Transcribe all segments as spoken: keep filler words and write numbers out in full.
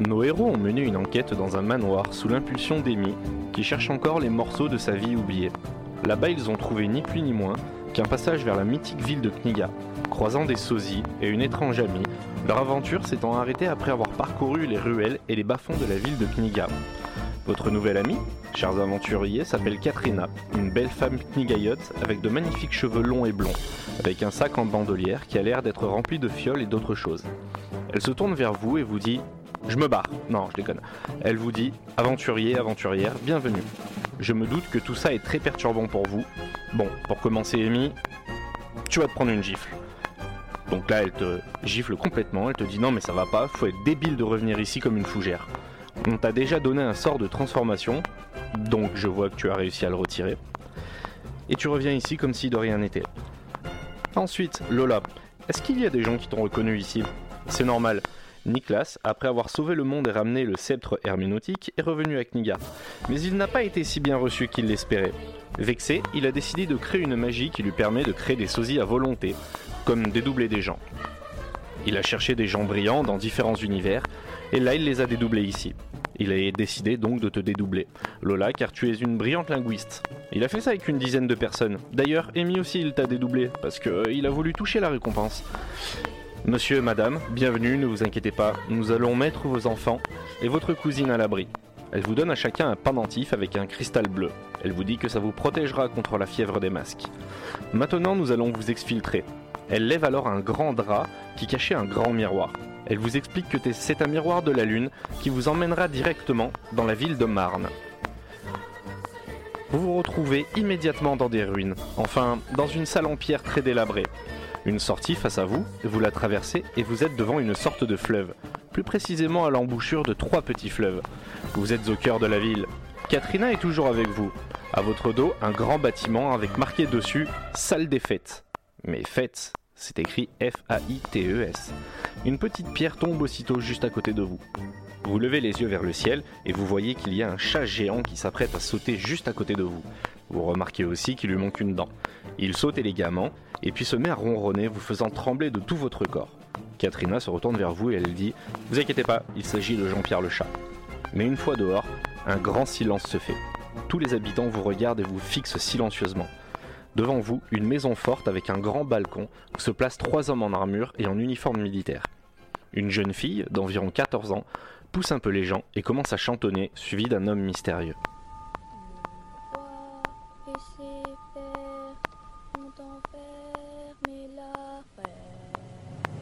Nos héros ont mené une enquête dans un manoir sous l'impulsion d'Amy, qui cherche encore les morceaux de sa vie oubliée. Là-bas, ils ont trouvé ni plus ni moins qu'un passage vers la mythique ville de Kniga. Croisant des sosies et une étrange amie, leur aventure s'étant arrêtée après avoir parcouru les ruelles et les bas-fonds de la ville de Kniga. Votre nouvelle amie, chers aventuriers, s'appelle Katrina, une belle femme knigayote avec de magnifiques cheveux longs et blonds, avec un sac en bandolière qui a l'air d'être rempli de fioles et d'autres choses. Elle se tourne vers vous et vous dit « Je me barre ». Non, je déconne. Elle vous dit « Aventurier, aventurière, bienvenue ». Je me doute que tout ça est très perturbant pour vous. Bon, pour commencer, Amy, tu vas te prendre une gifle. Donc là, elle te gifle complètement, elle te dit « Non mais ça va pas, faut être débile de revenir ici comme une fougère ». On t'a déjà donné un sort de transformation, donc je vois que tu as réussi à le retirer. Et tu reviens ici comme si de rien n'était. Ensuite, Lola, est-ce qu'il y a des gens qui t'ont reconnu ici ? C'est normal. Niklas, après avoir sauvé le monde et ramené le sceptre herméneutique, est revenu à Kniga. Mais il n'a pas été si bien reçu qu'il l'espérait. Vexé, il a décidé de créer une magie qui lui permet de créer des sosies à volonté, comme dédoubler des gens. Il a cherché des gens brillants dans différents univers, et là il les a dédoublés ici. Il a décidé donc de te dédoubler, Lola, car tu es une brillante linguiste. Il a fait ça avec une dizaine de personnes. D'ailleurs, Amy aussi il t'a dédoublé, parce qu'il a voulu toucher la récompense. Monsieur, madame, bienvenue, ne vous inquiétez pas, nous allons mettre vos enfants et votre cousine à l'abri. Elle vous donne à chacun un pendentif avec un cristal bleu. Elle vous dit que ça vous protégera contre la fièvre des masques. Maintenant, nous allons vous exfiltrer. Elle lève alors un grand drap qui cachait un grand miroir. Elle vous explique que c'est un miroir de la lune qui vous emmènera directement dans la ville de Marne. Vous vous retrouvez immédiatement dans des ruines, enfin dans une salle en pierre très délabrée. Une sortie face à vous, vous la traversez et vous êtes devant une sorte de fleuve, plus précisément à l'embouchure de trois petits fleuves. Vous êtes au cœur de la ville. Katrina est toujours avec vous. À votre dos, un grand bâtiment avec marqué dessus « Salle des fêtes ». Mais fêtes, c'est écrit F A I T E S. Une petite pierre tombe aussitôt juste à côté de vous. Vous levez les yeux vers le ciel et vous voyez qu'il y a un chat géant qui s'apprête à sauter juste à côté de vous. Vous remarquez aussi qu'il lui manque une dent. Il saute élégamment et puis se met à ronronner, vous faisant trembler de tout votre corps. Katrina se retourne vers vous et elle dit « Vous inquiétez pas, il s'agit de Jean-Pierre le chat ». Mais une fois dehors, un grand silence se fait. Tous les habitants vous regardent et vous fixent silencieusement. Devant vous, une maison forte avec un grand balcon où se placent trois hommes en armure et en uniforme militaire. Une jeune fille, d'environ quatorze ans, pousse un peu les gens et commence à chantonner, suivie d'un homme mystérieux. Le roi et ses pères ont enfermé la reine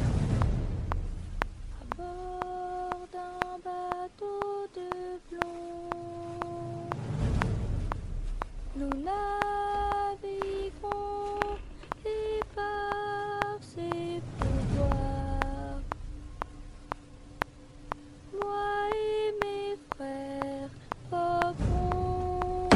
à bord d'un bateau de plomb. Nous naviguerons et par ses pouvoirs, moi et mes frères reprends.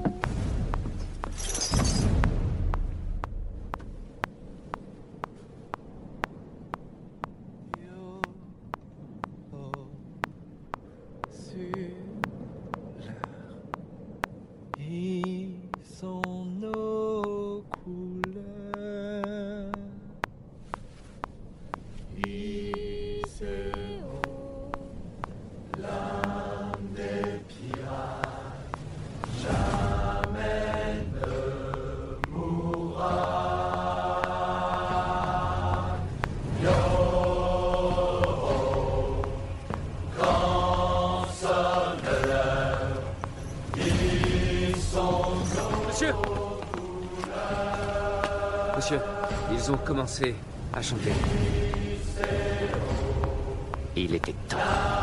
Yo, oh, sur l'air, ils sont nos couleurs. Iseo, L'âme des pirates jamais ne mourra. Yo, quand sonne l'heure, ils sont nos Monsieur Monsieur, ils ont commencé à chanter. Il était temps.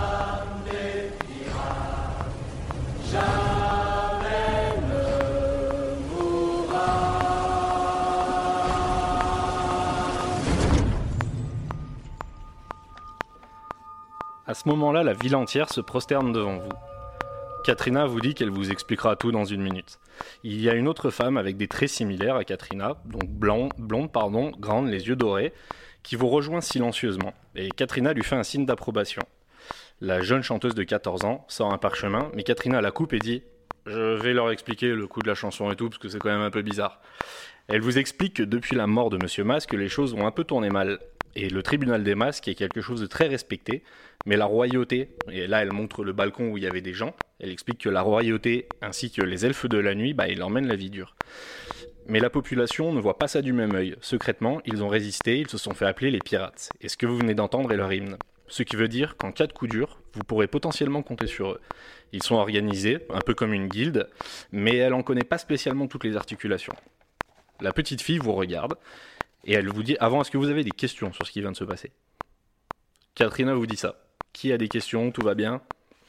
À ce moment-là, la ville entière se prosterne devant vous. Katrina vous dit qu'elle vous expliquera tout dans une minute. Il y a une autre femme avec des traits similaires à Katrina, donc blanc, blonde, pardon, grande, les yeux dorés, qui vous rejoint silencieusement, et Katrina lui fait un signe d'approbation. La jeune chanteuse de quatorze ans sort un parchemin, mais Katrina la coupe et dit « Je vais leur expliquer le coup de la chanson et tout, parce que c'est quand même un peu bizarre. » Elle vous explique que depuis la mort de Monsieur Masque, les choses ont un peu tourné mal, Et le tribunal des masques est quelque chose de très respecté, mais la royauté, et là elle montre le balcon où il y avait des gens, elle explique que la royauté ainsi que les elfes de la nuit, bah, ils emmènent la vie dure. Mais la population ne voit pas ça du même œil. Secrètement, ils ont résisté, ils se sont fait appeler les pirates. Et ce que vous venez d'entendre est leur hymne. Ce qui veut dire qu'en cas de coup dur, vous pourrez potentiellement compter sur eux. Ils sont organisés, un peu comme une guilde, mais elle en connaît pas spécialement toutes les articulations. La petite fille vous regarde, et elle vous dit, avant, est-ce que vous avez des questions sur ce qui vient de se passer ? Katrina vous dit ça. Qui a des questions ? Tout va bien ?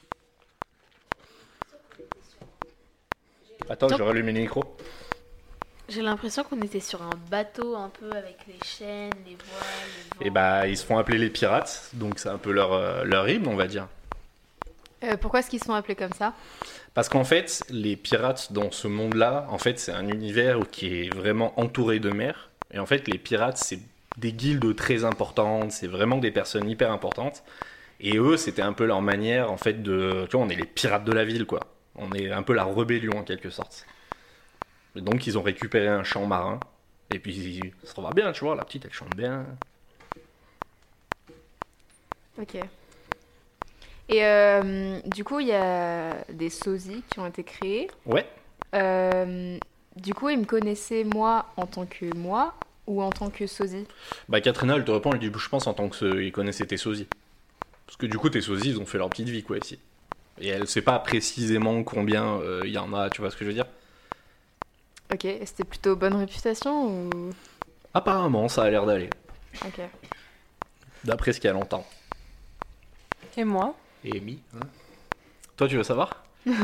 Attends, je rallume le micro. J'ai l'impression qu'on était sur un bateau un peu avec les chaînes, les voiles, les vents. Et bah, ils se font appeler les pirates, donc c'est un peu leur, euh, leur hymne, on va dire. Euh, pourquoi est-ce qu'ils sont appelés comme ça ? Parce qu'en fait, les pirates dans ce monde-là, en fait, c'est un univers qui est vraiment entouré de mer. Et en fait, les pirates, c'est des guildes très importantes, c'est vraiment des personnes hyper importantes. Et eux, c'était un peu leur manière, en fait, de... Tu vois, on est les pirates de la ville, quoi. On est un peu la rébellion, en quelque sorte. Et donc, ils ont récupéré un champ marin. Et puis, ça va bien, tu vois, la petite, elle chante bien. Ok. Et euh, du coup, il y a des sosies qui ont été créés. Ouais. Euh, du coup, ils me connaissaient moi en tant que moi ou en tant que sosie ? Bah, Katrina, elle te répond, elle dit, je pense, en tant qu'ils connaissaient tes sosies. Parce que du coup, tes sosies, ils ont fait leur petite vie, quoi, ici. Et elle sait pas précisément combien il euh, y en a, tu vois ce que je veux dire ? Ok, et c'était plutôt bonne réputation ou... Apparemment, ça a l'air d'aller. Ok. D'après ce qu'il y a longtemps. Et moi ? Et Amy, hein. Toi, tu veux savoir ?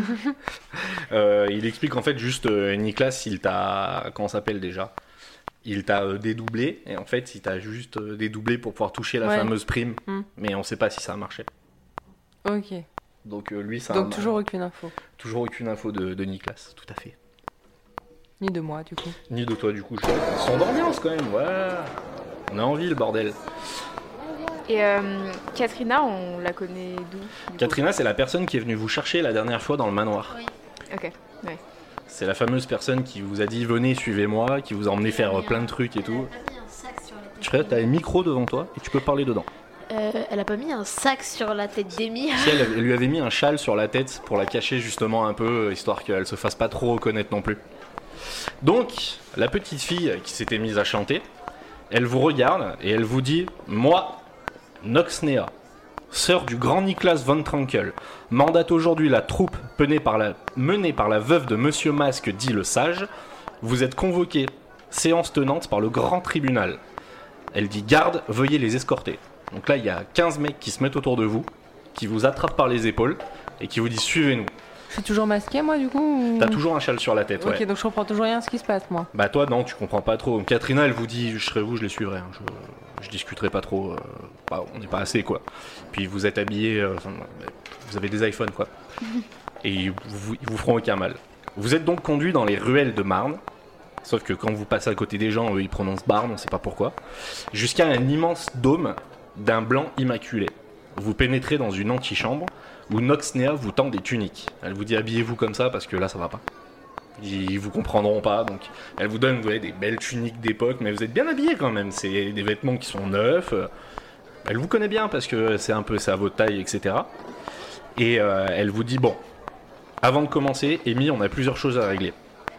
euh, Il explique en fait juste, euh, Nicolas, il t'a... Comment ça s'appelle déjà ? Il t'a euh, dédoublé, et en fait, il t'a juste euh, dédoublé pour pouvoir toucher la Ouais. fameuse prime. Mm. Mais on sait pas si ça a marché. Ok. Donc euh, lui, ça Donc a... toujours aucune info. Toujours aucune info de, de Nicolas, tout à fait. Ni de moi, du coup. Ni de toi, du coup. Je... Son d'ambiance, quand même, ouais. On a envie, le bordel. Et euh, Katrina, on la connaît d'où du coup ? Katrina, c'est la personne qui est venue vous chercher la dernière fois dans le manoir. Oui. Ok, ouais. C'est la fameuse personne qui vous a dit venez, suivez-moi, qui vous a emmené faire euh, plein de trucs et tout. Elle a pas mis un sac sur la tête. Tu vois, t'as le micro devant toi et tu peux parler dedans. Euh, elle a pas mis un sac sur la tête d'Amy. Si elle, elle lui avait mis un châle sur la tête pour la cacher justement un peu, histoire qu'elle se fasse pas trop reconnaître non plus. Donc, la petite fille qui s'était mise à chanter, elle vous regarde et elle vous dit « Moi, Noxnea, sœur du grand Niklas von Trankel, mandate aujourd'hui la troupe menée par la, menée par la veuve de Monsieur Masque dit le Sage. Vous êtes convoqués, séance tenante par le grand tribunal. » Elle dit « Garde, veuillez les escorter. » Donc là, il y a quinze mecs qui se mettent autour de vous, qui vous attrapent par les épaules et qui vous disent « Suivez-nous. » Je suis toujours masquée, moi, du coup ou... T'as toujours un châle sur la tête, Ok, ouais. donc je comprends toujours rien à ce qui se passe, moi. Bah toi, non, tu comprends pas trop. Katrina, elle vous dit « Je serai vous, je les suivrai. hein. Je, je discuterai pas trop. euh, bah, on n'est pas assez, quoi. » Puis vous êtes habillés, euh, enfin, vous avez des iPhones, quoi. Et ils vous, ils vous feront aucun mal. Vous êtes donc conduits dans les ruelles de Marne. Sauf que quand vous passez à côté des gens, eux, ils prononcent Barne, on sait pas pourquoi. Jusqu'à un immense dôme d'un blanc immaculé. Vous pénétrez dans une antichambre où Noxnea vous tend des tuniques. Elle vous dit habillez-vous comme ça parce que là ça va pas. Ils vous comprendront pas, donc elle vous donne vous voyez, des belles tuniques d'époque, mais vous êtes bien habillés quand même. C'est des vêtements qui sont neufs. Elle vous connaît bien parce que c'est un peu c'est à votre taille, et cetera. Et euh, elle vous dit bon, avant de commencer, Amy, on a plusieurs choses à régler.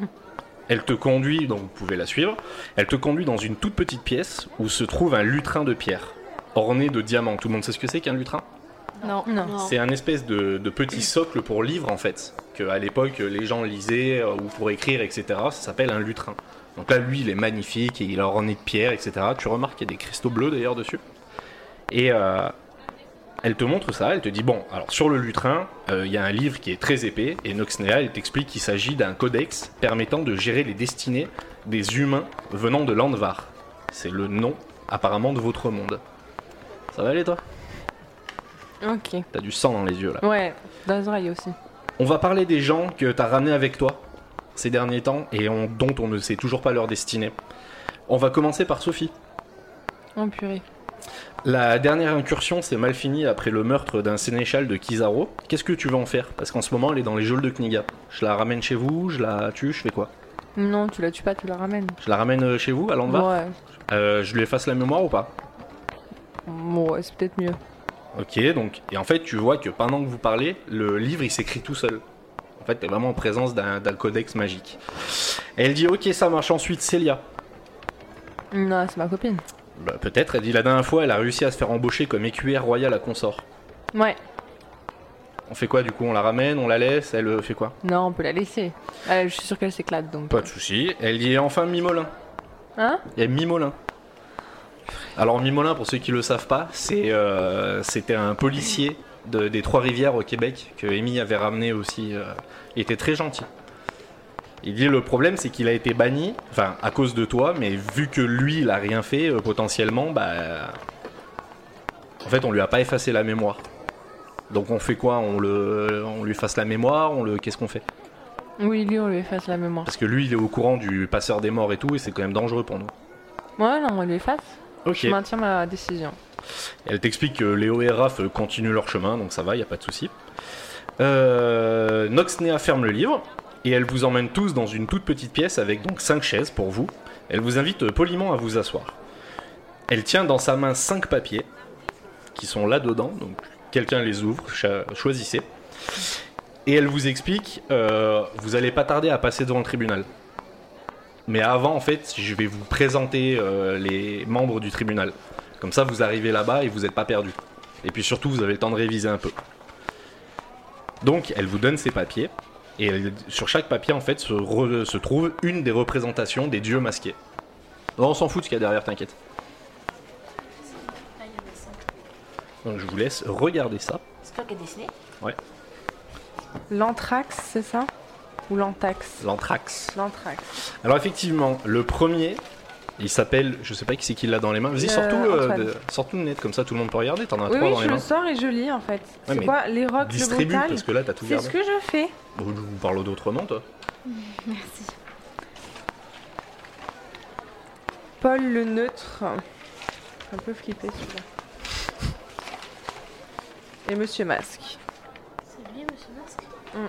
Elle te conduit, donc vous pouvez la suivre. Elle te conduit dans une toute petite pièce où se trouve un lutrin de pierre orné de diamants. Tout le monde sait ce que c'est qu'un lutrin ? Non. Non. Non. C'est un espèce de, de petit socle pour livre en fait, qu'à l'époque les gens lisaient euh, ou pour écrire, et cetera. Ça s'appelle un lutrin. Donc là, lui, il est magnifique et il est orné de pierre, et cetera. Tu remarques qu'il y a des cristaux bleus d'ailleurs dessus. Et euh, elle te montre ça, elle te dit bon, alors sur le lutrin, euh, il y a un livre qui est très épais et Noxnea, elle t'explique qu'il s'agit d'un codex permettant de gérer les destinées des humains venant de Landvar. C'est le nom apparemment de votre monde. Ça va aller toi ? Ok. T'as du sang dans les yeux là. Ouais, d'Azraï aussi. On va parler des gens que t'as ramenés avec toi ces derniers temps et on- dont on ne sait toujours pas leur destinée. On va commencer par Sophie. Oh purée. La dernière incursion s'est mal finie après le meurtre d'un sénéchal de Kizaru. Qu'est-ce que tu veux en faire ? Parce qu'en ce moment elle est dans les geôles de Kniga. Je la ramène chez vous, je la tue, je fais quoi ? Non, tu la tues pas, tu la ramènes. Je la ramène euh, chez vous à Landvar ? Ouais. Euh, Je lui efface la mémoire ou pas ? Bon, ouais, c'est peut-être mieux. Ok, donc, et en fait, tu vois que pendant que vous parlez, le livre il s'écrit tout seul. En fait, t'es vraiment en présence d'un, d'un codex magique. Et elle dit ok, ça marche. Ensuite, Célia. Non, c'est ma copine. Bah, peut-être, elle dit la dernière fois, elle a réussi à se faire embaucher comme écuyère royale à Consort. Ouais. On fait quoi du coup? On la ramène, on la laisse, elle euh, fait quoi? Non, on peut la laisser. Euh, je suis sûre qu'elle s'éclate donc. Pas de soucis. Elle dit enfin Mimolin. Hein? Il y a Mimolin. Alors Mimolin, pour ceux qui le savent pas, c'est euh, c'était un policier de- des Trois-Rivières au Québec que Amy avait ramené aussi. euh, il était très gentil. Il dit le problème c'est qu'il a été banni, enfin à cause de toi, mais vu que lui il a rien fait, euh, potentiellement, bah en fait on lui a pas effacé la mémoire. Donc on fait quoi? On le, on lui efface la mémoire, on le, qu'est-ce qu'on fait? Oui, lui, on lui efface la mémoire. Parce que lui il est au courant du passeur des morts et tout, et c'est quand même dangereux pour nous. Ouais, non, on lui efface. Ok. Je maintiens ma décision. Elle t'explique que Léo et Raph continuent leur chemin, donc ça va, y a pas de souci. Euh, Noxnea ferme le livre et elle vous emmène tous dans une toute petite pièce avec donc cinq chaises pour vous. Elle vous invite poliment à vous asseoir. Elle tient dans sa main cinq papiers qui sont là dedans, donc quelqu'un les ouvre, cha- choisissez. Et elle vous explique, euh, vous allez pas tarder à passer devant le tribunal. Mais avant, en fait, je vais vous présenter euh, les membres du tribunal. Comme ça, vous arrivez là-bas et vous n'êtes pas perdu. Et puis surtout, vous avez le temps de réviser un peu. Donc, elle vous donne ces papiers. Et elle- sur chaque papier, en fait, se, re- se trouve une des représentations des dieux masqués. Non, on s'en fout de ce qu'il y a derrière, t'inquiète. Donc, je vous laisse regarder ça. C'est toi qui as dessiné? L'anthrax, c'est ça? Ou l'antax? L'anthrax. L'anthrax. Alors, effectivement, le premier, il s'appelle, je sais pas qui c'est qui l'a dans les mains. Vas-y, Euh, sors tout, euh, Antoine. de- sors tout le net, comme ça tout le monde peut regarder. T'en as Oui, trois oui, dans je les le mains. sors et je lis en fait. C'est mais quoi? Les rocs, le Distribue, brutal? parce que là, t'as tout C'est gardé. ce que je fais. Bon, je vous parle d'autrement, toi. Merci. Paul le neutre. Un peu flippé celui-là. Et Monsieur Masque. C'est lui, Monsieur Masque?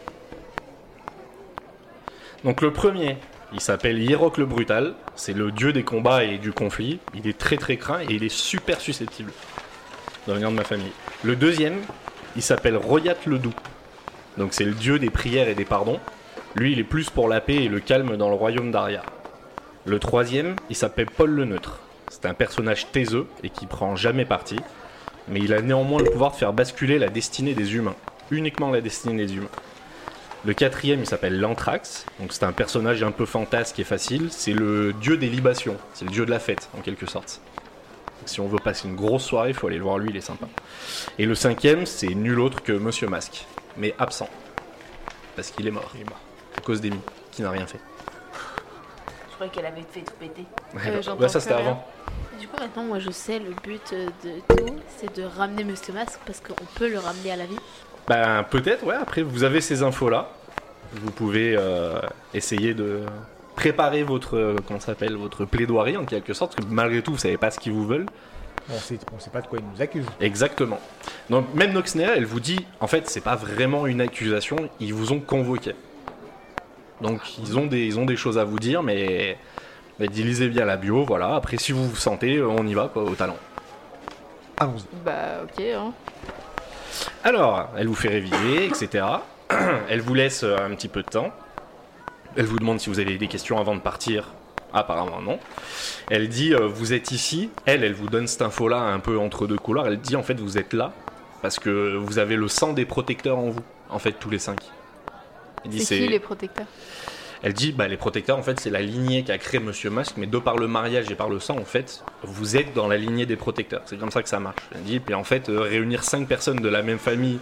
Donc le premier, il s'appelle Hierok le Brutal. C'est le dieu des combats et du conflit. Il est très très craint et il est super susceptible. Dans venir de ma famille. Le deuxième, il s'appelle Royat le Doux. Donc c'est le dieu des prières et des pardons. Lui, il est plus pour la paix et le calme dans le royaume d'Aria. Le troisième, il s'appelle Paul le Neutre. C'est un personnage taiseux et qui prend jamais parti. Mais il a néanmoins le pouvoir de faire basculer la destinée des humains. Uniquement la destinée des humains. Le quatrième, il s'appelle l'Anthrax. Donc c'est un personnage un peu fantasque et facile. C'est le dieu des libations. C'est le dieu de la fête, en quelque sorte. Donc, si on veut passer une grosse soirée, il faut aller le voir lui, il est sympa. Et le cinquième, c'est nul autre que Monsieur Masque. Mais absent. Parce qu'il est mort. Il est mort. À cause d'Amy, qui n'a rien fait. Je croyais qu'elle avait fait tout péter. Ouais, bah, j'entends bah, ça plus c'était rien. avant. Du coup, maintenant, moi, je sais le but de tout, c'est de ramener Monsieur Masque parce qu'on peut le ramener à la vie. Ben peut-être, ouais. Après, vous avez ces infos-là. Vous pouvez euh, essayer de préparer votre, euh, comment ça s'appelle, votre plaidoirie en quelque sorte, parce que malgré tout, vous savez pas ce qu'ils vous veulent. On sait, on sait pas de quoi ils nous accusent. Exactement. Donc même Noxnea, elle vous dit, en fait, c'est pas vraiment une accusation, ils vous ont convoqué. Donc ils ont des, ils ont des choses à vous dire, mais, mais lisez bien la bio, voilà. Après, si vous vous sentez, on y va, quoi, au talent. Allons-y. Bah, ok, hein. Alors, elle vous fait réviser, et cetera. Elle vous laisse euh, un petit peu de temps. Elle vous demande si vous avez des questions avant de partir. Apparemment non. Elle dit euh, vous êtes ici. Elle, elle vous donne cette info-là un peu entre deux couloirs. Elle dit en fait vous êtes là parce que vous avez le sang des protecteurs en vous. En fait tous les cinq. Elle dit, C'est qui les protecteurs? Elle dit bah les protecteurs en fait c'est la lignée qu'a créé Monsieur Masque, mais de par le mariage et par le sang en fait vous êtes dans la lignée des protecteurs. C'est comme ça que ça marche. Elle dit puis en fait euh, réunir cinq personnes de la même famille.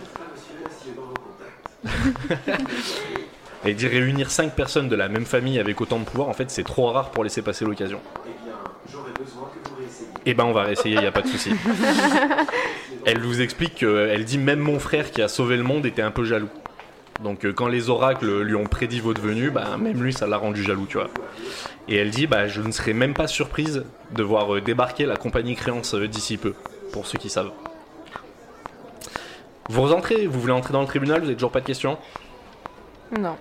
Et dit réunir cinq personnes de la même famille avec autant de pouvoir, en fait, c'est trop rare pour laisser passer l'occasion. Eh ben, on va réessayer, il y a pas de souci. Elle vous explique qu'elle dit même mon frère qui a sauvé le monde était un peu jaloux. Donc, euh, quand les oracles lui ont prédit votre venue, bah, même lui, ça l'a rendu jaloux, tu vois. Et elle dit, bah, je ne serais même pas surprise de voir euh, débarquer la compagnie Créance euh, d'ici peu, pour ceux qui savent. Vous rentrez, vous voulez entrer dans le tribunal, vous avez toujours pas de questions? Non.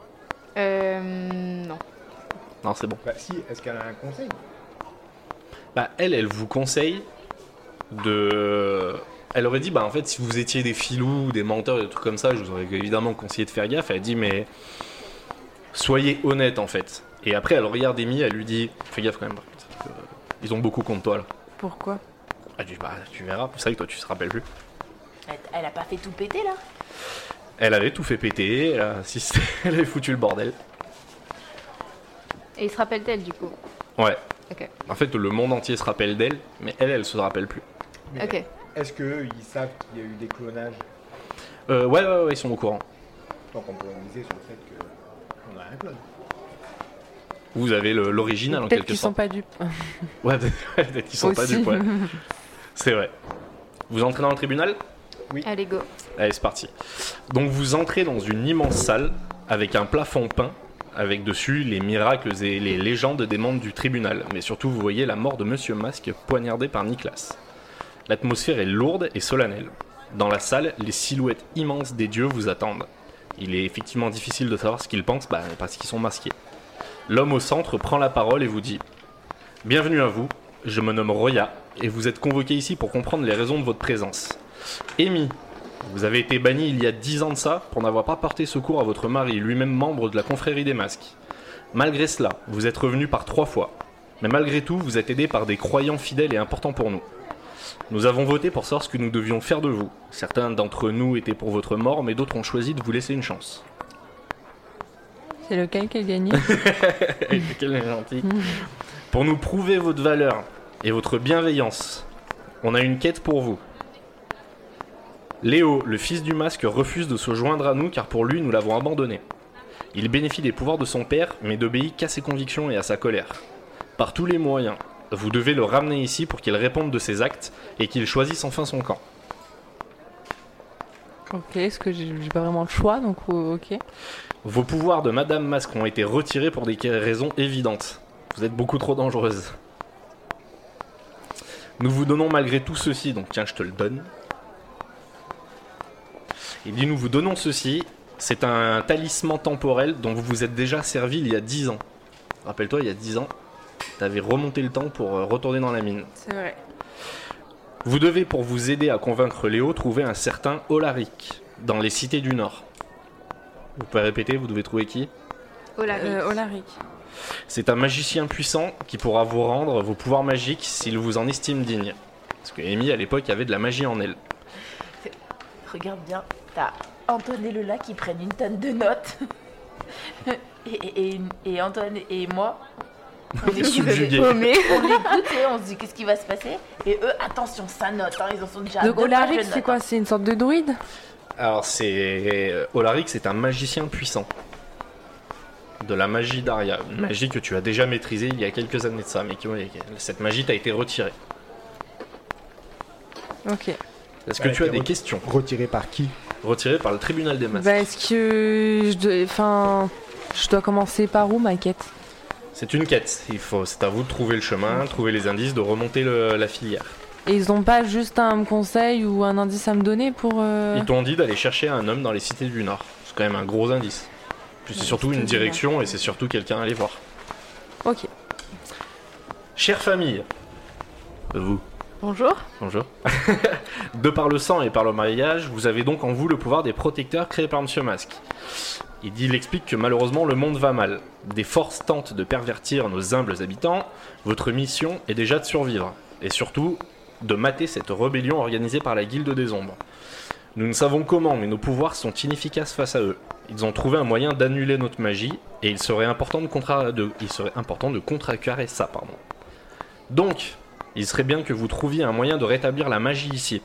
Euh. Non. Non, c'est bon. Bah si, est-ce qu'elle a un conseil? Bah, elle, elle vous conseille de... Elle aurait dit, bah en fait, si vous étiez des filous, des menteurs et des trucs comme ça, je vous aurais évidemment conseillé de faire gaffe. Elle dit, mais soyez honnête en fait. Et après, elle regarde Amy, elle lui dit, fais gaffe quand même. Euh, ils ont beaucoup contre toi là. Pourquoi? Elle dit, bah tu verras, c'est vrai que toi tu te rappelles plus. Elle, elle a pas fait tout péter là? Elle avait tout fait péter, elle, a assisté- elle avait foutu le bordel. Et il se rappelle d'elle du coup. Ouais. Ok. En fait, le monde entier se rappelle d'elle, mais elle, elle se rappelle plus. Mais Ok. Est-ce qu'ils savent qu'il y a eu des clonages? Euh, ouais, ouais, ouais, ils sont au courant. Donc on pourrait miser sur le fait qu'on a un clone. Vous avez le- l'original en Peut-être quelque qu'ils sont sorte. pas dupes. Ouais, peut-être ouais, peut-être qu'ils sont pas Aussi. dupes, ouais. C'est vrai. Vous entrez dans le tribunal? Allez, go. Allez, c'est parti. Donc vous entrez dans une immense salle avec un plafond peint, avec dessus les miracles et les légendes des membres du tribunal. Mais surtout, vous voyez la mort de Monsieur Masque poignardé par Nicolas. L'atmosphère est lourde et solennelle. Dans la salle, les silhouettes immenses des dieux vous attendent. Il est effectivement difficile de savoir ce qu'ils pensent, bah, parce qu'ils sont masqués. L'homme au centre prend la parole et vous dit « Bienvenue à vous, je me nomme Roya, et vous êtes convoqué ici pour comprendre les raisons de votre présence. Amy, vous avez été banni il y a dix ans de ça pour n'avoir pas porté secours à votre mari, lui-même membre de la confrérie des masques. Malgré cela, vous êtes revenu par trois fois. Mais malgré tout, vous êtes aidé par des croyants fidèles et importants pour nous. Nous avons voté pour savoir ce que nous devions faire de vous. Certains d'entre nous étaient pour votre mort, mais d'autres ont choisi de vous laisser une chance. » C'est lequel qui a gagné? Quel est gentil. Pour nous prouver votre valeur et votre bienveillance, on a une quête pour vous. Léo, le fils du masque, refuse de se joindre à nous car pour lui, nous l'avons abandonné. Il bénéficie des pouvoirs de son père, mais n'obéit qu'à ses convictions et à sa colère. Par tous les moyens, vous devez le ramener ici pour qu'il réponde de ses actes et qu'il choisisse enfin son camp. Ok, est-ce que j'ai j'ai pas vraiment le choix, donc euh, ok. Vos pouvoirs de Madame Masque ont été retirés pour des raisons évidentes. Vous êtes beaucoup trop dangereuse. Nous vous donnons malgré tout ceci, donc tiens, je te le donne. Il dit, nous vous donnons ceci, c'est un talisman temporel dont vous vous êtes déjà servi il y a dix ans. Rappelle-toi, il y a dix ans, t'avais remonté le temps pour euh, retourner dans la mine. C'est vrai. Vous devez, pour vous aider à convaincre Léo, trouver un certain Olaric dans les cités du Nord. Vous pouvez répéter, vous devez trouver qui? Olaric. Euh, Olaric. C'est un magicien puissant qui pourra vous rendre vos pouvoirs magiques s'il vous en estime digne. Parce que Amy, à l'époque, avait de la magie en elle. Regarde bien, t'as Antoine et Lola qui prennent une tonne de notes. et, et, et, et Antoine et moi, on est Subjugués. Paumé. on écoute et on se dit qu'est-ce qui va se passer. Et eux, attention, ça note, hein, ils en sont déjà à Donc deux pages Olaric, de c'est notes, quoi? hein. C'est une sorte de druide? Alors, c'est. euh, Olaric, c'est un magicien puissant. De la magie d'Aria. Une magie que tu as déjà maîtrisée il y a quelques années de ça, mais qui, ouais, cette magie t'a été retirée. Ok. Est-ce que Elle a tu as été des re- questions? Retiré par qui? Retirée par le tribunal des masques. Bah, est-ce que je dois... Enfin, je dois commencer par où, ma quête? C'est une quête. Il faut, c'est à vous de trouver le chemin, trouver les indices, de remonter le- la filière. Et ils ont pas juste un conseil ou un indice à me donner pour... euh, Ils t'ont dit d'aller chercher un homme dans les cités du Nord. C'est quand même un gros indice. Puis c'est Dans les surtout cités une du direction et c'est surtout quelqu'un à aller voir. Ok. Chère famille, vous, Bonjour. bonjour. De par le sang et par le mariage, vous avez donc en vous le pouvoir des protecteurs créés par Monsieur Masque. Il dit, il explique que malheureusement le monde va mal. Des forces tentent de pervertir nos humbles habitants. Votre mission est déjà de survivre. Et surtout, de mater cette rébellion organisée par la Guilde des Ombres. Nous ne savons comment, mais nos pouvoirs sont inefficaces face à eux. Ils ont trouvé un moyen d'annuler notre magie, et il serait important de, contra... de... Il serait important de contrecarrer ça, pardon. Donc, il serait bien que vous trouviez un moyen de rétablir la magie ici.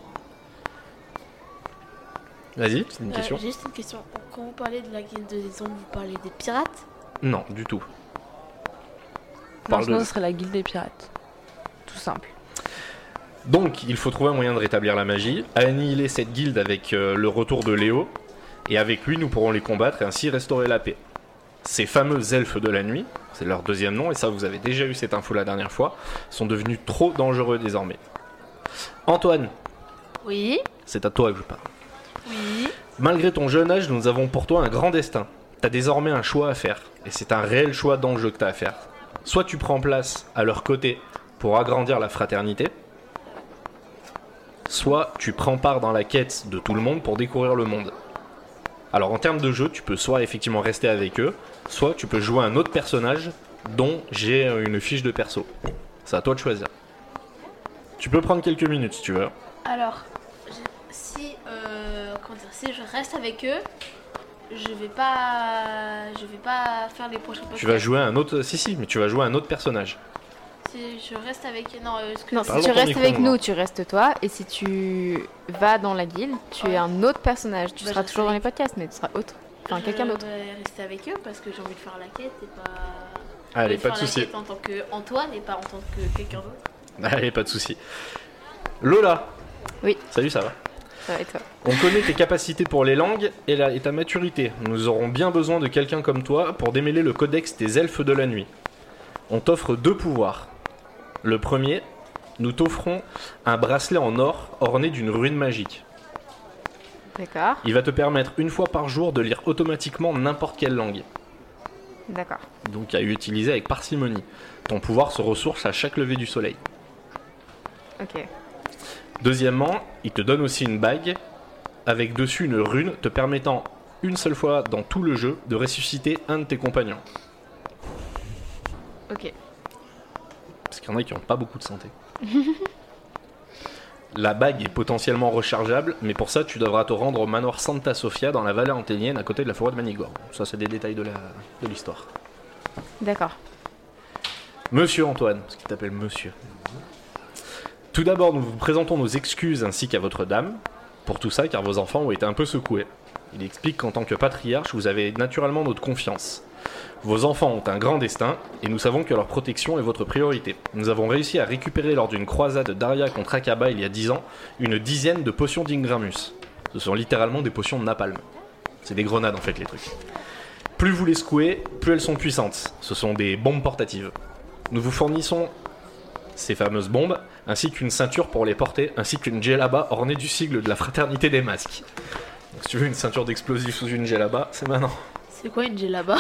Vas-y, c'est une Euh, question. Juste une question. Quand vous parlez de la guilde des ombres, vous parlez des pirates? Non, du tout. Non, Parle sinon, de- ce serait la guilde des pirates. Tout simple. Donc, il faut trouver un moyen de rétablir la magie, annihiler cette guilde avec euh, le retour de Léo, et avec lui, nous pourrons les combattre et ainsi restaurer la paix. Ces fameux elfes de la nuit, c'est leur deuxième nom, et ça, vous avez déjà eu cette info la dernière fois, sont devenus trop dangereux désormais. Antoine, Oui. c'est à toi que je parle. Oui. Malgré ton jeune âge, nous avons pour toi un grand destin. T'as désormais un choix à faire, et c'est un réel choix d'enjeu que t'as à faire. Soit tu prends place à leur côté pour agrandir la fraternité, soit tu prends part dans la quête de tout le monde pour découvrir le monde. Alors en termes de jeu, tu peux soit effectivement rester avec eux, soit tu peux jouer un autre personnage dont j'ai une fiche de perso. C'est à toi de choisir. Tu peux prendre quelques minutes si tu veux. Alors, je- si, euh, comment dire, si je reste avec eux, je vais pas, je vais pas faire les prochains podcasts. Tu vas jouer un autre... Si, si, mais tu vas jouer un autre personnage. Si je reste avec eux, non, euh, ce que Non, je- si Parle tu dans ton restes micro, avec moi. nous, tu restes toi. Et si tu vas dans la guilde, tu Ouais. es un autre personnage. Tu Bah, seras je toujours dans sais. les podcasts, mais tu seras autre. Enfin, je quelqu'un d'autre. vais rester avec eux parce que j'ai envie de faire la quête et pas. Allez, envie de pas de faire la souci. quête en tant que Antoine et pas en tant que quelqu'un d'autre. Allez, pas de souci. Lola. Oui. Salut, ça va? Ça va et toi? On connaît tes capacités pour les langues et, la- et ta maturité. Nous aurons bien besoin de quelqu'un comme toi pour démêler le codex des elfes de la nuit. On t'offre deux pouvoirs. Le premier, nous t'offrons un bracelet en or orné d'une rune magique. D'accord. Il va te permettre une fois par jour de lire automatiquement n'importe quelle langue. D'accord. Donc à utiliser avec parcimonie. Ton pouvoir se ressource à chaque lever du soleil. Ok. Deuxièmement, il te donne aussi une bague avec dessus une rune te permettant une seule fois dans tout le jeu de ressusciter un de tes compagnons. Ok. Parce qu'il y en a qui n'ont pas beaucoup de santé. La bague est potentiellement rechargeable, mais pour ça tu devras te rendre au manoir Santa Sofia dans la vallée antélienne à côté de la forêt de Manigore. Ça c'est des détails de la- de l'histoire. D'accord. Monsieur Antoine, parce qu'il t'appelle monsieur. Tout d'abord, nous vous présentons nos excuses ainsi qu'à votre dame pour tout ça, car vos enfants ont été un peu secoués. Il explique qu'en tant que patriarche, vous avez naturellement notre confiance. Vos enfants ont un grand destin, et nous savons que leur protection est votre priorité. Nous avons réussi à récupérer lors d'une croisade d'Aria contre Akaba il y a dix ans, une dizaine de potions d'Ingramus. Ce sont littéralement des potions de napalm. C'est des grenades en fait les trucs. Plus vous les secouez, plus elles sont puissantes. Ce sont des bombes portatives. Nous vous fournissons ces fameuses bombes, ainsi qu'une ceinture pour les porter, ainsi qu'une djellaba ornée du sigle de la fraternité des masques. Donc, si tu veux une ceinture d'explosifs sous une djellaba, c'est maintenant. C'est quoi une djellaba?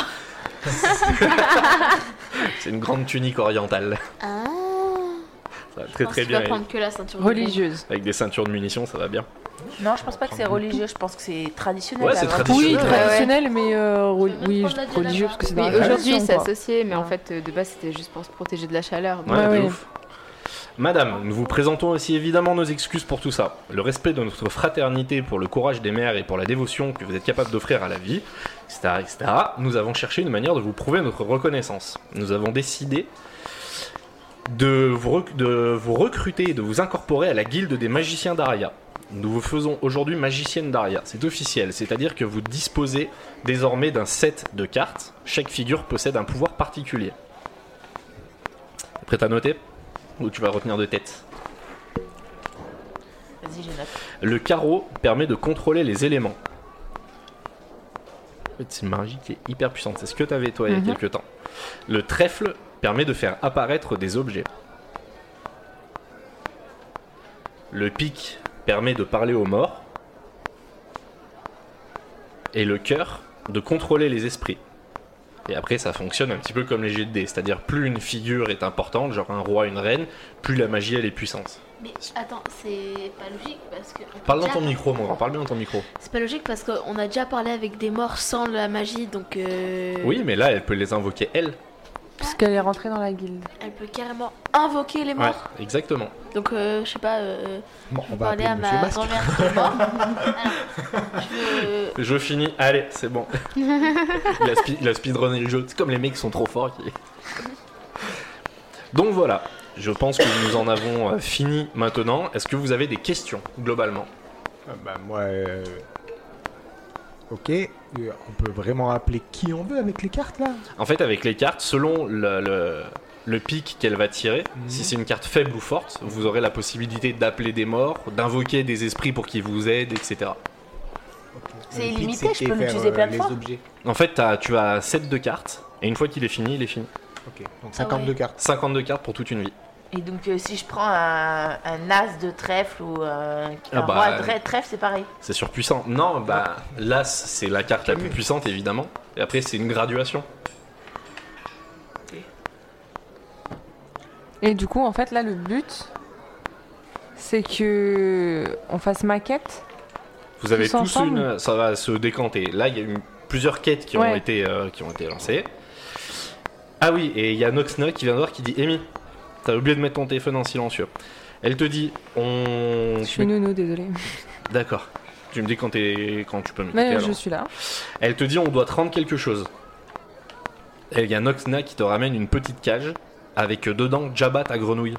C'est une grande tunique orientale. Ah. Ça va très Je pense très que tu vas bien. prendre que la ceinture de Religieuse. Avec des ceintures de munitions, ça va bien. Non, je pense pas que c'est religieux, je pense que c'est traditionnel. Ouais, c'est avant. traditionnel. Oui, Ouais, traditionnel, mais euh, re- Je vais oui, prendre la religieux djellaba. parce que c'est dans Oui, la aujourd'hui tradition, c'est quoi. associé, mais en Ouais. fait euh, de base c'était juste pour se protéger de la chaleur. Ouais, Ouais, de ouais. ouf. Madame, nous vous présentons aussi évidemment nos excuses pour tout ça. Le respect de notre fraternité pour le courage des mères et pour la dévotion que vous êtes capable d'offrir à la vie, et cetera, et cetera. Nous avons cherché une manière de vous prouver notre reconnaissance. Nous avons décidé de vous, rec- de vous recruter et de vous incorporer à la guilde des magiciens d'Aria. Nous vous faisons aujourd'hui magicienne d'Aria. C'est officiel, c'est-à-dire que vous disposez désormais d'un set de cartes. Chaque figure possède un pouvoir particulier. Prêt à noter? Ou tu vas retenir de tête? Vas-y, je note. Le carreau permet de contrôler les éléments. En fait, c'est une magie qui est hyper puissante. C'est ce que tu avais toi il y a Mhm. quelques temps. Le trèfle permet de faire apparaître des objets. Le pic permet de parler aux morts. Et le cœur de contrôler les esprits. Et après, ça fonctionne un petit peu comme les jets de dés. C'est-à-dire, plus une figure est importante, genre un roi, une reine, plus la magie elle est puissante. Mais attends, c'est pas logique parce que. on peut Parle dans déjà- ton micro, mon grand. Parle bien dans ton micro. C'est pas logique parce qu'on a déjà parlé avec des morts sans la magie, donc. euh, Oui, mais là, elle peut les invoquer elle. Puisqu'elle est rentrée dans la guilde. Elle peut carrément invoquer les Ouais, morts. exactement. Donc, euh, je sais pas. Euh, Bon, on je va parlais appeler à Monsieur ma Masque. grand-mère qui est morte. Alors, je veux. Je finis. Allez, c'est bon. il, a spi- il a speedrunné le jeu. C'est comme les mecs qui sont trop forts. qui- Donc voilà. Je pense que nous en avons euh, fini maintenant. Est-ce que vous avez des questions, globalement? Ah bah, moi, euh, ok. Euh, on peut vraiment appeler qui on veut avec les cartes là. En fait, avec les cartes, selon le, le, le pic qu'elle va tirer, Mhm. si c'est une carte faible ou forte, vous aurez la possibilité d'appeler des morts, d'invoquer des esprits pour qu'ils vous aident, et cetera. C'est Le but, illimité, je c'était peux faire, l'utiliser plein de les fois. objets. En fait, t'as- tu as sept de cartes, et une fois qu'il est fini, il est fini. Ok, donc cinquante-deux ouais. cartes. cinquante-deux cartes pour toute une vie. Et donc, euh, si je prends un, un as de trèfle ou un, un Ah bah, roi euh, de trè- trèfle, c'est pareil. C'est surpuissant. Non, bah, l'as, c'est la carte la plus puissante, évidemment. Et après, c'est une graduation. Et du coup, en fait, là, le but, c'est que on fasse ma quête. Vous avez Tous tous ensemble. une... Ça va se décanter. Là, il y a eu plusieurs quêtes qui, ont, Ouais. été, euh, qui ont été lancées. Ah oui, et il y a Noxna qui vient de voir qui dit « Amy, t'as oublié de mettre ton téléphone en silencieux. » Elle te dit « On... » Je suis nounou, désolée. D'accord. Tu me dis quand, t'es... quand tu peux m'écouter. Mais alors. je suis là. Elle te dit on doit te rendre quelque chose. Et il y a Noxna qui te ramène une petite cage avec euh, dedans Jabba ta grenouille.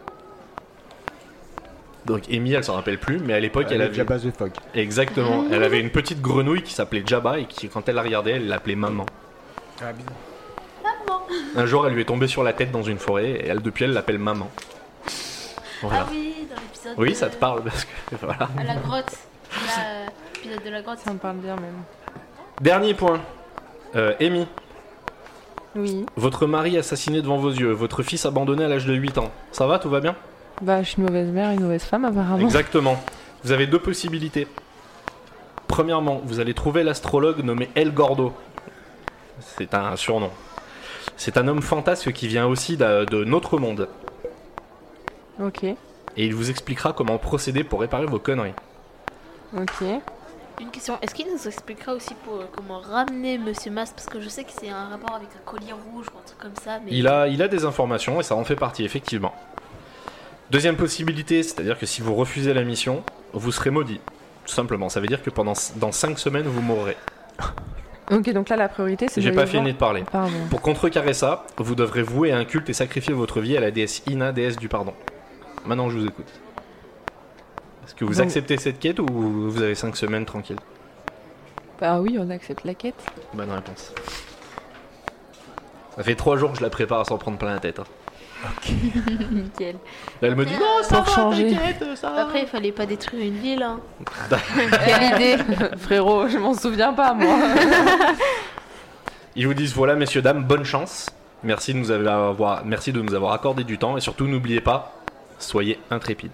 Donc Amy elle s'en rappelle plus, mais à l'époque elle Elle a avait... Jabba the Fog. Exactement. Elle avait une petite grenouille qui s'appelait Jabba et qui quand elle la regardait elle l'appelait maman. Ah, bizarre. Un jour elle lui est tombée sur la tête dans une forêt et elle depuis elle l'appelle maman. Voilà. Ah oui, dans l'épisode. Oui de- ça te parle parce que voilà. À la grotte. Là, euh, l'épisode de la grotte. Ça me parle bien même. Dernier point. Euh, Amy, Oui. votre mari assassiné devant vos yeux, votre fils abandonné à l'âge de huit ans. Ça va, tout va bien? Bah, je suis une mauvaise mère et une mauvaise femme, apparemment. Exactement. Vous avez deux possibilités. Premièrement, vous allez trouver l'astrologue nommé El Gordo. C'est un surnom. C'est un homme fantasque qui vient aussi de, de notre monde. Ok. Et il vous expliquera comment procéder pour réparer vos conneries. Ok. Une question, est-ce qu'il nous expliquera aussi pour euh, comment ramener Monsieur Mas? Parce que je sais que c'est un rapport avec un collier rouge ou un truc comme ça. Mais... Il a, il a des informations et ça en fait partie, effectivement. Deuxième possibilité, c'est-à-dire que si vous refusez la mission, vous serez maudit. Tout simplement. Ça veut dire que pendant dans cinq semaines, vous mourrez. Ok, donc là, la priorité, c'est J'ai d'aller pas fini voir- de parler. Pardon. Pour contrecarrer ça, vous devrez vouer un culte et sacrifier votre vie à la déesse Ina, déesse du pardon. Maintenant, je vous écoute. Est-ce que vous Donc- acceptez cette quête ou vous avez cinq semaines tranquille? Bah oui, on accepte la quête. Bonne réponse. Ça fait trois jours que je la prépare sans prendre plein la tête. hein. Nickel. Là, elle me dit Euh, non, ça pour va, changer. t'inquiète, ça va. Après, il fallait pas détruire une ville. Hein. Quelle idée. Frérot, je m'en souviens pas, moi. Ils vous disent voilà, messieurs, dames, bonne chance. Merci de nous avoir, merci de nous avoir accordé du temps et surtout n'oubliez pas, soyez intrépides.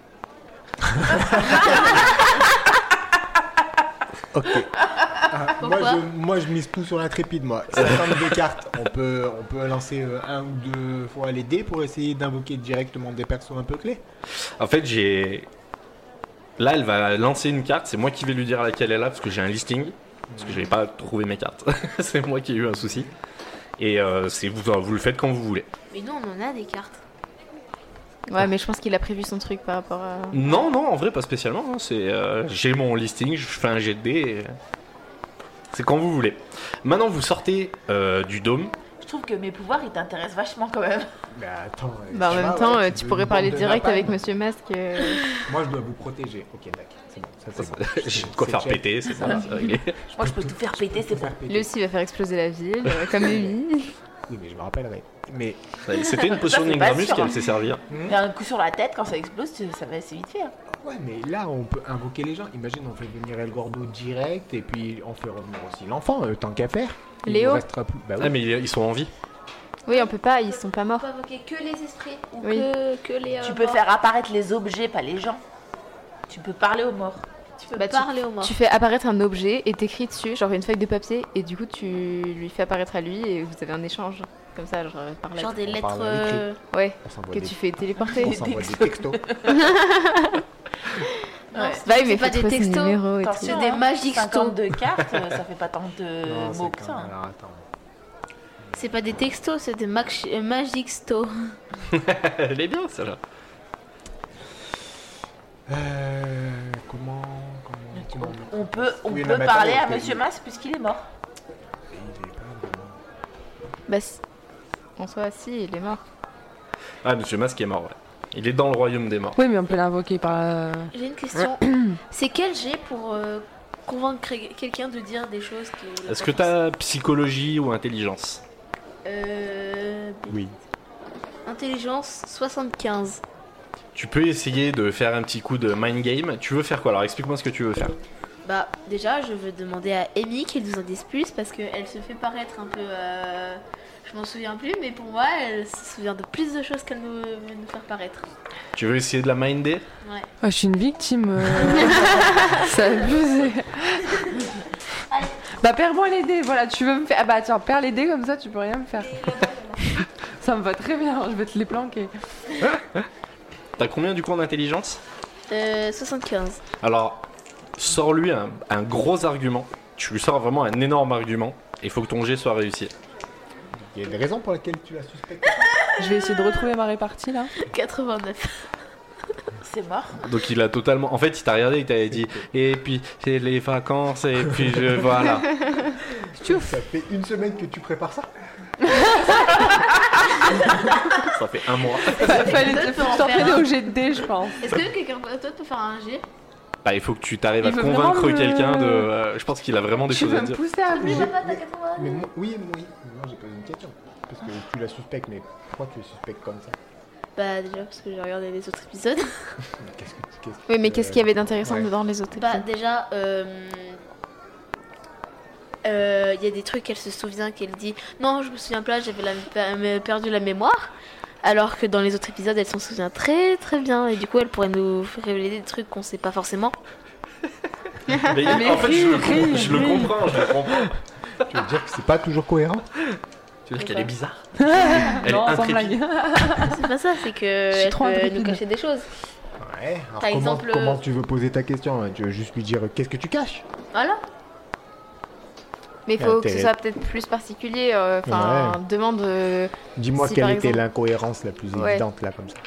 Ok. Ah, moi, Pourquoi je, moi, je mise tout sur l'intrépide, moi. cinquante-deux cartes. On peut, on peut lancer euh, un ou deux fois les dés pour essayer d'invoquer directement des persos un peu clés. En fait, j'ai. Là, elle va lancer une carte. C'est moi qui vais lui dire laquelle elle a parce que j'ai un listing. Parce que je n'avais pas trouvé mes cartes. C'est moi qui ai eu un souci. Et euh, c'est vous, vous le faites quand vous voulez. Mais nous, on en a des cartes. Ouais, mais je pense qu'il a prévu son truc par rapport à. Non, non, en vrai, pas spécialement. hein. C'est, euh, j'ai mon listing, je fais un jet de dés. et- C'est quand vous voulez. Maintenant, vous sortez euh, du dôme. Je trouve que mes pouvoirs, ils t'intéressent vachement quand même. Mais attends. euh, Bah en ça même va, temps, ouais, euh, tu tu veux pourrais une parler bande de direct lapins. avec Monsieur Masque. euh. Moi, je dois vous protéger. Ok, d'accord. C'est bon. Ça, c'est bon. J'ai de quoi C'est faire check. péter, c'est ça. c'est réglé. Moi, je peux tout faire péter, c'est bon. Faire péter. Lui aussi il va faire exploser la ville, euh, comme Amy. Oui, mais je me rappellerai. Mais C'était une potion Ça, c'est pas d'Ingramus sûr, qu'elle hein. sait servir. Mais un coup sur la tête, quand ça explose, tu- ça va assez vite faire. ouais, mais là, on peut invoquer les gens. Imagine, on fait venir El Gordo direct et puis on fait revenir aussi l'enfant, euh, tant qu'à faire. Il Léo nous restera plus. Bah oui. Ah, mais ils ils sont en vie. Oui, on peut pas, ils sont pas On morts. peut invoquer que les esprits ou Oui. que, que les. euh, Tu peux morts. faire apparaître les objets, pas les gens. Tu peux parler aux morts. Tu peux Bah, tu- parler aux morts. Tu fais apparaître un objet et t'écris dessus, genre une feuille de papier, et du coup tu lui fais apparaître à lui et vous avez un échange. Comme ça, genre euh, par lettre. Genre des On lettres. parle à l'écrit. euh, Ouais, On s'envoie que des... tu fais téléporter. on s'envoie des textos. non, Ouais. c'est Bah oui, mais c'est faut pas des trouver ses textos. numéros et tout. C'est des magic cinquante-deux cartes, euh, ça fait pas tant de Non, mots c'est que quand ça. même- Alors, attends. C'est pas des textos, c'est des max- euh, magic sto. Elle est bien, celle-là. Euh, comment, comment, comment On peut, on Oui, non, peut mais parler attendez, à il- Monsieur Mas puisqu'il est mort. Il est pas vraiment- Bah si. En soi, si, il est mort. Ah, Monsieur Masque est mort, ouais. Il est dans le royaume des morts. Oui, mais on peut l'invoquer par. euh, J'ai une question. C'est quel jet pour euh, convaincre quelqu'un de dire des choses qu'il a Est-ce pas que t'as psychologie ou intelligence? Euh. Oui. Intelligence soixante-quinze. Tu peux essayer de faire un petit coup de mind game. Tu veux faire quoi? Alors explique-moi ce que tu veux faire. Bah, déjà, je veux demander à Amy qu'elle nous en dise plus parce qu'elle se fait paraître un peu. euh, Je m'en souviens plus, mais pour moi, elle se souvient de plus de choses qu'elle nous veut nous faire paraître. Tu veux essayer de la minder? Ouais. Ah, je suis une victime. euh, C'est abusé. Bah, perds-moi les dés. Voilà, tu veux me faire. Ah, bah, tiens, perds les dés comme ça, tu peux rien me faire. Ça me va très bien, je vais te les planquer. T'as combien du coup en intelligence? Euh, soixante-quinze. Alors, sors-lui un, un gros argument. Tu lui sors vraiment un énorme argument. Il faut que ton jet soit réussi. Il y a des raisons pour lesquelles tu la suspectes. Je vais essayer de retrouver ma répartie là. quatre-vingt-neuf. C'est mort. Donc il a totalement... En fait, il t'a regardé, il t'avait dit « Et puis, c'est les vacances, et puis je... voilà. » Ça fait une semaine que tu prépares ça. Ça fait un mois. Fallait D'autres peuvent en t'entraîner faire un. au jet de dés, je pense. Est-ce que quelqu'un d'autre peut faire un G? Bah, il faut que tu t'arrives à Il veut convaincre vraiment me- quelqu'un de... euh, je pense qu'il a vraiment des Tu choses veux à me dire. pousser à Oui, vous papa, t'as quatre-vingt-neuf. Mais moi, oui, oui. Moi, j'ai posé une question. Parce que tu la suspectes, mais pourquoi tu la suspectes comme ça? Bah, déjà, parce que j'ai regardé les autres épisodes. Qu'est-ce que, qu'est-ce que- Oui, mais qu'est-ce qu'il y avait d'intéressant Ouais. dans les autres Bah, épisodes déjà, euh. euh, Il y a des trucs qu'elle se souvient, qu'elle dit non, je me souviens pas, j'avais la- per- perdu la mémoire. Alors que dans les autres épisodes, elle s'en souvient très très bien. Et du coup, elle pourrait nous révéler des trucs qu'on sait pas forcément. Mais, Mais en fait, je, le, ris, com- ris, je le ris. comprends, je le comprends. Tu veux dire que c'est pas toujours cohérent? Tu veux dire qu'elle est bizarre? Non, Elle est sans intrépide. blague. C'est pas ça, c'est que Je suis elle trop peut intrépide. nous cacher des choses. Ouais. Alors Par comment, exemple, euh, comment tu veux poser ta question? Tu veux juste lui dire qu'est-ce que tu caches? Voilà. Mais il faut que ce Intérêt- soit peut-être plus particulier. euh, Enfin, Ouais. demande. euh, Dis-moi Si, quelle par était exemple- l'incohérence la plus Ouais. évidente là comme ça.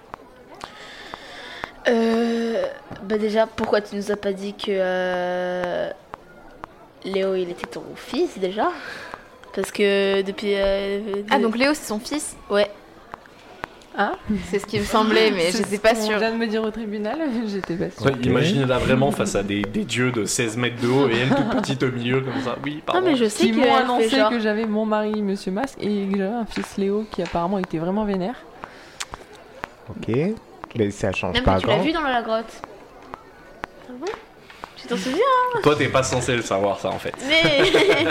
Euh, bah déjà, pourquoi tu nous as pas dit que euh, Léo il était ton fils déjà? Parce que depuis. euh, Ah, de- donc Léo, c'est son fils? Ouais. Hein? C'est ce qui me semblait, mais C'est j'étais ce pas qu'on sûre. vient de me dire au tribunal, j'étais pas sûre. Ouais, Imaginez-la vraiment face à des, des dieux de seize mètres de haut et elle toute petite au milieu comme ça. Oui, pardon. Non mais je sais Qui que m'ont elle annoncé fait genre. que j'avais mon mari, Monsieur Masque, et que j'avais un fils Léo qui apparemment était vraiment vénère. Ok. Mais ça change Même pas que tu l'as grand. vu dans la grotte. Ah ouais? Tu t'en souviens? Toi, t'es pas censé le savoir, ça en fait. Mais.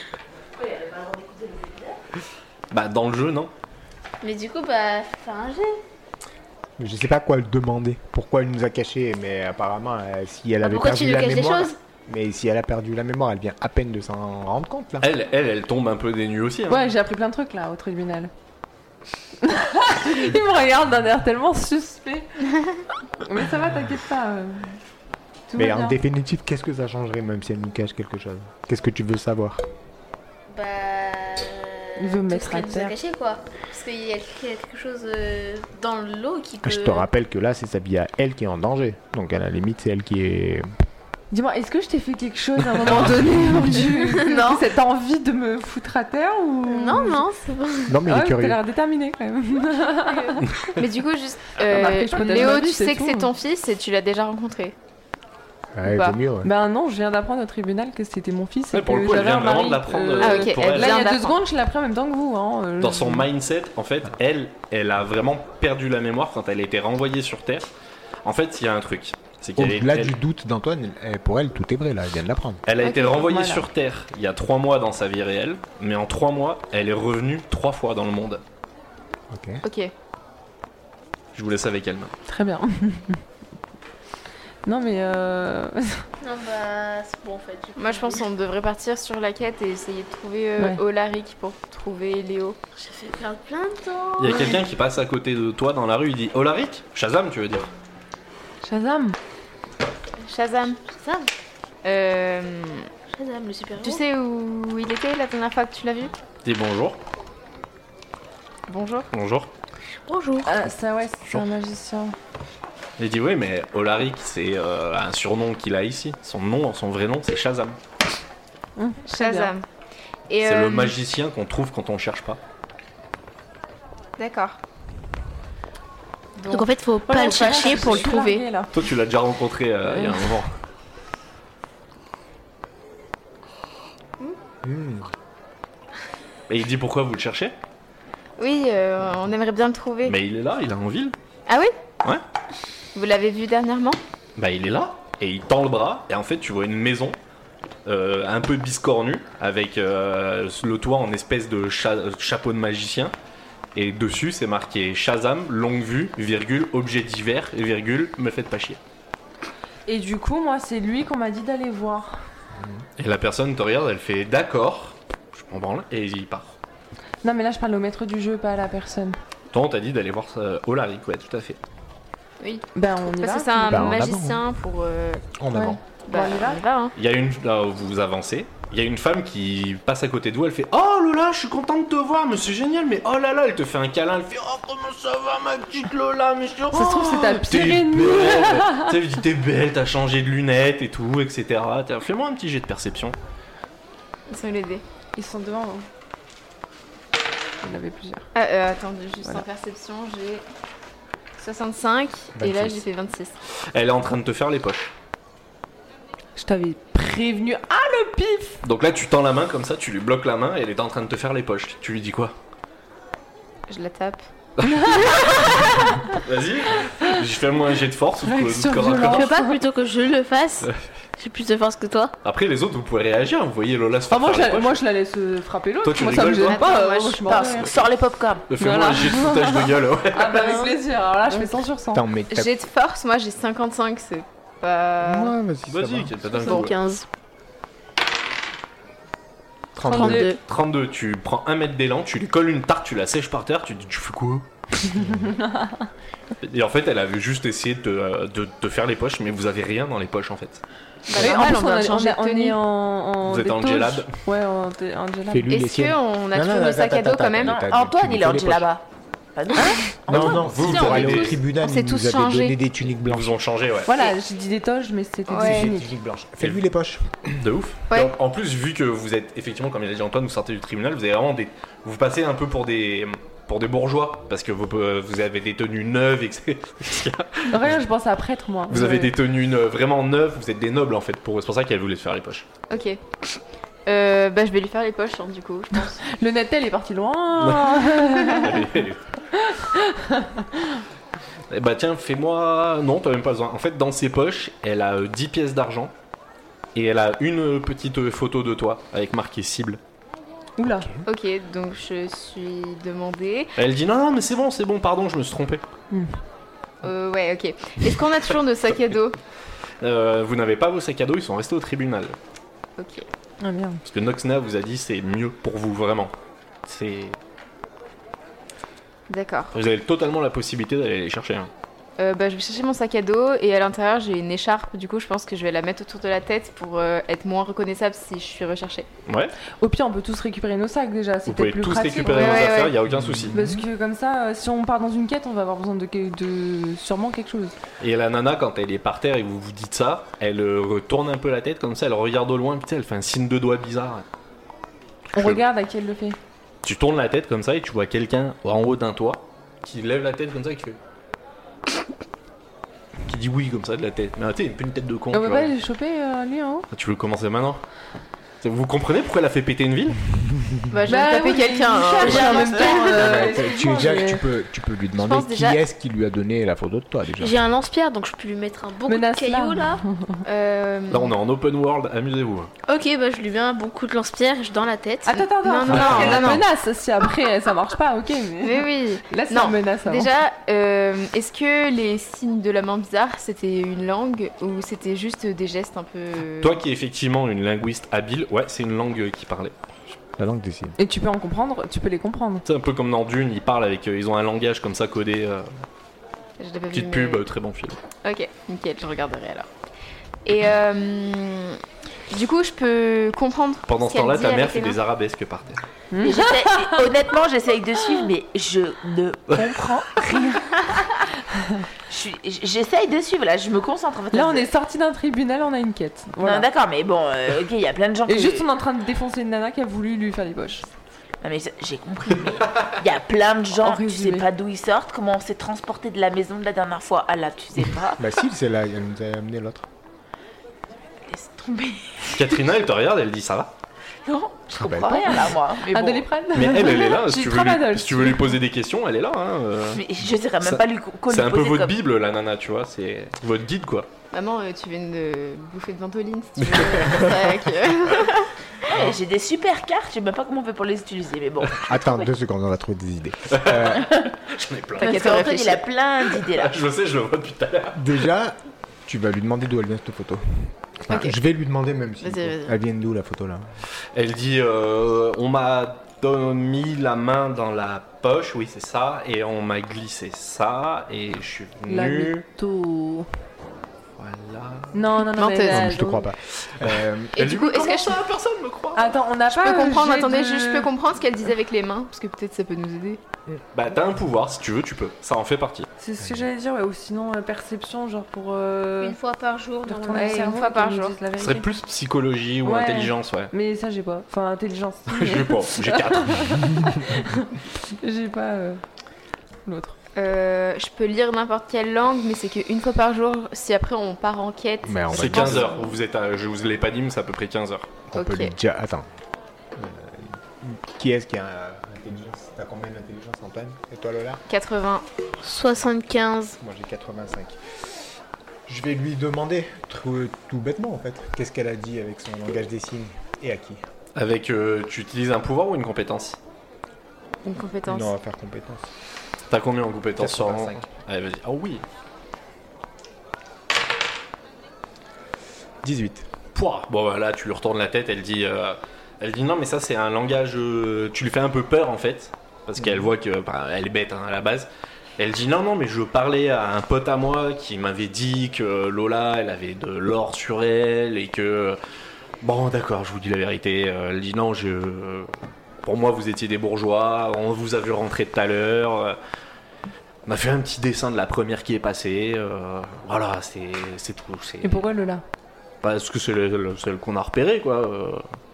Bah, dans le jeu, non. mais du coup, bah, faut faire un G. Je sais pas quoi le demander. Pourquoi elle nous a caché, mais apparemment, euh, si elle Ah, avait pourquoi perdu tu nous la caches des mémoire. choses? Mais si elle a perdu la mémoire, elle vient à peine de s'en rendre compte là. Elle, elle, elle tombe un peu des nues aussi. Hein. Ouais, j'ai appris plein de trucs là au tribunal. Il me regarde d'un air tellement suspect. Mais ça va, t'inquiète pas. euh, Tout Mais va en bien. définitive, qu'est-ce que ça changerait même si elle nous cache quelque chose? Qu'est-ce que tu veux savoir? Bah. Il veut me tout mettre ce qu'elle à nous a terre. caché quoi. Parce qu'il y a quelque chose euh, dans l'eau qui peut. Je te rappelle que là, c'est sa vie à elle qui est en danger. Donc à la limite, c'est elle qui est. Dis-moi, est-ce que je t'ai fait quelque chose à un moment donné où tu... Non. Cette envie de me foutre à terre ou... Non, non, c'est bon. Non, mais il Ah est ouais, t'as curieux. l'air déterminé quand même. Mais du coup, juste. Ah, euh, bah, après, je protège Léo, ma vie, tu c'est sais que tout. c'est ton fils et tu l'as déjà rencontré. Ouais, Bah. vaut mieux. Ouais. Ben non, je viens d'apprendre au tribunal que c'était mon fils. Ouais, et pour le que coup, elle j'avais vient un vraiment mari, de l'apprendre, euh, Ah, ok, pour elle elle. Là, il y a deux d'apprendre. secondes, je l'ai appris en même temps que vous. Hein. euh, Dans je- son mindset, en fait, elle, elle a vraiment perdu la mémoire quand elle a été renvoyée sur Terre. En fait, il y a un truc. C'est qu'elle est- Au-delà elle- du doute d'Antoine, elle- pour elle, tout est vrai là. Elle vient de l'apprendre. Elle a Ok, été renvoyée voilà. sur Terre il y a trois mois dans sa vie réelle, mais en trois mois, elle est revenue trois fois dans le monde. Ok. Ok. Je vous laisse avec elle. Très bien. Non, mais euh... Non, bah, c'est bon en fait. j'ai Moi, je pense qu'on devrait partir sur la quête et essayer de trouver euh, Ouais. Olaric pour trouver Léo. J'ai fait perdre plein de temps. Il y a quelqu'un qui passe à côté de toi dans la rue, il dit Olaric Shazam, tu veux dire? Shazam. Shazam. Shazam, Euh, Shazam, le super héros. tu sais où il était la dernière fois que tu l'as vu? Dis bonjour. Bonjour. Bonjour. Bonjour. Ah, ça, ouais, c'est un magicien. Il dit oui, mais Olaric, c'est euh, un surnom qu'il a ici. Son nom, son vrai nom, c'est Shazam. Hum, très bien. Shazam. Et C'est euh, le magicien qu'on trouve quand on cherche pas. D'accord. Donc en fait, faut pas Voilà, le chercher je pour le suis trouver. larguée, là. Toi, tu l'as déjà rencontré euh, il y a un moment. Hmm. Et il dit pourquoi vous le cherchez? Oui, euh, on aimerait bien le trouver. Mais il est là, il est en ville. Ah oui? Ouais. Vous l'avez vu dernièrement? Bah il est là et il tend le bras et en fait tu vois une maison euh, un peu biscornue avec euh, le toit en espèce de cha- chapeau de magicien et dessus c'est marqué Shazam, longue vue, virgule, objet divers, virgule, me faites pas chier. Et du coup, moi, c'est lui qu'on m'a dit d'aller voir. Et la personne te regarde, elle fait d'accord, je m'en branle et il part. Non, mais là, je parle au maître du jeu, pas à la personne. Toi, on t'a dit d'aller voir euh, Olaric, ouais, tout à fait. Oui. Ben, on y Parce va. que c'est un Bah, en magicien pour. euh, En Ouais. avant. Bah, on y va on y va, hein. Il y a une. Là, vous avancez. Il y a une femme qui passe à côté de vous, elle fait Oh Lola, je suis contente de te voir, mais c'est génial, mais oh là là, elle te fait un câlin, elle fait Oh comment ça va ma petite Lola, mais je... Ça se trouve, c'est ta T'es pire belle. ennemie. Tu sais, elle dit T'es belle, t'as changé de lunettes et tout, et cetera. Tiens, fais-moi un petit jet de perception. Ils sont les dés. Ils sont devant. hein. Il y en avait plusieurs. Ah, euh, attends, juste Voilà. en perception, j'ai soixante-cinq et là vingt-six. j'ai fait vingt-six. Elle est en train de te faire les poches. Je t'avais prévenu. Ah, le pif. Donc là, tu tends la main comme ça, tu lui bloques la main et elle est en train de te faire les poches. Tu lui dis quoi? Je la tape. Vas-y, je fais moi un jet de force. ou Réaction de corps à violente. corps. Tu veux pas plutôt que je le fasse? Ouais. J'ai plus de force que toi. Après, les autres, vous pouvez réagir. Vous voyez Lola se Ah, faire moi, je faire les la, poches. moi, je la laisse euh, frapper l'autre. Toi, tu moi, ça me rigoles, gêne toi pas. Attends, euh, moi, moi, je je m'en Attends, vais. sors les popcorn. Fais-moi Voilà. un jet de foutage de gueule. Ouais. Ah, bah, avec plaisir. Alors là, je fais cent sur cent. Attends, mais t'as... J'ai de force, moi j'ai cinquante-cinq, c'est pas. Ouais, vas-y, ça Vas-y, va. qu'il y a pas d'un Bon, coup. quinze. trente-deux. trente-deux. trente-deux, tu prends un mètre d'élan, tu lui colles une tarte, tu la sèches par terre, tu dis tu fais quoi? Et en fait, elle avait juste essayé de te, de te faire les poches, mais vous avez rien dans les poches en fait. Bah, Oui, en normal, plus, on on, doit a- changer on de est- on tenue. est en, en Vous êtes en détoge. gelab. Ouais, en, dé- en gelab. Fais-lui les Est-ce siennes. qu'on a Non, toujours non, nos sacs à attends, dos quand attends, même Non, t'as- Antoine, tu il est en fais les jet là-bas. Pas nous. Non, non, Vous, vous, vous pour avez aller des- au tribunal, on s'est ils tous nous avaient changés. donné des tuniques Ils blanches. vous ont changé, ouais. Voilà, j'ai dit des toges, mais c'était Ouais. des Des tuniques. tuniques blanches. Fais-lui les poches. De ouf. Ouais. Donc, en plus, vu que vous êtes effectivement, comme il a dit Antoine, vous sortez du tribunal, vous avez vraiment des. Vous passez un peu pour des. Pour des bourgeois, parce que vous, euh, vous avez des tenues neuves, et cetera. Rien, je pense à prêtre, moi. Vous avez Ouais. des tenues neuves, vraiment neuves, vous êtes des nobles en fait. Pour... C'est pour ça qu'elle voulait te faire les poches. Ok. Euh, bah je vais lui faire les poches hein, du coup, je pense. Le Natel est parti loin. Eh bah tiens, fais-moi... Non, t'as même pas besoin. En fait, dans ses poches, elle a euh, dix pièces d'argent. Et elle a une petite euh, photo de toi, avec marqué cible. Oula. Ok, donc je suis demandée. Elle dit non, non, mais c'est bon, c'est bon, pardon, je me suis trompé. Euh, ouais, ok. Est-ce qu'on a toujours nos sacs à dos? Euh, vous n'avez pas vos sacs à dos, ils sont restés au tribunal. Ok. Ah merde. Parce que Noxna vous a dit c'est mieux pour vous, vraiment. C'est... D'accord. Vous avez totalement la possibilité d'aller les chercher. Hein. Euh, bah je vais chercher mon sac à dos et à l'intérieur j'ai une écharpe. Du coup, je pense que je vais la mettre autour de la tête pour euh, être moins reconnaissable si je suis recherchée. Ouais, Au pire, on peut tous récupérer nos sacs déjà. C'est vous pouvez peut-être plus tous pratique. récupérer ouais, vos ouais, affaires, il ouais. n'y a aucun souci. Parce que comme ça, euh, si on part dans une quête, on va avoir besoin de, que- de sûrement quelque chose. Et la nana, quand elle est par terre et vous vous dites ça, elle euh, retourne un peu la tête comme ça, elle regarde au loin, puis tu sais, elle fait un signe de doigt bizarre. On Je- regarde à qui elle le fait. Tu tournes la tête comme ça et tu vois quelqu'un en haut d'un toit qui lève la tête comme ça et qui fait. Qui dit oui comme ça de la tête. Mais tu sais, un peu une tête de con. On tu peut vois. pas les choper euh, lui en haut. Tu veux commencer maintenant? Vous comprenez pourquoi elle a fait péter une ville? Bah je vais Bah taper oui, quelqu'un. il hein. cherche J'ai en un même lance-pierre. temps, euh, Bah, tu, effectivement, déjà, mais- tu, peux, tu peux lui demander pense qui déjà- est-ce qui lui a donné la photo de toi déjà. J'ai un lance-pierre donc je peux lui mettre un bon coup de Menace-la. caillou là. Euh, Là on est en open world, amusez-vous. Ok, bah je lui mets un bon coup de lance-pierre dans la tête. Attends, attends, attends. Non, non, faut qu'elle non, la non. menace. Si après ça marche pas, ok. Mais Oui, oui. là, c'est Non, une menace. avant. Déjà, euh, est-ce que les signes de la main bizarre c'était une langue ou c'était juste des gestes un peu. Toi qui es effectivement une linguiste habile, ouais, c'est une langue qui parlait. La langue des signes. Et tu peux en comprendre, tu peux les comprendre. C'est un peu comme dans Dune, ils parlent avec. euh, ils ont un langage comme ça codé. euh, Je l'ai pas vu, petite mais- pub, euh, très bon film. Ok, nickel, je regarderai alors. Et euh, du coup, je peux comprendre. Pendant ce qu'elle temps-là, dit ta avec mère les fait mains. des arabesques par terre. Et j'essaie- et honnêtement, j'essaye de suivre, mais je ne comprends rien. Je suis- J'essaye de suivre, là, je me concentre. En fait, Là, on est sorti d'un tribunal, on a une quête. Voilà. Non, d'accord, mais bon, euh, ok, il y a plein de gens Et qui. juste, on est en train de défoncer une nana qui a voulu lui faire les poches. Non, mais ça- j'ai compris, mais il y a plein de gens, En tu sais résumé. pas d'où ils sortent, comment on s'est transporté de la maison de la dernière fois. Ah là, tu sais pas. Bah si, c'est là, elle nous a amené l'autre. Laisse tomber. Katrina, elle te regarde, elle dit ça va. Non, je Ah bah, comprends pas. rien là, moi. Mais Un bon. Doliprane. Mais elle, elle est là. Si J'ai tu, veux lui, tramadol, si tu veux lui poser des questions, elle est là. Hein, euh. Mais je sais même Ça- pas lui, quoi C'est lui un peu poser votre comme- bible, la nana, tu vois. C'est votre guide, quoi. Maman, euh, tu viens de bouffer de ventoline si tu veux. Sac, euh. Ouais, j'ai des super cartes, je sais même pas comment on fait pour les utiliser, mais bon. Attends, deux secondes, on va trouver des idées. Euh, J'en ai plein. T'inquiète, Parce qu'Antoine, réfléchis. il a plein d'idées là. Je le sais, je le vois depuis tout à l'heure. déjà, tu vas lui demander d'où elle vient cette photo. Enfin, Ok. Je vais lui demander même si Vas-y, vas-y. elle vient d'où la photo là. Elle dit euh, on m'a don- mis la main dans la poche, oui c'est ça, et on m'a glissé ça, et je suis La venu... mytho. Voilà. Non, non, non, Menteuse. mais Non, là, mais je te crois pas. Euh, Et du coup, est-ce que je ça, personne me croit? Attends, on n'a je pas. peux euh, comprendre, jet attendez, de- je, je peux comprendre ce qu'elle disait avec les mains, parce que peut-être ça peut nous aider. Bah t'as un pouvoir, si tu veux, tu peux. Ça en fait partie. C'est ce que j'allais dire, ouais, ou sinon euh, perception, genre pour. euh, Une fois par jour, de dans retourner Ouais, le une cerveau, fois par qu'on nous jour. dise la Ce vérité. serait plus psychologie ou Ouais. intelligence, ouais. Mais ça, j'ai pas. Enfin, intelligence. si, Je sais mais pas, j'ai quatre. j'ai pas euh, l'autre. Euh, je peux lire n'importe quelle langue, mais c'est qu'une fois par jour, si après on part en quête. Mais on va C'est dire- quinze heures, vous êtes à- je vous l'ai pas dit, mais c'est à peu près quinze heures. On peut Ok. lui dire. Attends. Euh, qui est-ce qui a euh, intelligence? T'as combien d'intelligence, Antoine? Et toi, Lola? quatre-vingts. soixante-quinze. Moi, j'ai quatre-vingt-cinq. Je vais lui demander, tout, tout bêtement en fait, qu'est-ce qu'elle a dit avec son langage des signes et à qui? Avec, euh, tu utilises un pouvoir ou une compétence? Une compétence. Non, on va faire compétence. T'as combien en compétence sur quatre-vingt-cinq. Allez, vas-y. Ah oui. dix-huit. Pouah. Bon, bah, là, tu lui retournes la tête. Elle dit, euh, elle dit non, mais ça, c'est un langage. euh, tu lui fais un peu peur en fait, parce qu'elle voit que, bah, elle est bête hein, à la base. Elle dit non, non, mais je parlais à un pote à moi qui m'avait dit que Lola, elle avait de l'or sur elle et que. Bon, d'accord, je vous dis la vérité. Euh, Elle dit non, je. Pour moi, vous étiez des bourgeois. On vous a vu rentrer tout à l'heure. euh, On a fait un petit dessin de la première qui est passée. euh, Voilà, c'est c'est tout. c'est- Et pourquoi le là? Parce que c'est le- le- celle qu'on a repérée, quoi. euh.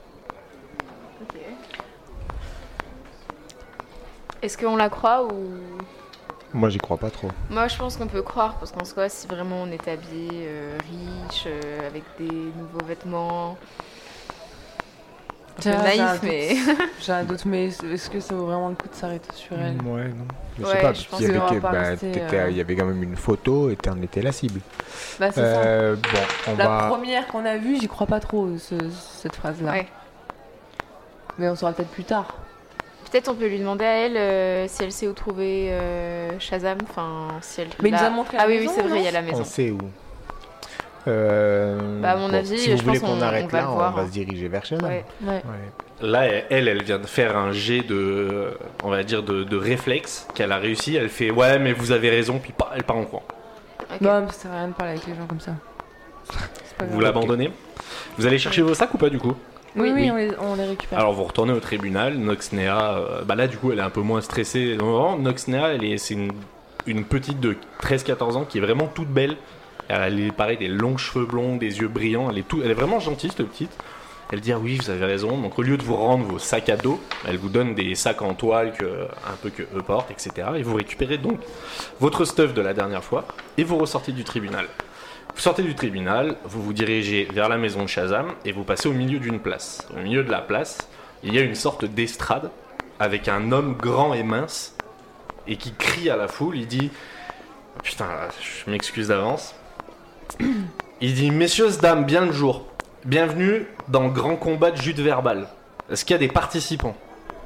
Est-ce qu'on la croit ou. Moi, j'y crois pas trop. Moi, je pense qu'on peut croire, parce qu'en soi, si vraiment on est habillé euh, riche, euh, avec des nouveaux vêtements. Un peu Tiens, j'ai un naïf, doute. mais. J'ai un doute, mais est-ce que ça vaut vraiment le coup de s'arrêter sur elle? Ouais, non. Je Ouais, sais pas, je parce pense qu'il y, avait qu'on va que- pas bah, rester, t'étais- euh, il y avait quand même une photo et t'en étais la cible. Bah, c'est ça. Euh, bon, on La va. première qu'on a vue, j'y crois pas trop, ce- cette phrase-là. Ouais. Mais on saura peut-être plus tard. Peut-être on peut lui demander à elle euh, si elle sait où trouver euh, Shazam. Enfin, si elle. Mais il l'a- nous a montré la Ah oui, maison, oui, c'est vrai, non il y a la maison. On sait où. Euh, Bah, à mon bon, avis, si vous je voulez pense qu'on qu'on- arrête on va là, le on voir, va hein. se diriger vers Shazam. Ouais. Ouais. Ouais. Là, elle, elle vient de faire un jet de, on va dire, de, de réflexe qu'elle a réussi. Elle fait ouais, mais vous avez raison, puis pas, elle part en courant. Ok. Non, mais ça sert à rien de parler avec les gens comme ça. C'est pas Vous grave. l'abandonnez. Vous allez chercher vos sacs ou pas du coup? Oui, oui, Oui. On, les, on les récupère. Alors vous retournez au tribunal. Noxnea, euh, bah là du coup, elle est un peu moins stressée. Non, Noxnea, elle est, c'est une, une petite de treize quatorze ans qui est vraiment toute belle. Elle est pareil, des longs cheveux blonds, des yeux brillants. Elle est tout, elle est vraiment gentille cette petite. Elle dit ah oui, vous avez raison. Donc au lieu de vous rendre vos sacs à dos, elle vous donne des sacs en toile que un peu que eux portent, et cetera. Et vous récupérez donc votre stuff de la dernière fois et vous ressortez du tribunal. Vous sortez du tribunal, vous vous dirigez vers la maison de Shazam et vous passez au milieu d'une place. Au milieu de la place, il y a une sorte d'estrade avec un homme grand et mince et qui crie à la foule. Il dit putain, je m'excuse d'avance. Il dit messieurs, dames, bien le jour. Bienvenue dans le grand combat de jute verbale. Est-ce qu'il y a des participants?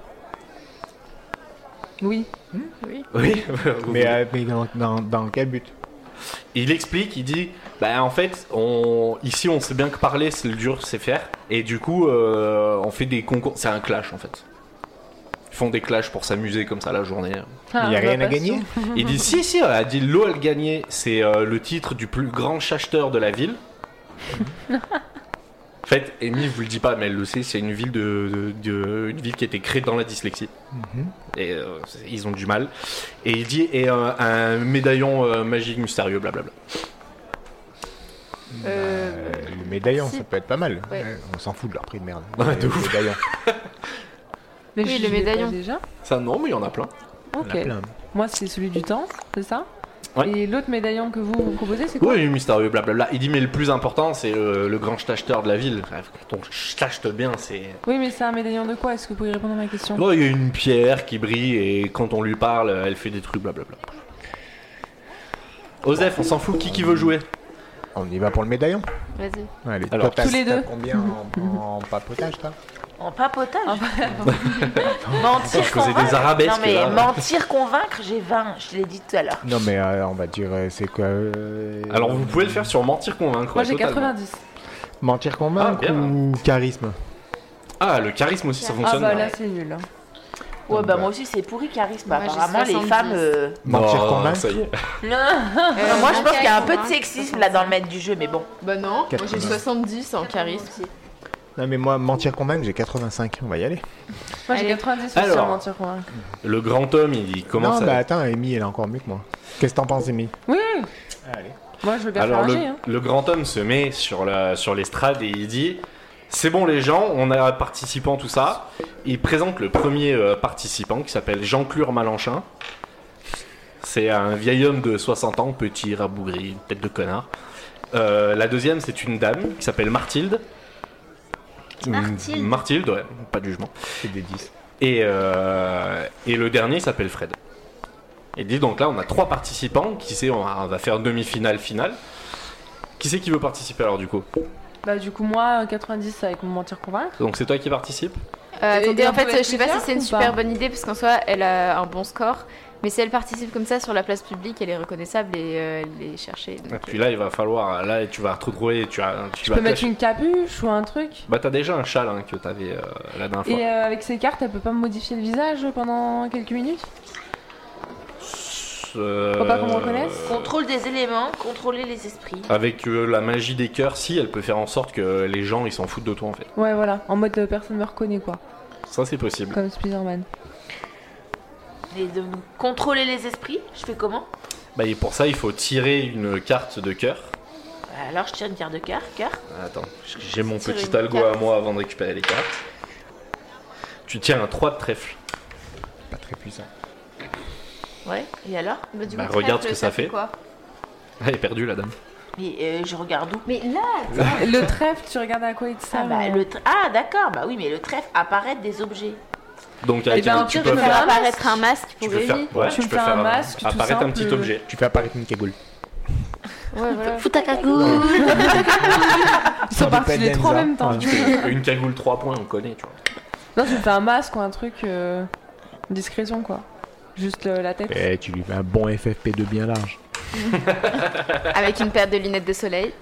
Oui. Oui. Oui. vous Mais, voulez. euh, mais dans, dans, dans quel but? Il explique, il dit, bah en fait, on, ici on sait bien que parler, c'est le dur, c'est faire, et du coup, euh, on fait des concours, c'est un clash en fait. Ils font des clashs pour s'amuser comme ça la journée. Ah, Il y a bah, rien à pas gagner? sûr. Il dit, si, si, elle a dit, l'eau, elle gagnait, c'est euh, le titre du plus grand chacheteur de la ville. En fait, Amy vous le dit pas, mais elle le sait, c'est une ville de, de- de- une ville qui a été créée dans la dyslexie. Mhm. Et euh, c'est- ils ont du mal. Et il dit, et euh, un médaillon euh, magique mystérieux, blablabla. Euh, Euh, le médaillon, si. ça peut être pas mal. Ouais. Ouais, on s'en fout de leur prix de merde. Ouais, de Le ouf. médaillon. Mais Oui, je le l'ai pas médaillon. déjà. Ça, non, mais il y en a plein. Il y en Ok. a plein. Moi, c'est celui du temps, c'est ça? Ouais. Et l'autre médaillon que vous, vous proposez, c'est quoi? Oui, mystérieux, blablabla. Il dit, mais le plus important, c'est le, le grand acheteur de la ville. Quand on achète bien, c'est. Oui, mais c'est un médaillon de quoi? Est-ce que vous pouvez répondre à ma question? Bon, il y a une pierre qui brille et quand on lui parle, elle fait des trucs, blablabla. Osef, on s'en fout, qui qui veut jouer? On y va pour le médaillon? Vas-y. Allez, Alors, toi, t'as- tous les t'as deux. combien en, en papotage, toi? En papotage. Ah, Mentir, Je faisais des convaincre. arabesques, Non mais là. mentir, convaincre, j'ai vingt. Je l'ai dit tout à l'heure. Non, mais euh, on va dire, euh, c'est quoi euh, Alors, vous pouvez le faire sur mentir convaincre. Moi, ouais, j'ai totalement. quatre-vingt-dix. Mentir convaincre Ah, bien. ou charisme? Ah, le charisme aussi, ça Ah fonctionne. bah bien. là, c'est nul. hein. Ouais, bah moi aussi, c'est pourri charisme. Moi, j'ai Apparemment, les soixante-dix. femmes. euh, Mentir Non, convaincre. ça y est. Non, Euh, moi, je mon pense qu'il y a un charisme, peu de hein. sexisme là dans le maître du jeu, mais bon. Bah non, moi j'ai quatre-vingts. soixante-dix en charisme. Non, mais moi, mentir convaincre, j'ai quatre-vingt-cinq. On va y aller. Moi j'ai Allez. quatre-vingt-dix aussi Alors. en mentir convaincre. Le grand homme, il commence non, à... bah attends, Amy, elle est encore mieux que moi. Qu'est-ce que t'en penses, Amy? Oui, Allez. moi je veux bien Alors faire le, âgé. Hein. le grand homme se met sur la sur l'estrade et il dit c'est bon les gens, on a participant tout ça. Il présente le premier euh, participant qui s'appelle Jean-Claude Malenchon. C'est un vieil homme de soixante ans, petit, rabougri, tête de connard. Euh, la deuxième c'est une dame qui s'appelle Marthilde. Marthilde. Marthilde, ouais, pas de jugement. C'est des dix. Et, euh, et le dernier il s'appelle Fred. Il dit donc là on a trois participants, qui sait on va, on va faire demi-finale, finale. Qui c'est qui veut participer alors du coup? Bah du coup moi quatre-vingt-dix avec mon mentir convaincre. Donc c'est toi qui participe? Euh, Et- attendez, et en on fait, peut être je sais pas si plusieurs c'est une ou super pas bonne idée parce qu'en soi, elle a un bon score. Mais si elle participe comme ça sur la place publique, elle est reconnaissable et euh, elle est cherchée. donc, Et puis là il va falloir, là tu vas te retrouver, tu, as, tu Je vas peux mettre cacher- une capuche ou un truc. Bah t'as déjà un châle hein, que t'avais euh, la dernière fois. Et euh, avec ces cartes, elle peut pas me modifier le visage pendant quelques minutes. Euh, Faut pas qu'on me reconnaisse Contrôle des éléments, contrôler les esprits. Avec euh, la magie des cœurs, si elle peut faire en sorte que les gens ils s'en foutent de toi en fait. Ouais voilà, en mode euh, personne me reconnaît quoi, Ça c'est possible. comme Spider-Man. Et de contrôler les esprits, je fais comment? Bah et pour ça il faut tirer une carte de cœur. Alors, je tire une carte de cœur, cœur. Attends, j'ai mon Tirer petit une algo carte. à moi avant de récupérer les cartes. Tu tiens un trois de trèfle. Pas très puissant. Ouais, et alors? Bah, du Bah, coup, regarde trèfle, ce que ça fait. Quoi Elle est perdue la dame. Mais euh, je regarde où? Mais là, Le trèfle, tu regardes à quoi il te Ah, sert bah, euh le tra- ah d'accord, bah oui, mais le trèfle apparaît des objets. Donc avec ben, un- au tu pire, peux je me faire, fais un apparaître un masque tu pour peux faire, Evie. ouais, Tu tu me peux fais un faire masque, tout apparaître un simple. petit objet. Tu fais apparaître une cagoule. Ouais, voilà. Fous ta cagoule. Ils sont Ça partis dépend les trois en d'Enza. même temps. Ouais. Une cagoule trois points, on connaît, tu vois. Non, tu me fais un masque ou un truc euh, discrétion quoi. Juste le- la tête. Eh, tu lui fais un bon F F P deux bien large. Avec une paire de lunettes de soleil.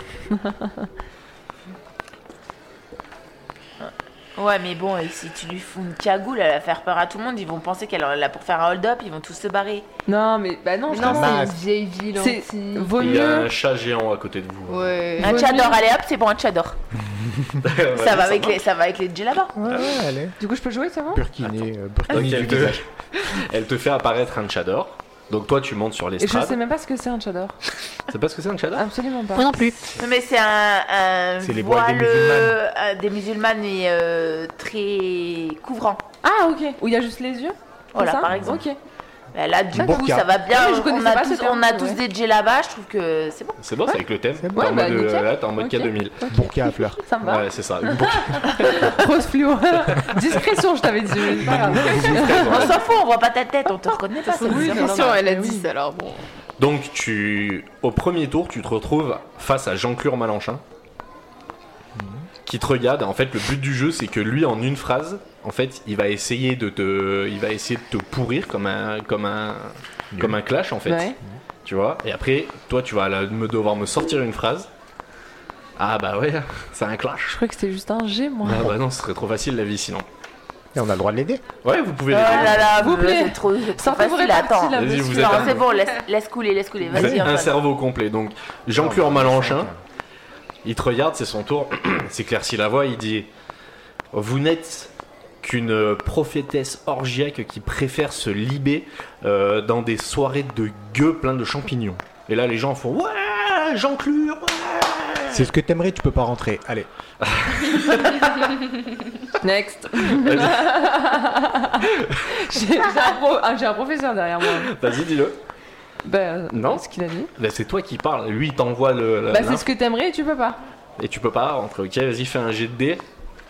Ouais, mais bon, et si tu lui fous une cagoule, elle va faire peur à tout le monde. Ils vont penser qu'elle est là pour faire un hold-up, ils vont tous se barrer. Non mais bah non, Mais je non, pense- c'est une masque. vieille ville c'est antique. vaut Il y a mieux. un chat géant à côté de vous. Ouais. Un Vaut tchador, mieux. allez hop, c'est bon, un tchador. Ouais, ça, va avec marche. les, ça va avec les djellabas. Ouais, ouais, allez. Du coup, je peux jouer, c'est bon? Burkiné, euh, Donc burkiné elle du te, visage. elle te fait apparaître un chador. Donc toi tu montes sur Et je l'estrade. sais même pas ce que c'est un chador. C'est pas ce que c'est un chador? Absolument pas. Moi non plus. Non, mais c'est un, un C'est les voiles voile des musulmanes. euh, des musulmanes et euh, très couvrant. Ah ok. Où il y a juste les yeux? Voilà, C'est ça par exemple. Ok. Bah, là, du Du coup, burqa. ça va bien. Ah, mais je connaissais on a pas ce tous, terme, on a ouais. tous des djellabas, je trouve que c'est bon. C'est bon, c'est avec le thème. C'est T'es bon. en Ouais, bah, mode, euh, nickel. là, t'es en mode Ok. K deux mille. Burqa à fleurs. Ça me va. Ouais, c'est ça. Une Rose fluo. Discrétion, je t'avais dit. mais c'est pas grave. On s'en fout, on voit pas ta tête, on te reconnaît pas. c'est Oui, bon. non, non, Attention, non, elle a mais oui. dix alors bon. Donc tu, au premier tour, tu te retrouves face à Jean-Claude Malenchon, qui te regarde. En fait, le but du jeu, c'est que lui, en une phrase, en fait, il va essayer de te, il va essayer de te pourrir comme un, comme un, comme un clash, en fait. Ouais. Tu vois. Et après, toi, tu vas la- me devoir me sortir une phrase. Ah bah ouais, c'est un clash. Je croyais que c'était juste un G, moi. Ah bah non, ce serait trop facile la vie sinon. Et on a le droit de l'aider. Ouais, vous pouvez Oh l'aider. là là, Vous vous plaît. c'est trop, c'est trop Sortez vos facile, attends. réparties, là, Vas-y, monsieur. vous êtes Non, un- c'est bon, laisse, laisse couler, laisse couler, Vous êtes vas-y. un Antoine. cerveau complet. Donc Jean-Claude Malenchon, il te regarde, c'est son tour. S'éclaircit la voix, il dit: vous n'êtes qu'une prophétesse orgiaque qui préfère se liber euh, dans des soirées de gueux pleins de champignons. Et là, les gens font: ouais, Jean-Claude, ouais. C'est ce que t'aimerais, tu peux pas rentrer. Allez. Next. J'ai j'ai un, pro- ah, j'ai un professeur derrière moi. Vas-y, dis-le. Bah, euh, Non. ce qu'il a dit. Bah, c'est toi qui parles. Lui, il t'envoie le. la- Bah, c'est l'info. ce que t'aimerais et tu peux pas. Et tu peux pas rentrer. Ok, vas-y, fais un jet de dés.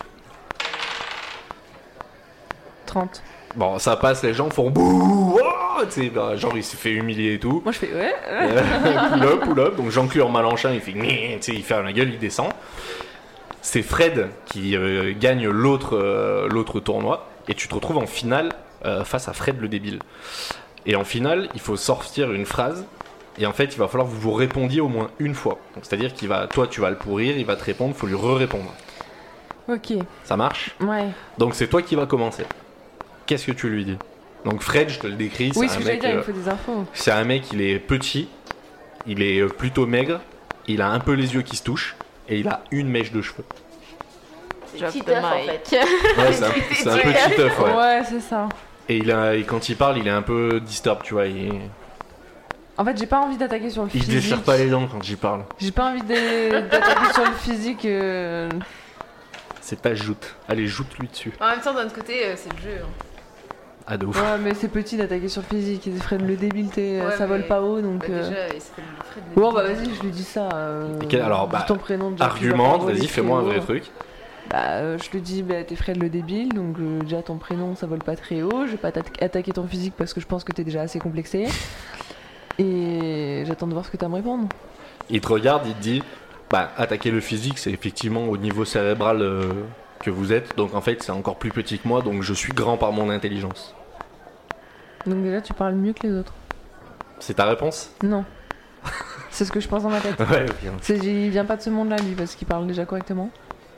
trente. Bon, ça passe, les gens font bouh, oh, tu sais, bah, genre il s'est fait humilier et tout. Moi, je fais ouais. Euh, pull up, pull up. Donc Jean-Claude Malenchon, il fait, tu sais, il ferme la gueule, il descend. C'est Fred qui euh, gagne l'autre euh, l'autre tournoi et tu te retrouves en finale euh, face à Fred le débile. Et en finale, il faut sortir une phrase et en fait, il va falloir que vous vous répondiez au moins une fois. Donc c'est-à-dire qu'il va, toi, tu vas le pourrir, il va te répondre, faut lui re-répondre. Ok. Ça marche? Ouais. Donc c'est toi qui va commencer. qu'est-ce que tu lui dis? Donc Fred, je te le décris, c'est Oui, un ce que j'allais mec, dire, il euh, me faut des infos. c'est un mec, il est petit, il est euh, plutôt maigre, il a un peu les yeux qui se touchent et il a une mèche de cheveux. Drop Petit the œuf, en mic. fait. Ouais, c'est un, c'est un petit teuf, ouais. Ouais, c'est ça. Et, il a, et quand il parle, il est un peu disturb, tu vois. Il, En fait, j'ai pas envie d'attaquer sur le il se physique. déchire pas les dents quand il parle. J'ai pas envie de- d'attaquer sur le physique. euh, C'est ta joute. Allez, joute-lui dessus. En même temps, d'un autre côté, euh, c'est le jeu. hein. Ah, de ouf. Ouais, mais c'est petit d'attaquer sur le physique. Il Fred le débile, t'es- Ouais, ça vole mais- pas haut donc. Bah, euh, déjà, il s'appelle Fred. Bon, bah vas-y, je lui dis ça. Euh... Et quel- alors, bah, dis ton prénom, déjà, tu vas Argumente, pas voler vas-y, fais-moi un très vrai haut. truc. Bah, euh, je lui dis, bah, t'es Fred le débile, donc euh, déjà ton prénom ça vole pas très haut. Je vais pas t'atta- attaquer ton physique parce que je pense que t'es déjà assez complexé. Et j'attends de voir ce que t'as à me répondre. Il te regarde, il te dit bah, attaquer le physique, c'est effectivement au niveau cérébral euh, que vous êtes. Donc en fait, c'est encore plus petit que moi, donc je suis grand par mon intelligence. Donc déjà, tu parles mieux que les autres. C'est ta réponse? Non. C'est ce que je pense dans ma tête. Ouais, ok. C'est, il vient pas de ce monde-là, lui, parce qu'il parle déjà correctement.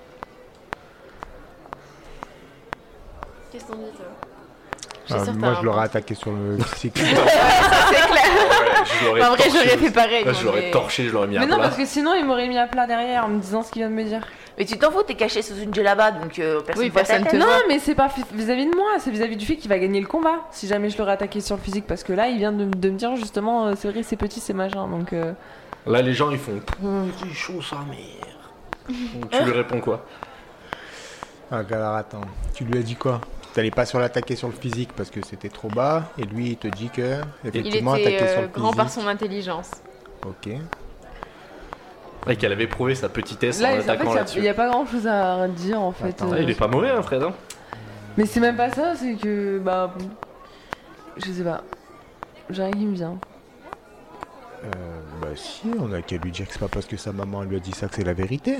Qu'est-ce que t'en dis, toi? Ah, sûre que moi, t'as je un l'aurais point. attaqué sur le physique. C'est clair. Je l'aurais En vrai, torché, j'aurais fait pareil. Là, moi, je l'aurais mais- torché, je l'aurais mis à Mais non, plat. parce que sinon, il m'aurait mis à plat derrière en me disant ce qu'il vient de me dire. Mais tu t'en fous, t'es caché sous une djellaba, donc euh, personne Oui, voit ta personne tête. te Non, voit. mais c'est pas fi- vis-à-vis de moi, c'est vis-à-vis du fait qu'il va gagner le combat. Si jamais je l'aurais attaqué sur le physique, parce que là, il vient de, de me dire justement, euh, c'est vrai, c'est petit, c'est machin, donc. euh, Là, les gens, ils font Hum, c'est chaud sa mère. Donc, tu lui réponds quoi? Ah, alors attends, tu lui as dit quoi? T'allais pas sur l'attaquer sur le physique parce que c'était trop bas, et lui il te dit que Il effectivement était attaquer sur euh, le grand par physique. son intelligence. Ok. Et qu'elle avait prouvé sa petitesse Là, en en fait, attaquant il y a- là-dessus. il y, a pas grand chose à dire en fait. Attends. Ah, euh, il est pas mauvais, hein, Fred. Hein. Mais c'est même pas ça, c'est que. Bah. Je sais pas. J'ai rien qui me vient. Euh, bah si, on a qu'à lui dire que c'est pas parce que sa maman lui a dit ça que c'est la vérité.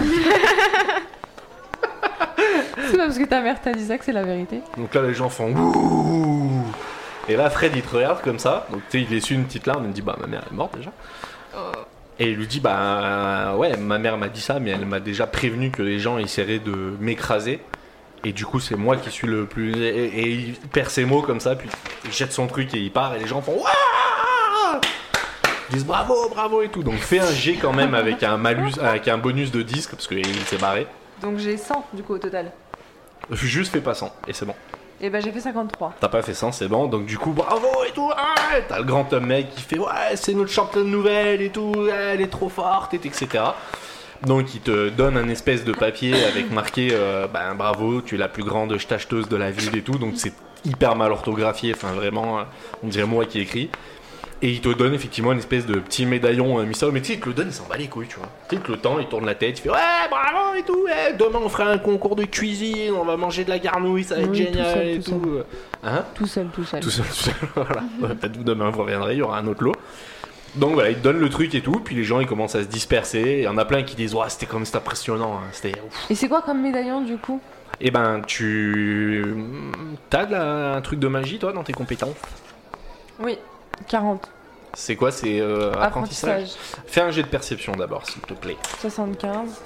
C'est pas parce que ta mère t'a dit ça que c'est la vérité. Donc là, les gens font Ouh. Et là, Fred, il te regarde comme ça. Donc tu sais, il essuie une petite larme. Il me dit bah, ma mère est morte déjà. Oh. Et il lui dit bah, ouais, ma mère m'a dit ça, mais elle m'a déjà prévenu que les gens essaieraient de m'écraser. Et du coup, c'est moi qui suis le plus. Et, et il perd ses mots comme ça, puis il jette son truc et il part. Et les gens font Ouah. Ils disent bravo, bravo et tout. Donc fais un G quand même avec un malus, avec un bonus de dix, parce qu'il s'est barré. Donc j'ai cent du coup au total. Juste fais pas cent, et c'est bon. Et bah j'ai fait cinquante-trois. T'as pas fait cent, c'est bon. Donc du coup, bravo et tout. Ouais, t'as le grand homme mec qui fait ouais, c'est notre championne nouvelle et tout. Ouais, elle est trop forte, et etc. Donc il te donne un espèce de papier avec marqué euh, ben bravo, tu es la plus grande acheteuse de la ville et tout. Donc c'est hyper mal orthographié. Enfin vraiment, euh, on dirait moi qui écris. Et il te donne effectivement une espèce de petit médaillon euh, mis ça. Mais tu sais, il te le donne, il s'en bat les couilles, tu vois. Tu sais que le temps, il tourne la tête, il fait ouais, bravo et tout. Ouais, demain on fera un concours de cuisine, on va manger de la garnouille, ça va être Oui, tout génial seul, et tout tout. Hein? Tout seul, tout seul. Tout seul, tout seul, voilà. Ouais, peut-être vous demain vous reviendrez, il y aura un autre lot. Donc voilà, il te donne le truc et tout, puis les gens ils commencent à se disperser. Il y en a plein qui disent, ouais, c'était comme c'était impressionnant, hein. C'était ouf. Et c'est quoi comme médaillon du coup? Et ben, tu. T'as de la- un truc de magie toi dans tes compétences? Oui, quarante. C'est quoi? C'est euh, apprentissage? Apprentissage. Fais un jet de perception d'abord, s'il te plaît. soixante-quinze.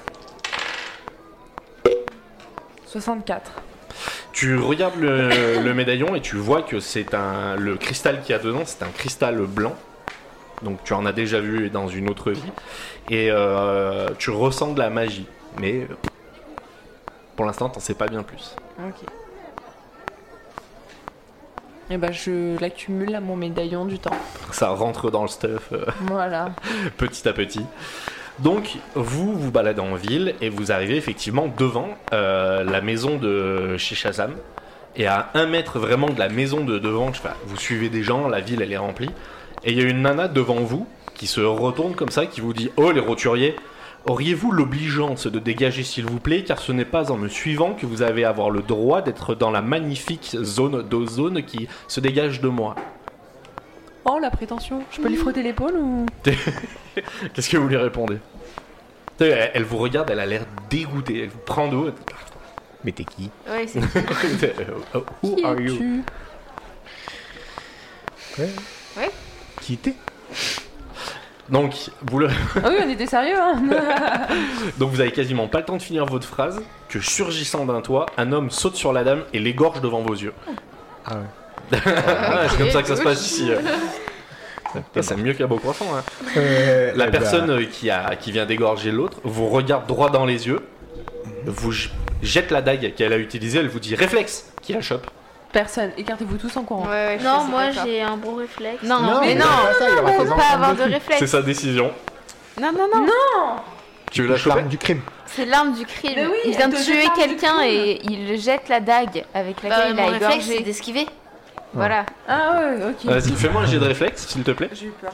soixante-quatre. Tu regardes le, le médaillon et tu vois que c'est un. Le cristal qu'il y a dedans, c'est un cristal blanc. Donc tu en as déjà vu dans une autre vie. Et euh, tu ressens de la magie. Mais euh, pour l'instant, t'en sais pas bien plus. Ok. Et bah je l'accumule à mon médaillon du temps. Ça rentre dans le stuff euh, Voilà. petit à petit. Donc vous vous baladez en ville et vous arrivez effectivement devant euh, la maison de chez Shazam. Et à un mètre vraiment de la maison de devant, enfin, vous suivez des gens, la ville elle est remplie. Et il y a une nana devant vous qui se retourne comme ça, qui vous dit « Oh les roturiers, auriez-vous l'obligeance de dégager s'il vous plaît, car ce n'est pas en me suivant que vous avez à avoir le droit d'être dans la magnifique zone d'ozone qui se dégage de moi. » Oh la prétention. Je peux lui frotter l'épaule ou... Qu'est-ce que vous lui répondez? Tu sais, elle, elle vous regarde, elle a l'air dégoûtée, elle vous prend d'eau. Mais t'es qui? Ouais, c'est Who Qui are you? es-tu? Ouais. Ouais. Qui t'es? Donc vous, le... Ah oui, on était sérieux hein. Donc vous avez quasiment pas le temps de finir votre phrase que surgissant d'un toit, un homme saute sur la dame et l'égorge devant vos yeux. Ah ouais. Ah, c'est comme ça que ça se passe gauche. ici. Putain, c'est mieux qu'un beau croissant. Hein. Euh, La eh personne ben, euh, qui, a, qui vient d'égorger l'autre vous regarde droit dans les yeux, vous j- jette la dague qu'elle a utilisée, elle vous dit réflexe, qui la chope. Personne, écartez-vous tous en courant. Ouais, ouais, je Non, suis moi d'accord. j'ai un bon réflexe. Non, Non, mais mais non, pas ça, il y aura pas pas d'enfant avoir de dessus. C'est réflexe. sa décision. Non, non, non, Tu veux la choper? l'arme du crime. c'est l'arme du crime. Mais oui, il vient de elle te tuer jette l'arme du quelqu'un crime. et il jette la dague avec Bah, laquelle il mon a réflexe c'est égorgé. d'esquiver. Voilà. Ah ouais, ok. Vas-y, fais-moi un jet de réflexe, s'il te plaît. J'ai eu peur.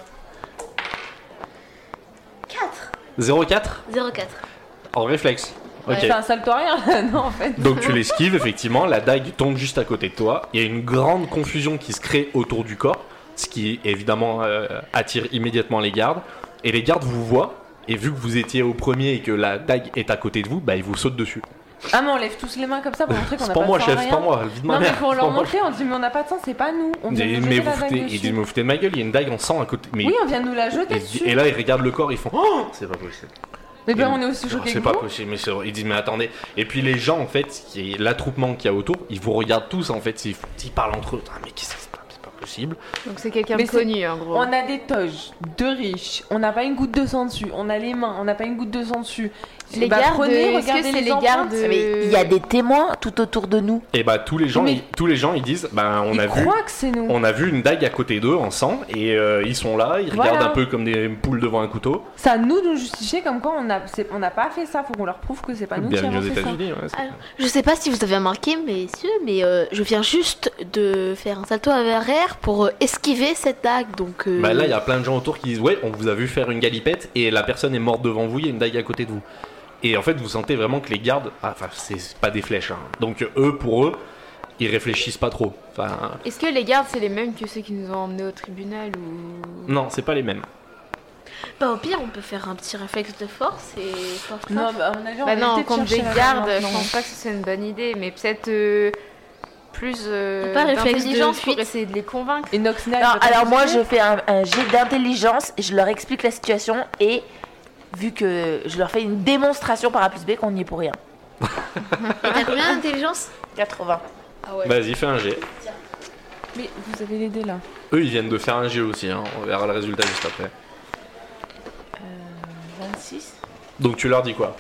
zéro quatre zéro quatre. en réflexe. Ok. Ouais, enfin, salto rien là, non en fait. Donc tu l'esquives, effectivement, la dague tombe juste à côté de toi. Il y a une grande confusion qui se crée autour du corps, ce qui évidemment euh, attire immédiatement les gardes. Et les gardes vous voient, et vu que vous étiez au premier et que la dague est à côté de vous, bah ils vous sautent dessus. Ah mais on lève tous les mains comme ça pour montrer qu'on C'est n'a pas pas moi, de sang, chef, c'est rien. pas moi, vite ma Non mais mère. pour c'est leur pas moi. montrer, on dit mais on n'a pas de sang, c'est pas nous. On vient de Mais, nous mais jeter vous, la dague foutez, ils dessus. disent, mais vous foutez de ma gueule, il y a une dague en sang à côté. Mais, Oui, on vient de nous la jeter et, dessus. et là, ils regardent le corps, ils font oh, c'est pas possible. Mais ben Et- on est aussi genre, choqués c'est que pas vous. possible, mais c'est vrai. Ils disent mais attendez. Et puis les gens en fait, qui est l'attroupement qu'il y a autour, ils vous regardent tous en fait, ils, ils parlent entre eux. Ah, mais qu'est-ce que c'est pas, c'est pas possible. Donc c'est quelqu'un Mais de c'est- connu en gros. On a des toges de riches, on n'a pas une goutte de sang dessus, on a les mains, on n'a pas une goutte de sang dessus. Les Bah, gardes, prenez, est-ce que regardez c'est les empreintes. gardes Mais il y a des témoins tout autour de nous. Et bah tous les gens, Mais- ils, tous les gens, ils disent bah on Ils a vu. croient que c'est nous. On a vu une dague à côté d'eux en sang et euh, ils sont là, ils Voilà. regardent un peu comme des poules devant un couteau. C'est à nous de nous justifier comme quoi on a, c'est- on n'a pas fait ça, faut qu'on leur prouve que c'est pas nous qui Bienvenue avons aux fait ça. États-Unis. Ouais, c'est- Alors, je sais pas si vous avez remarqué, messieurs, mais euh, je viens juste de faire un salto arrière pour euh, esquiver cette dague. Donc, euh, Bah là, il y a plein de gens autour qui disent ouais, on vous a vu faire une galipette et la personne est morte devant vous, il y a une dague à côté de vous. Et en fait, vous sentez vraiment que les gardes, ah, enfin, c'est c'est pas des flèches. Hein. Donc eux, pour eux, ils réfléchissent pas trop. Enfin, Est-ce que les gardes c'est les mêmes que ceux qui nous ont emmenés au tribunal ou non, c'est pas les mêmes. bah, au pire, on peut faire un petit réflexe de force et force Non, bah, à mon avis, on Bah va non, éviter de contre des chercher la gardes, main je maintenant. pense pas que ce soit une bonne idée, mais peut-être euh, plus euh, Pas réflexe de d'intelligence pour fuite. essayer de les convaincre. Et Noxnal, Non, il veut pas alors nous moi aider je fais un, un jet d'intelligence et je leur explique la situation et vu que je leur fais une démonstration par A plus B qu'on n'y est pour rien. Et t'as combien d'intelligence quatre-vingts. Ah ouais. Vas-y, fais un jet. Mais vous avez l'aider là. Eux, ils viennent de faire un jet aussi. Hein. On verra le résultat juste après. vingt-six. Donc tu leur dis quoi?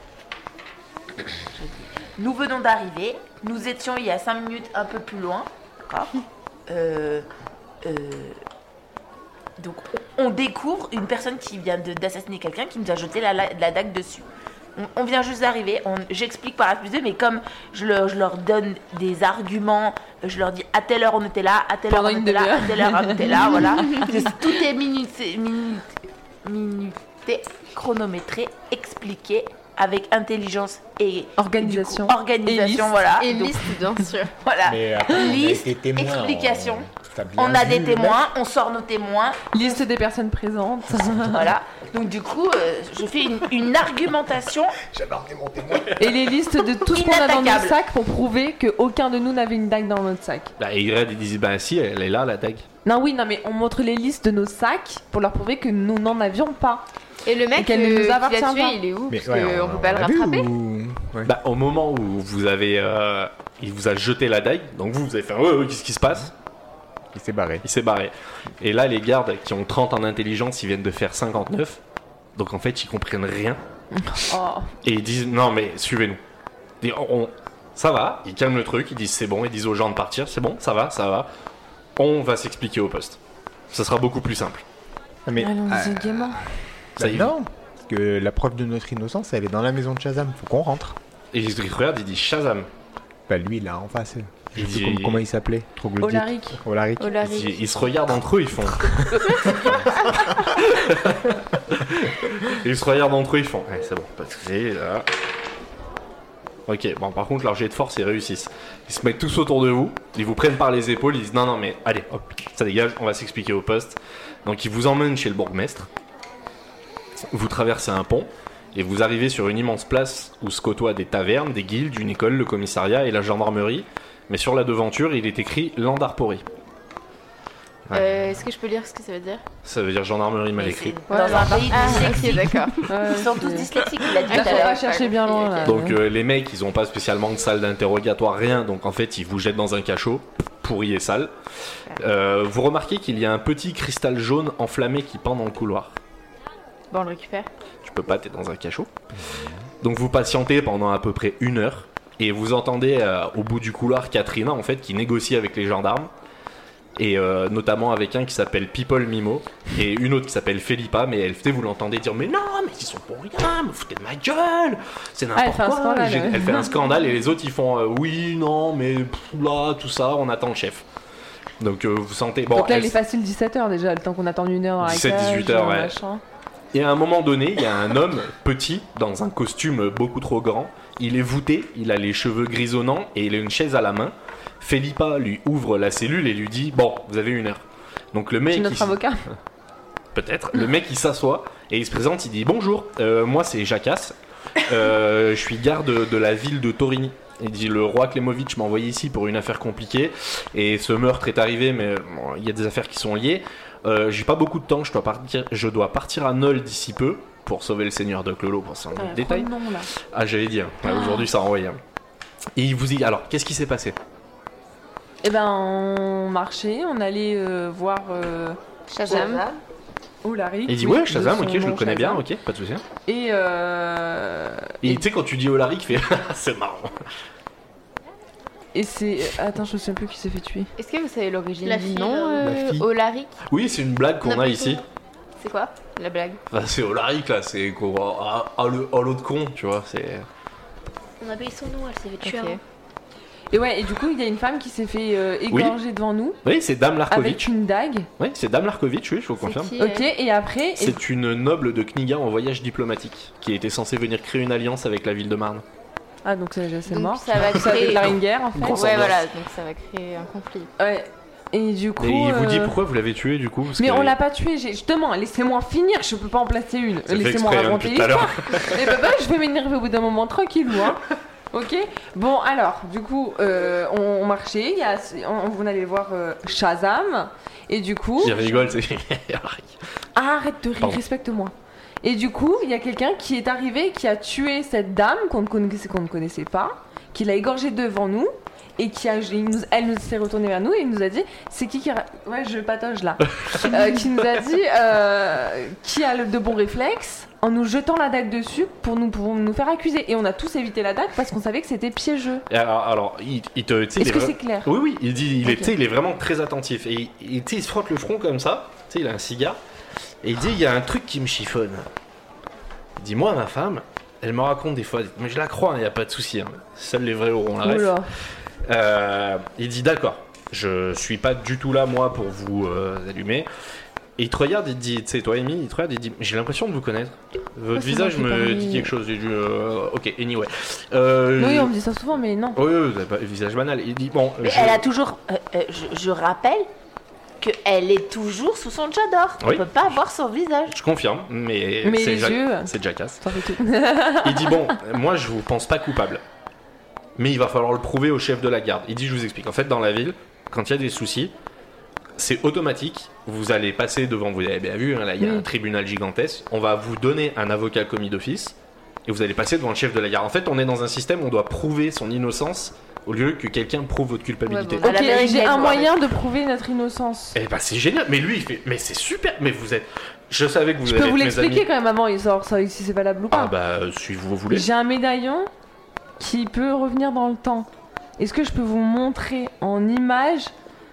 Nous venons d'arriver. Nous étions il y a cinq minutes un peu plus loin. D'accord. Euh, euh, donc on découvre une personne qui vient de- d'assassiner quelqu'un qui nous a jeté la, la- la dague dessus. On, on vient juste d'arriver. on- J'explique par A plus B, mais comme je leur, je leur donne des arguments, je leur dis à telle heure on était là, à telle heure Pendant on une était là, demi-heure. à telle heure on était là, voilà. Que tout est minuté, minute, minuté, chronométré, expliqué avec intelligence et Organisation. et du coup, organisation, Et liste. voilà. Et Donc, liste, bien sûr. voilà. Mais après, on a Liste, été témoin, explication. on- t'as bien On a vu des le témoins, on sort nos témoins, Liste des personnes présentes. voilà. Donc du coup, euh, je fais une, une argumentation. mec. J'avais emmené mon témoin. Et les listes de tout ce qu'on a dans nos Inattaquable. sacs pour prouver qu'aucun de nous n'avait une dague dans notre sac. Bah, et ils ils disent bah si, elle est là la dague. Non, oui, non, mais on montre les listes de nos sacs pour leur prouver que nous n'en avions pas. Et le Et mec qu'elle ne euh, nous qui l'a appartient tué, pas. il est où Parce ouais, qu'on peut pas le l'a vu rattraper. ou- ouais. Bah au moment où vous avez, euh, il vous a jeté la dague, donc vous vous avez fait ouais, ouais, qu'est-ce qui se passe? Il s'est barré. Il s'est barré. Et là, les gardes qui ont trente en intelligence, ils viennent de faire cinquante-neuf. Donc en fait, ils comprennent rien. Oh. Et ils disent non, mais suivez-nous. Et on- on- ça va, ils calment le truc, ils disent c'est bon, ils disent aux gens de partir, c'est bon, ça va, ça va. On va s'expliquer au poste. Ça sera beaucoup plus simple. Mais Allons-y euh, gaiement. Ça bah y est. non, parce que la preuve de notre innocence, elle est dans la maison de Shazam. Faut qu'on rentre. Et ils ils regardent, ils disent Shazam. Bah lui là en face. Je Il sais dit- comment, comment il s'appelle. Troglodyte. Olaric. Olaric. Ils, Olaric. ils se regardent entre eux, ils font. Ils se regardent entre eux, ils font. Ouais, c'est bon, pas de soucis, là. Ok, bon, par contre, leur jet de force, ils réussissent. Ils se mettent tous autour de vous, ils vous prennent par les épaules, ils disent non, non, mais allez, hop, ça dégage, on va s'expliquer au poste. Donc, ils vous emmènent chez le bourgmestre. Vous traversez un pont et vous arrivez sur une immense place où se côtoient des tavernes, des guildes, une école, le commissariat et la gendarmerie. Mais sur la devanture, il est écrit Landarpori. Ouais. Euh, Est-ce que je peux lire ce que ça veut dire? Ça veut dire gendarmerie mal écrit. Dans un pays Ah, dyslexique. ok, d'accord. Ils sont tous dyslexiques, il a dit Ah, tout à Faut l'heure. pas chercher bien loin là. Donc euh, les mecs, ils ont pas spécialement de salle d'interrogatoire, rien. Donc en fait, ils vous jettent dans un cachot, pourri et sale. Euh, vous remarquez qu'il y a un petit cristal jaune enflammé qui pend dans le couloir. Bon, on le récupère. Tu peux pas, t'es dans un cachot. Donc vous patientez pendant à peu près une heure et vous entendez euh, au bout du couloir Katrina en fait qui négocie avec les gendarmes et euh, notamment avec un qui s'appelle People Mimo et une autre qui s'appelle Felipa, mais elle, vous l'entendez dire mais non mais ils sont pour rien, me foutez de ma gueule, c'est Ah, elle n'importe fait un quoi. scandale, J'ai- ouais. Elle fait un scandale et les autres ils font euh, oui non mais pff, là tout ça on attend le chef. Donc euh, vous sentez bon. Donc là, elle- il est facile dix-sept heures déjà, le temps qu'on attend une heure dans la dix-sept, cage. dix-huit heures, euh, ouais. machin. Et à un moment donné, il y a un homme petit dans un costume beaucoup trop grand. Il est voûté, il a les cheveux grisonnants et il a une chaise à la main. Felipa lui ouvre la cellule et lui dit bon, vous avez une heure. Donc le mec, C'est notre il- avocat. peut-être, le mec il s'assoit et il se présente, il dit bonjour, euh, moi c'est Jacasse, Euh, je suis garde de la ville de Torigny. Il dit le roi Klemovitch m'a envoyé ici pour une affaire compliquée et ce meurtre est arrivé, mais bon, il y a des affaires qui sont liées. Euh, j'ai pas beaucoup de temps, je dois partir, je dois partir à Nol d'ici peu pour sauver le seigneur de Clolo pour son Ah, détail. trop de noms, là. Ah j'allais dire, ouais, aujourd'hui ça a envoyé. Et il vous dit alors qu'est-ce qui s'est passé? Eh ben, on marchait, on allait euh, voir euh, Shazam. Olaric. Il dit oui, ouais de Shazam, son ok je le nom, connais bien, Shazam. ok pas de souci. Et, euh, Et tu sais quand tu dis Olaric, il fait c'est marrant. et c'est. Attends, je me souviens plus qui s'est fait tuer. Est-ce que vous savez l'origine La du fille, nom euh, La euh, fille. Olaric? Oui c'est une blague qu'on a N'importe ici. C'est quoi la blague? Enfin, c'est Olaric là, c'est quoi ah, ah, le oh, l'autre con, tu vois, c'est. On a payé son nom, elle s'est fait tuer Ok. avant. Et ouais, et du coup, il y a une femme qui s'est fait euh, égorger devant nous Oui, c'est Dame avec Larkovitch. une dague. Oui, c'est Dame Larkovitch, oui, je vous C'est confirme. qui, Ok, elle et après. et- C'est une noble de Kniga en voyage diplomatique qui était censée venir créer une alliance avec la ville de Marne. Ah, donc c'est c'est Donc mort. ça va Ça créer. déclare une guerre en fait. Grosse Ouais, ambiance. voilà, donc ça va créer un conflit. Ouais. Et du coup. Et il vous dit euh, pourquoi vous l'avez tué du coup parce Mais que- on l'a pas tué, j'ai- justement, laissez-moi finir, je peux pas en placer une. Ça fait Laissez-moi exprès, hein, raconter depuis tout à l'heure. l'histoire. Et bah, bah, je vais m'énerver au bout d'un moment, tranquillou, hein. Ok. Bon, alors, du coup, euh, on, on marchait, il y a, on, on allait voir euh, Shazam, et du coup. Il rigole, c'est. Ah, arrête de rire, Pardon. respecte-moi. Et du coup, il y a quelqu'un qui est arrivé, qui a tué cette dame qu'on ne connaissait, qu'on ne connaissait pas, qui l'a égorgée devant nous, et qui a, il nous- elle nous s'est retournée vers nous et il nous a dit, c'est qui qui a, ouais, je patauge là, Euh, qui nous a dit, euh, qui a le- de bons réflexes en nous jetant la dague dessus pour nous, pour nous faire accuser. Et on a tous évité la dague parce qu'on savait que c'était piégeux. Et alors, alors, il, il te. tu sais, il Est-ce est que vra- c'est clair? Oui, oui, il dit, il, est, Ok. tu sais, il est vraiment très attentif. Et il, tu sais, il se frotte le front comme ça, tu sais, il a un cigare, et il dit il y a un truc qui me chiffonne. Il dit moi, ma femme, elle me raconte des fois, mais je la crois, il n'y a pas de souci. Hein. Seuls les vrais auront la ref. Oula. Euh, il dit d'accord, je suis pas du tout là moi pour vous euh, allumer. Et il te regarde, il te dit, tu sais, toi Amy, il te regarde, il te dit, j'ai l'impression de vous connaître. Votre Oh, c'est visage moi qui me parle. dit quelque chose. J'ai dit, euh, ok, anyway. Euh, Oui, on me dit ça souvent, mais non. Oui, oui, vous avez pas le visage banal. Il dit, bon, Mais je- elle a toujours. euh, euh, je, je rappelle qu'elle est toujours sous son j'adore. Oui. On peut pas voir son visage. je confirme, mais, Mais c'est les Jack- yeux. c'est Jackass. Ça fait tout. Il dit, bon, moi je vous pense pas coupable. Mais il va falloir le prouver au chef de la garde. Il dit, je vous explique. En fait, dans la ville, quand il y a des soucis, c'est automatique. Vous allez passer devant, vous avez bien vu, hein, là il y a Oui. un tribunal gigantesque. On va vous donner un avocat commis d'office et vous allez passer devant le chef de la garde. En fait, on est dans un système où on doit prouver son innocence au lieu que quelqu'un prouve votre culpabilité. Ouais, bon, À Ok, l'américaine, j'ai un quoi. moyen de prouver notre innocence. Eh ben c'est génial. Mais lui il fait, mais c'est super. Mais vous êtes, je savais que vous Je allez peux vous être mes l'expliquer amis. quand même avant, il sort ça, si c'est valable ou pas. Ah bah euh, si vous voulez. J'ai un médaillon qui peut revenir dans le temps. Est-ce que je peux vous montrer en image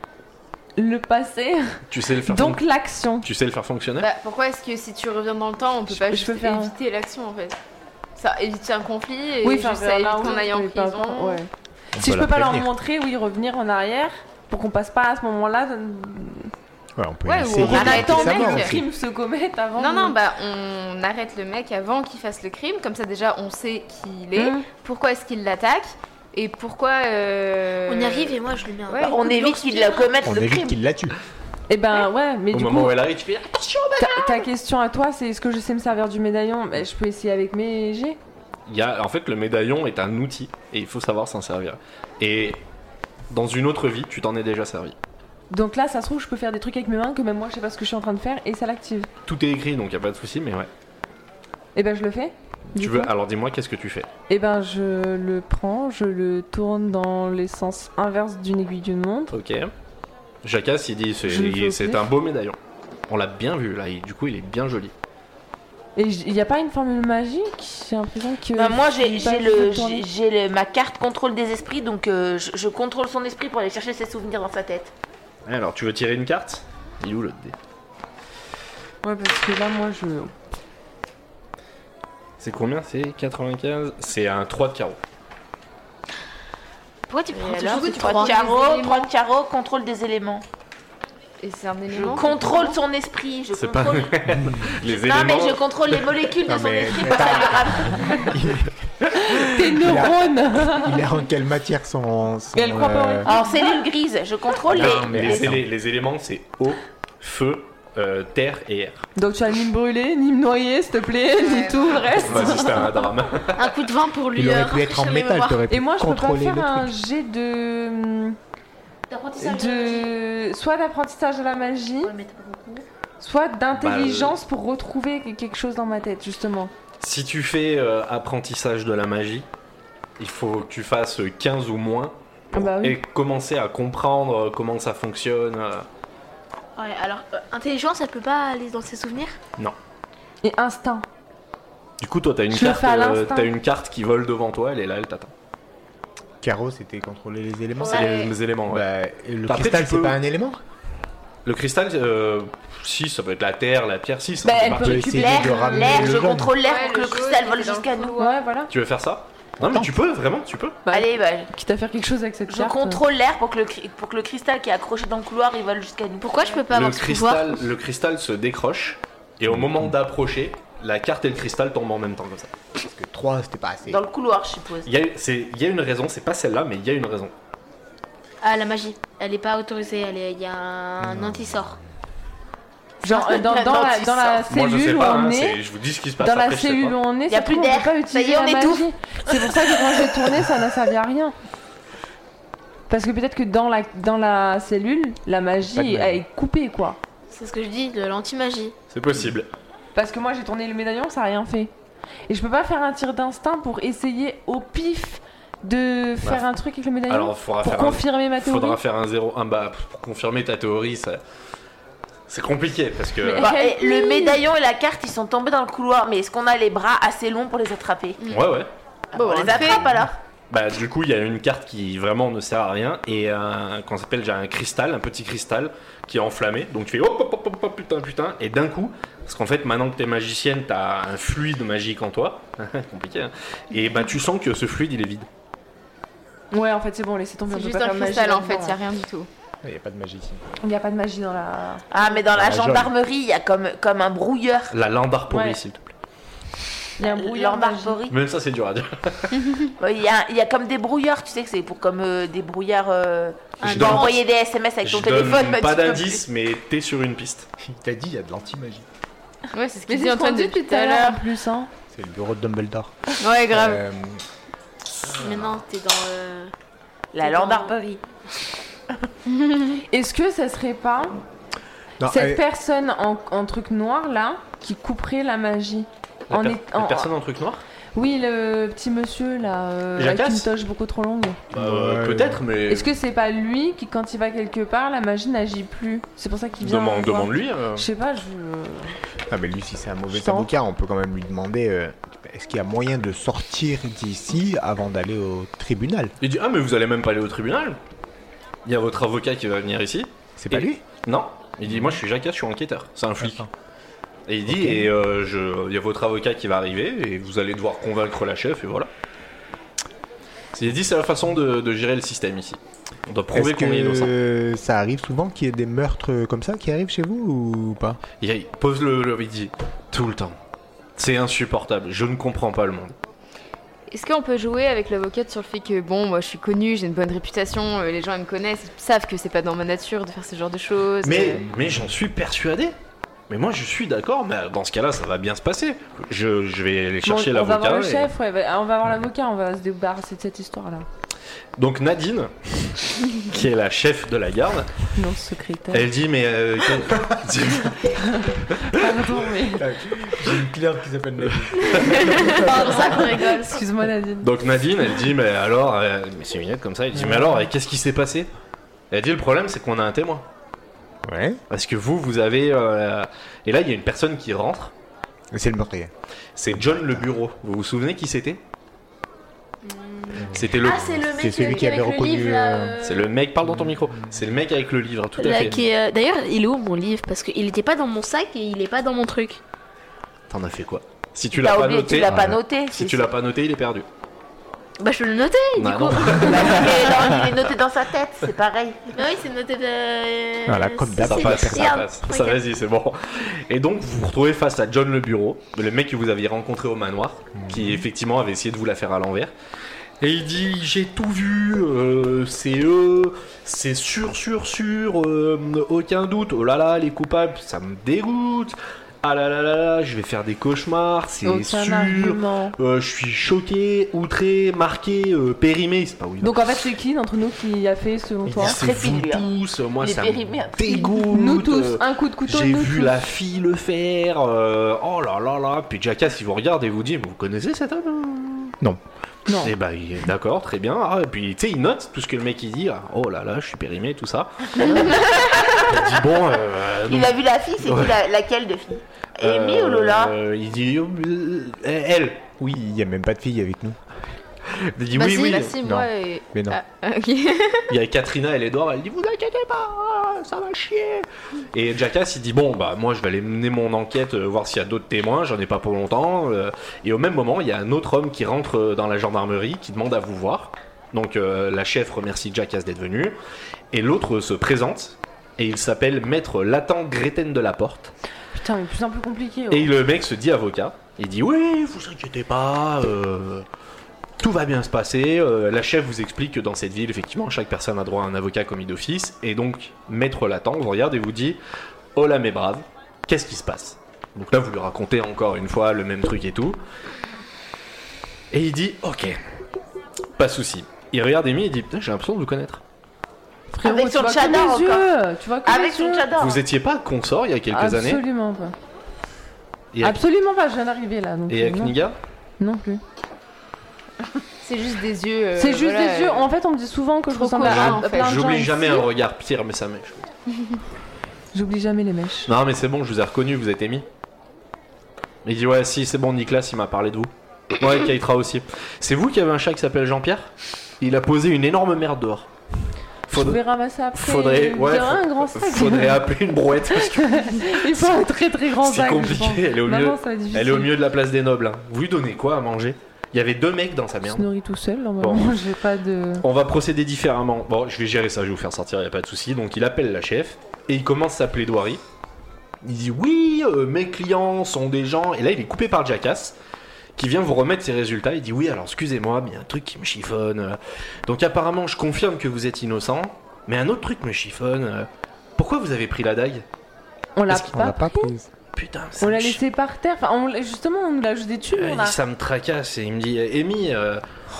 le passé, Tu sais le faire. donc fonc- l'action? Tu sais le faire fonctionner. Bah, pourquoi est-ce que si tu reviens dans le temps, on peut Je- pas je juste peux faire un- éviter l'action en fait? Ça évite un conflit et Oui, juste enfin, ça évite là, qu'on oui, aille en mais pas- prison. ouais. On Si peut je la peux pas leur prévenir. montrer, oui, revenir en arrière pour qu'on passe pas à ce moment-là. de- Ouais, on peut Ouais, essayer ou de on On arrête faire attend le savoir que le mec. aussi. crime se commette avant. Non, de- non, bah on arrête le mec avant qu'il fasse le crime, comme ça déjà on sait qui il est, Hum. pourquoi est-ce qu'il l'attaque et pourquoi. euh, On y arrive et moi je lui mets un. Ouais, coup de On évite lance qu'il bien. la commette On le évite crime. qu'il la tue. Eh ben ouais, mais Au du moment coup, où elle arrive, tu fais attention. ta, ta question à toi, c'est est-ce que je sais me servir du médaillon? Ben, je peux essayer avec mes G. Il y a, en fait, le médaillon est un outil et il faut savoir s'en servir. Et dans une autre vie, tu t'en es déjà servi. Donc là, ça se trouve, je peux faire des trucs avec mes mains que même moi, je sais pas ce que je suis en train de faire et ça l'active. Tout est écrit, donc y a pas de souci, mais ouais. Et ben, je le fais. Tu du veux coup. Alors dis-moi, qu'est-ce que tu fais? Et ben, je le prends, je le tourne dans les sens inverses d'une aiguille d'une montre. Ok. Jacas, il dit, c'est, Je le fais au c'est pif. un beau médaillon. On l'a bien vu là, et du coup il est bien joli. Et il n'y a pas une formule magique? J'ai l'impression que. Bah, moi j'ai je sais pas, j'ai je peux le, tourner. j'ai j'ai le- ma carte contrôle des esprits, donc euh, je, je contrôle son esprit pour aller chercher ses souvenirs dans sa tête. Alors tu veux tirer une carte? Il est où le dé? Ouais, parce que là, moi, je. C'est combien? C'est quatre-vingt-quinze. C'est un trois de carreau. Pourquoi tu prends Et toujours alors, que tu trois prends de des carreau, éléments. trois de carreau, contrôle des éléments. Et c'est un Je élément. contrôle son esprit, je C'est pas contrôle. les Non éléments. mais je contrôle les molécules de Non, son mais- esprit mais pour ça t'as- lui ramène. Tes neurones. Il est en quelle matière son. son, Et elle croit pas au euh, Alors cellule grise, je contrôle Non, les. mais les- les, élé- les éléments c'est eau, feu, euh, terre et air. Donc, tu vas ni me brûler, ni me noyer, s'il te plaît, ni Ouais. tout le reste. Vas-y, c'était un drame. un coup de vin pour lui. Il euh, aurait pu être en rafraîchir les métal, mémoires. t'aurais pu Et moi, je peux pas contrôler faire le un truc. jet de. D'apprentissage de magie. de. soit d'apprentissage de la magie, Ouais, mais t'as pas beaucoup. soit d'intelligence pour retrouver quelque chose dans ma tête, justement. Si tu fais euh, apprentissage de la magie, il faut que tu fasses quinze ou moins Ah bah oui. et commencer à comprendre euh, comment ça fonctionne. euh. Ouais, alors, euh, intelligence, elle peut pas aller dans ses souvenirs? Et instinct. Du coup, toi, t'as une Je le carte, fais à euh, l'instinct. t'as une carte qui vole devant toi, elle est là, elle t'attend. Carreau, c'était contrôler les éléments. C'est Ouais. les, les éléments. Ouais. Bah, et le Après, cristal, tu c'est peux- pas un élément? Le cristal, euh, si, ça peut être la terre, la pierre, si, ça Bah, fait elle partie. peut- essayer de L'air, ramener l'air, le je jaune. contrôle l'air Ouais, pour que le le jaune, cristal il vole est dans le jusqu'à nous. couloir. Ouais, voilà. Tu veux faire ça? Non, mais tu peux, vraiment, tu peux. Bah, Allez, bah, quitte à faire quelque chose avec cette je carte. contrôle l'air pour que le cri- pour que le cristal qui est accroché dans le couloir il vole jusqu'à nous. Pourquoi je peux pas Le avoir ce pouvoir? cristal, le cristal se décroche et au moment d'approcher, la carte et le cristal tombent en même temps comme ça. Parce que trois, c'était pas assez. Dans le couloir, je suppose. Il y a, c'est- il y a une raison, c'est pas celle-là, mais il y a une raison. Ah, la magie. Elle est pas autorisée, elle est- il y a un anti-sort. Genre, euh, dans, La dans, la, dentiste dans la Moi, je sais cellule où pas, on hein, est. c'est- je vous dis ce qui se passe Dans la après, je sais cellule pas. où on est, Y a ça plus se trouve, on d'air. peut pas Ça y utiliser est, on la étouffe. magie. C'est pour ça que quand j'ai tourné, ça n'a servi à rien. Parce que peut-être que dans la, dans la cellule, la Pas de magie magie. elle est coupée, quoi. C'est ce que je dis, de l'anti-magie. C'est possible. Parce que moi, j'ai tourné le médaillon, ça a rien fait. Et je peux pas faire un tir d'instinct pour essayer au pif de faire Bah, un truc avec le médaillon Alors, faudra pour faire un, confirmer ma théorie. faudra faire un zéro un bah pour confirmer ta théorie, ça, c'est compliqué parce que. Mais- Bah, Help et le me. médaillon et la carte ils sont tombés dans le couloir, mais est-ce qu'on a les bras assez longs pour les attraper? Ouais, ouais. Ah bah, on les attrape alors. Bah du coup il y a une carte qui vraiment ne sert à rien et un qu'on s'appelle j'ai un cristal, un petit cristal qui est enflammé, donc tu fais hop hop hop hop, hop putain putain et d'un coup parce qu'en fait maintenant que t'es magicienne t'as un fluide magique en toi, compliqué hein, et bah tu sens que ce fluide il est vide. Ouais, en fait, c'est bon, laissez tomber. C'est on peut juste pas un faire de magie cristal en là-dedans, fait, y a hein. rien du tout. Il n'y a pas de magie ici. Il n'y a pas de magie dans la. Ah mais dans la La jaune. gendarmerie il y a comme, comme un brouilleur. La lambarporie Ouais. s'il te plaît. Il y a un brouillard magique. Gendarmerie. Même ça c'est dur à dire. Ouais, Il y, a, il y a comme des brouilleurs, tu sais que c'est pour comme euh, des brouillards. Euh, Je tu donne- dois envoyer des S M S avec Je ton téléphone. donne bah, pas tu peux d'indice mais t'es sur une piste. Il t'a dit, il y a de l'anti-magie. Ouais, c'est ce Mais qu'il c'est dit ce en train qu'on de dit depuis depuis tout à l'heure en plus, hein. C'est le bureau de Dumbledore. Ouais, grave. Euh, Maintenant, t'es dans. euh, La gendarmerie. Est-ce que ça serait pas non, cette euh, personne en, en truc noir là qui couperait la magie La, en per- est- la en- personne en truc noir. Oui, le petit monsieur là, euh, Jacques avec une toche beaucoup trop longue. Bah, euh, Ouais. peut-être mais. Est-ce que c'est pas lui qui, quand il va quelque part, la magie n'agit plus? C'est pour ça qu'il vient. Demande, voir. demande lui. euh. Je sais pas, je. Ah, mais lui, si c'est un mauvais Je tente. avocat, on peut quand même lui demander euh, est-ce qu'il y a moyen de sortir d'ici avant d'aller au tribunal? Il dit ah mais vous allez même pas aller au tribunal. Il y a votre avocat qui va venir ici. C'est pas Et- lui? Non. Il dit moi je suis Jacques, je suis enquêteur. C'est un flic. Attends. Et il dit Ok. et euh, je, il y a votre avocat qui va arriver et vous allez devoir convaincre la chef et voilà. Il dit c'est la façon de, de gérer le système ici. On doit prouver Est-ce qu'on est innocent. que ça arrive souvent qu'il y ait des meurtres comme ça qui arrivent chez vous ou pas? Il, il pose le, le il dit tout le temps. C'est insupportable. Je ne comprends pas le monde. Est-ce qu'on peut jouer avec l'avocate sur le fait que, bon, moi je suis connue, j'ai une bonne réputation, euh, les gens ils me connaissent, ils savent que c'est pas dans ma nature de faire ce genre de choses. Mais, euh, mais j'en suis persuadé. Mais moi je suis d'accord, mais dans ce cas-là ça va bien se passer. Je, je vais aller chercher Bon, on va l'avocat. voir le et- chef, ouais, va- on va voir l'avocat, on va se débarrasser de cette histoire là. Donc Nadine, qui est la chef de la garde, Non, secrétaire. elle dit mais euh, quel- Pardon, mais. J'ai une cliente qui s'appelle Nadine. C'est pour ça qu'on rigole. Excuse-moi, Nadine. donc Nadine, elle dit mais alors, euh, mais c'est une lunette comme ça, elle dit mais alors, euh, qu'est-ce qui s'est passé? Elle dit le problème c'est qu'on a un témoin. Ouais. Parce que vous, vous avez euh, et là il y a une personne qui rentre, C'est le meurtrier. c'est John le bureau. Vous vous souvenez qui c'était? C'était le, Ah, c'est le mec C'est celui euh, qui avait avec le reconnu, livre là. euh, euh, c'est le mec, parle dans ton micro. C'est le mec avec le livre, tout à là, fait. qui est, euh, D'ailleurs, il est où mon livre? Parce qu'il était pas dans mon sac et il est pas dans mon truc. T'en as fait quoi? Si tu l'as T'as pas oublié, noté, tu l'as pas Ouais. noté. si c'est tu ça. l'as pas noté, il est perdu. Bah, je peux le noter du Bah coup. non. Bah, il, est dans- il est noté dans sa tête, c'est pareil. Ah oui, c'est noté de. Voilà, comme d'hab, Ça c'est- passe, ça regarde, passe. Ça regarde. vas-y, c'est bon. Et donc, vous vous retrouvez face à John le bureau, le mec que vous aviez rencontré au manoir, qui effectivement avait essayé de vous la faire à l'envers. Et il dit j'ai tout vu, euh, c'est eux, c'est sûr, sûr, sûr, euh, aucun doute. Oh là là, les coupables, ça me dégoûte. Ah là là là là, je vais faire des cauchemars, c'est Aucun sûr. argument. Euh, je suis choqué, outré, marqué, euh, périmé. C'est pas oui. Donc en fait, c'est qui d'entre nous qui a fait selon toi? c'est Intrépide, vous lui, hein. tous. Moi, Il est ça périmé, me intrépide. dégoûte. Nous tous, euh, un coup de couteau, J'ai nous vu tous. la fille le faire. euh, oh là là là. Puis Jackass, il vous regarde et vous dit, mais vous connaissez cet homme? Non. Et bah, il est d'accord, très bien. Ah, et puis, tu sais, il note tout ce que le mec il dit. Ah, oh là là, je suis périmé, tout ça. il dit, bon. Euh, Il donc, a vu la fille, c'est Ouais. qui la- laquelle de fille Amy ou Lola euh, Il dit, euh, elle. Oui, il n'y a même pas de fille avec nous. Il dit, Bah oui, si, oui. bah si, moi et... Mais non. Ah, ah, ok. Il y a Katrina et Edouard, elle dit vous inquiétez pas, ça va chier. Et Jackass il dit bon bah moi je vais aller mener mon enquête, euh, voir s'il y a d'autres témoins, j'en ai pas pour longtemps. euh, et au même moment il y a un autre homme qui rentre euh, dans la gendarmerie qui demande à vous voir. Donc euh, la chef remercie Jackass d'être venu. Et l'autre se présente et il s'appelle Maître Latan Greten de la Porte. Putain, mais plus un peu compliqué. ouais. Et le mec se dit avocat. Il dit oui, vous inquiétez pas, euh, tout va bien se passer. Euh, la chef vous explique que dans cette ville, effectivement, chaque personne a droit à un avocat commis d'office. Et donc, Maître Latan vous regarde et vous dit oh là mes braves, qu'est-ce qui se passe? Donc là, vous lui racontez encore une fois le même truc et tout. Et il dit ok, pas de souci. Il regarde Amy et il dit putain, j'ai l'impression de vous connaître. Frérot, Avec tu son vois que tchador les encore. yeux. Tu vois que Avec les son yeux. tchador. Vous étiez pas consort il y a quelques années Absolument pas. Et avec, Absolument pas, je viens d'arriver là. Donc et avec non. Kniga? Non plus. C'est juste des yeux. euh, C'est juste voilà, des yeux. euh, En fait, on me dit souvent que je trop ressemble à, cochon, à en fait. plein de gens J'oublie jamais ici. un regard pire, mais ça mèche. J'oublie jamais les mèches. Non mais c'est bon, je vous ai reconnu, vous êtes Amy. Il dit ouais si c'est bon, Nicolas il m'a parlé de vous. Ouais, Keitra aussi. C'est vous qui avez un chat qui s'appelle Jean-Pierre? Il a posé une énorme merde dehors. Je vais Faudrait, ramasser après. faudrait, ouais, Il y aura faut- un grand sac. faudrait appeler une brouette parce que Il faut un très très grand c'est sac. je pense. compliqué. Elle est au Maman, milieu, ça va être difficile. elle est au milieu de la place des nobles. hein. Vous lui donnez quoi à manger? Il y avait deux mecs dans sa Il se merde. nourrit tout seul. Normalement, Bon. j'ai pas de. On va procéder différemment. Bon, je vais gérer ça, je vais vous faire sortir, y a pas de souci. Donc il appelle la chef et il commence sa plaidoirie. Il dit oui, euh, mes clients sont des gens. Et là, il est coupé par Jackass qui vient vous remettre ses résultats. Il dit oui, alors excusez-moi, mais il y a un truc qui me chiffonne. euh. Donc apparemment, je confirme que vous êtes innocent, mais un autre truc me chiffonne. euh. Pourquoi vous avez pris la dague? On l'a Parce qu'il- On pas. l'a pas prise. Putain, ça On me l'a chi- laissé par terre. Enfin, on l'a- justement, on nous l'a jeté dessus. Euh, on a... Ça me tracasse et il me dit Amy, euh...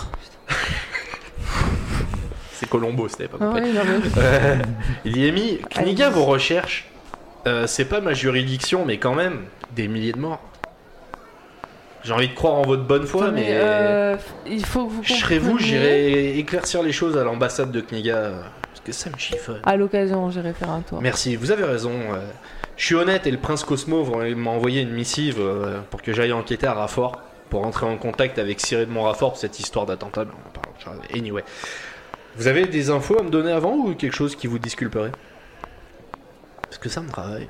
c'est Colombo, c'était pas Ah compris. ouais, non, mais- Euh, il dit Amy, Kniga, Allez. vos recherches, euh, c'est pas ma juridiction, mais quand même, des milliers de morts. J'ai envie de croire en votre bonne foi, Attends, mais, euh, il faut que vous je serais vous, compreniez. j'irai éclircir les choses à l'ambassade de Kniga, euh, parce que ça me chiffonne. À l'occasion, j'irai faire un tour. Merci, vous avez raison. euh, je suis honnête et le prince Cosmo m'a envoyé une missive euh, pour que j'aille enquêter à Raffort, pour rentrer en contact avec Cyril de Montraffort pour cette histoire d'attentat. mais on en parlera. Anyway. Vous avez des infos à me donner avant ou quelque chose qui vous disculperait? Parce que ça me travaille.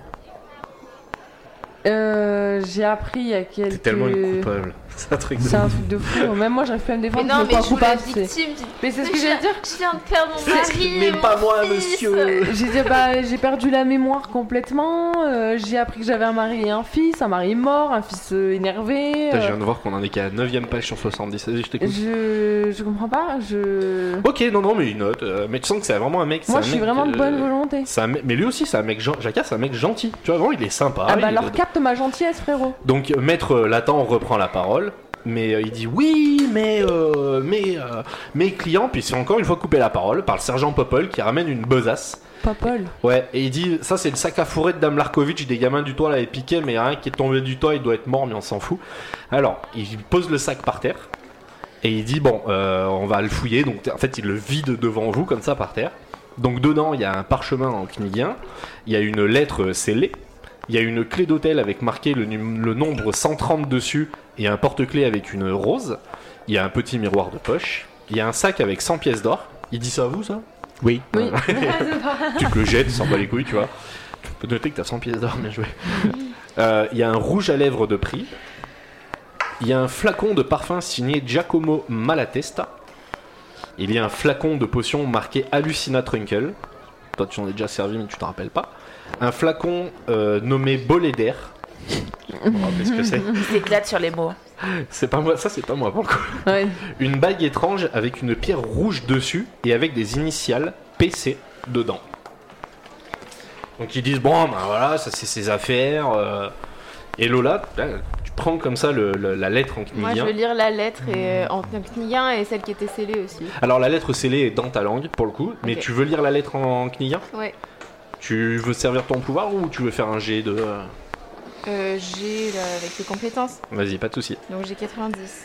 Euh, j'ai appris il y a quelques... T'es tellement une coupable. C'est un truc de... C'est un truc de fou. Même moi, j'arrive plus à me Mais défendre. non, je me mais crois je voulais la coupable, c'est- victime. tu- Mais c'est ce Mais que je j'allais viens- dire. Je viens de perdre mon mari. Mais et pas mon moi, fils. monsieur. J'ai dit, bah, j'ai perdu la mémoire complètement. euh, j'ai appris que j'avais un mari et un fils, un mari mort, un fils euh, énervé. Putain, je euh, viens de voir qu'on en est qu'à la neuvième page sur soixante-dix. Vas-y, je t'écoute. je... je comprends pas. Je. Ok, non, non, mais une note. euh, mais tu sens que c'est vraiment un mec. c'est Moi, un je suis mec, vraiment de euh, bonne volonté. c'est un mec- Mais lui aussi, c'est un mec. gen- Jacques, c'est un mec gentil. Tu vois, vraiment, il est sympa. Ah il bah est- alors capte ma gentillesse, frérot. Donc, maître Latan reprend la parole. mais euh, il dit oui, mais euh, mes, euh, mes clients, puis c'est encore une fois coupé la parole par le sergent Popol qui ramène une besace. Popol. Ouais, et il dit ça c'est le sac à fourrer de Dame Larkovitch, des gamins du toit l'avaient piqué, mais il y a rien qui est tombé du toit, il doit être mort, mais on s'en fout. Alors, il pose le sac par terre et il dit bon, euh, on va le fouiller. Donc en fait, il le vide devant vous comme ça par terre. Donc dedans, il y a un parchemin en knigien, il y a une lettre scellée, il y a une clé d'hôtel avec marqué le, num- le nombre cent trente dessus et un porte-clés avec une rose. Il y a un petit miroir de poche. Il y a un sac avec cent pièces d'or. Il dit ça à vous, ça? Oui. Oui. Tu te le jettes, il s'en bat les couilles, tu vois. Tu peux noter que t'as cent pièces d'or, bien joué. Euh, Il y a un rouge à lèvres de prix. Il y a un flacon de parfum signé Giacomo Malatesta. Il y a un flacon de potion marqué Hallucina Trunkle. Toi, tu en as déjà servi, mais tu t'en rappelles pas. Un flacon euh, nommé Bolet d'air. On va rappeler ce que c'est. Il s'éclate sur les mots. C'est pas moi, ça c'est pas moi pour le coup. Ouais. Une bague étrange avec une pierre rouge dessus et avec des initiales P C dedans. Donc ils disent bon ben voilà, ça c'est ses affaires. euh. Et Lola, là, tu prends comme ça le- le- la lettre en Moi, je knigien. veux lire la lettre et, euh, en knigien et celle qui était scellée aussi. Alors la lettre scellée est dans ta langue pour le coup, mais Ok. tu veux lire la lettre en knigien? Ouais. Tu veux servir ton pouvoir ou tu veux faire un jet de... euh, Euh, j'ai là, avec les compétences. Vas-y, pas de souci. Donc j'ai quatre-vingt-dix.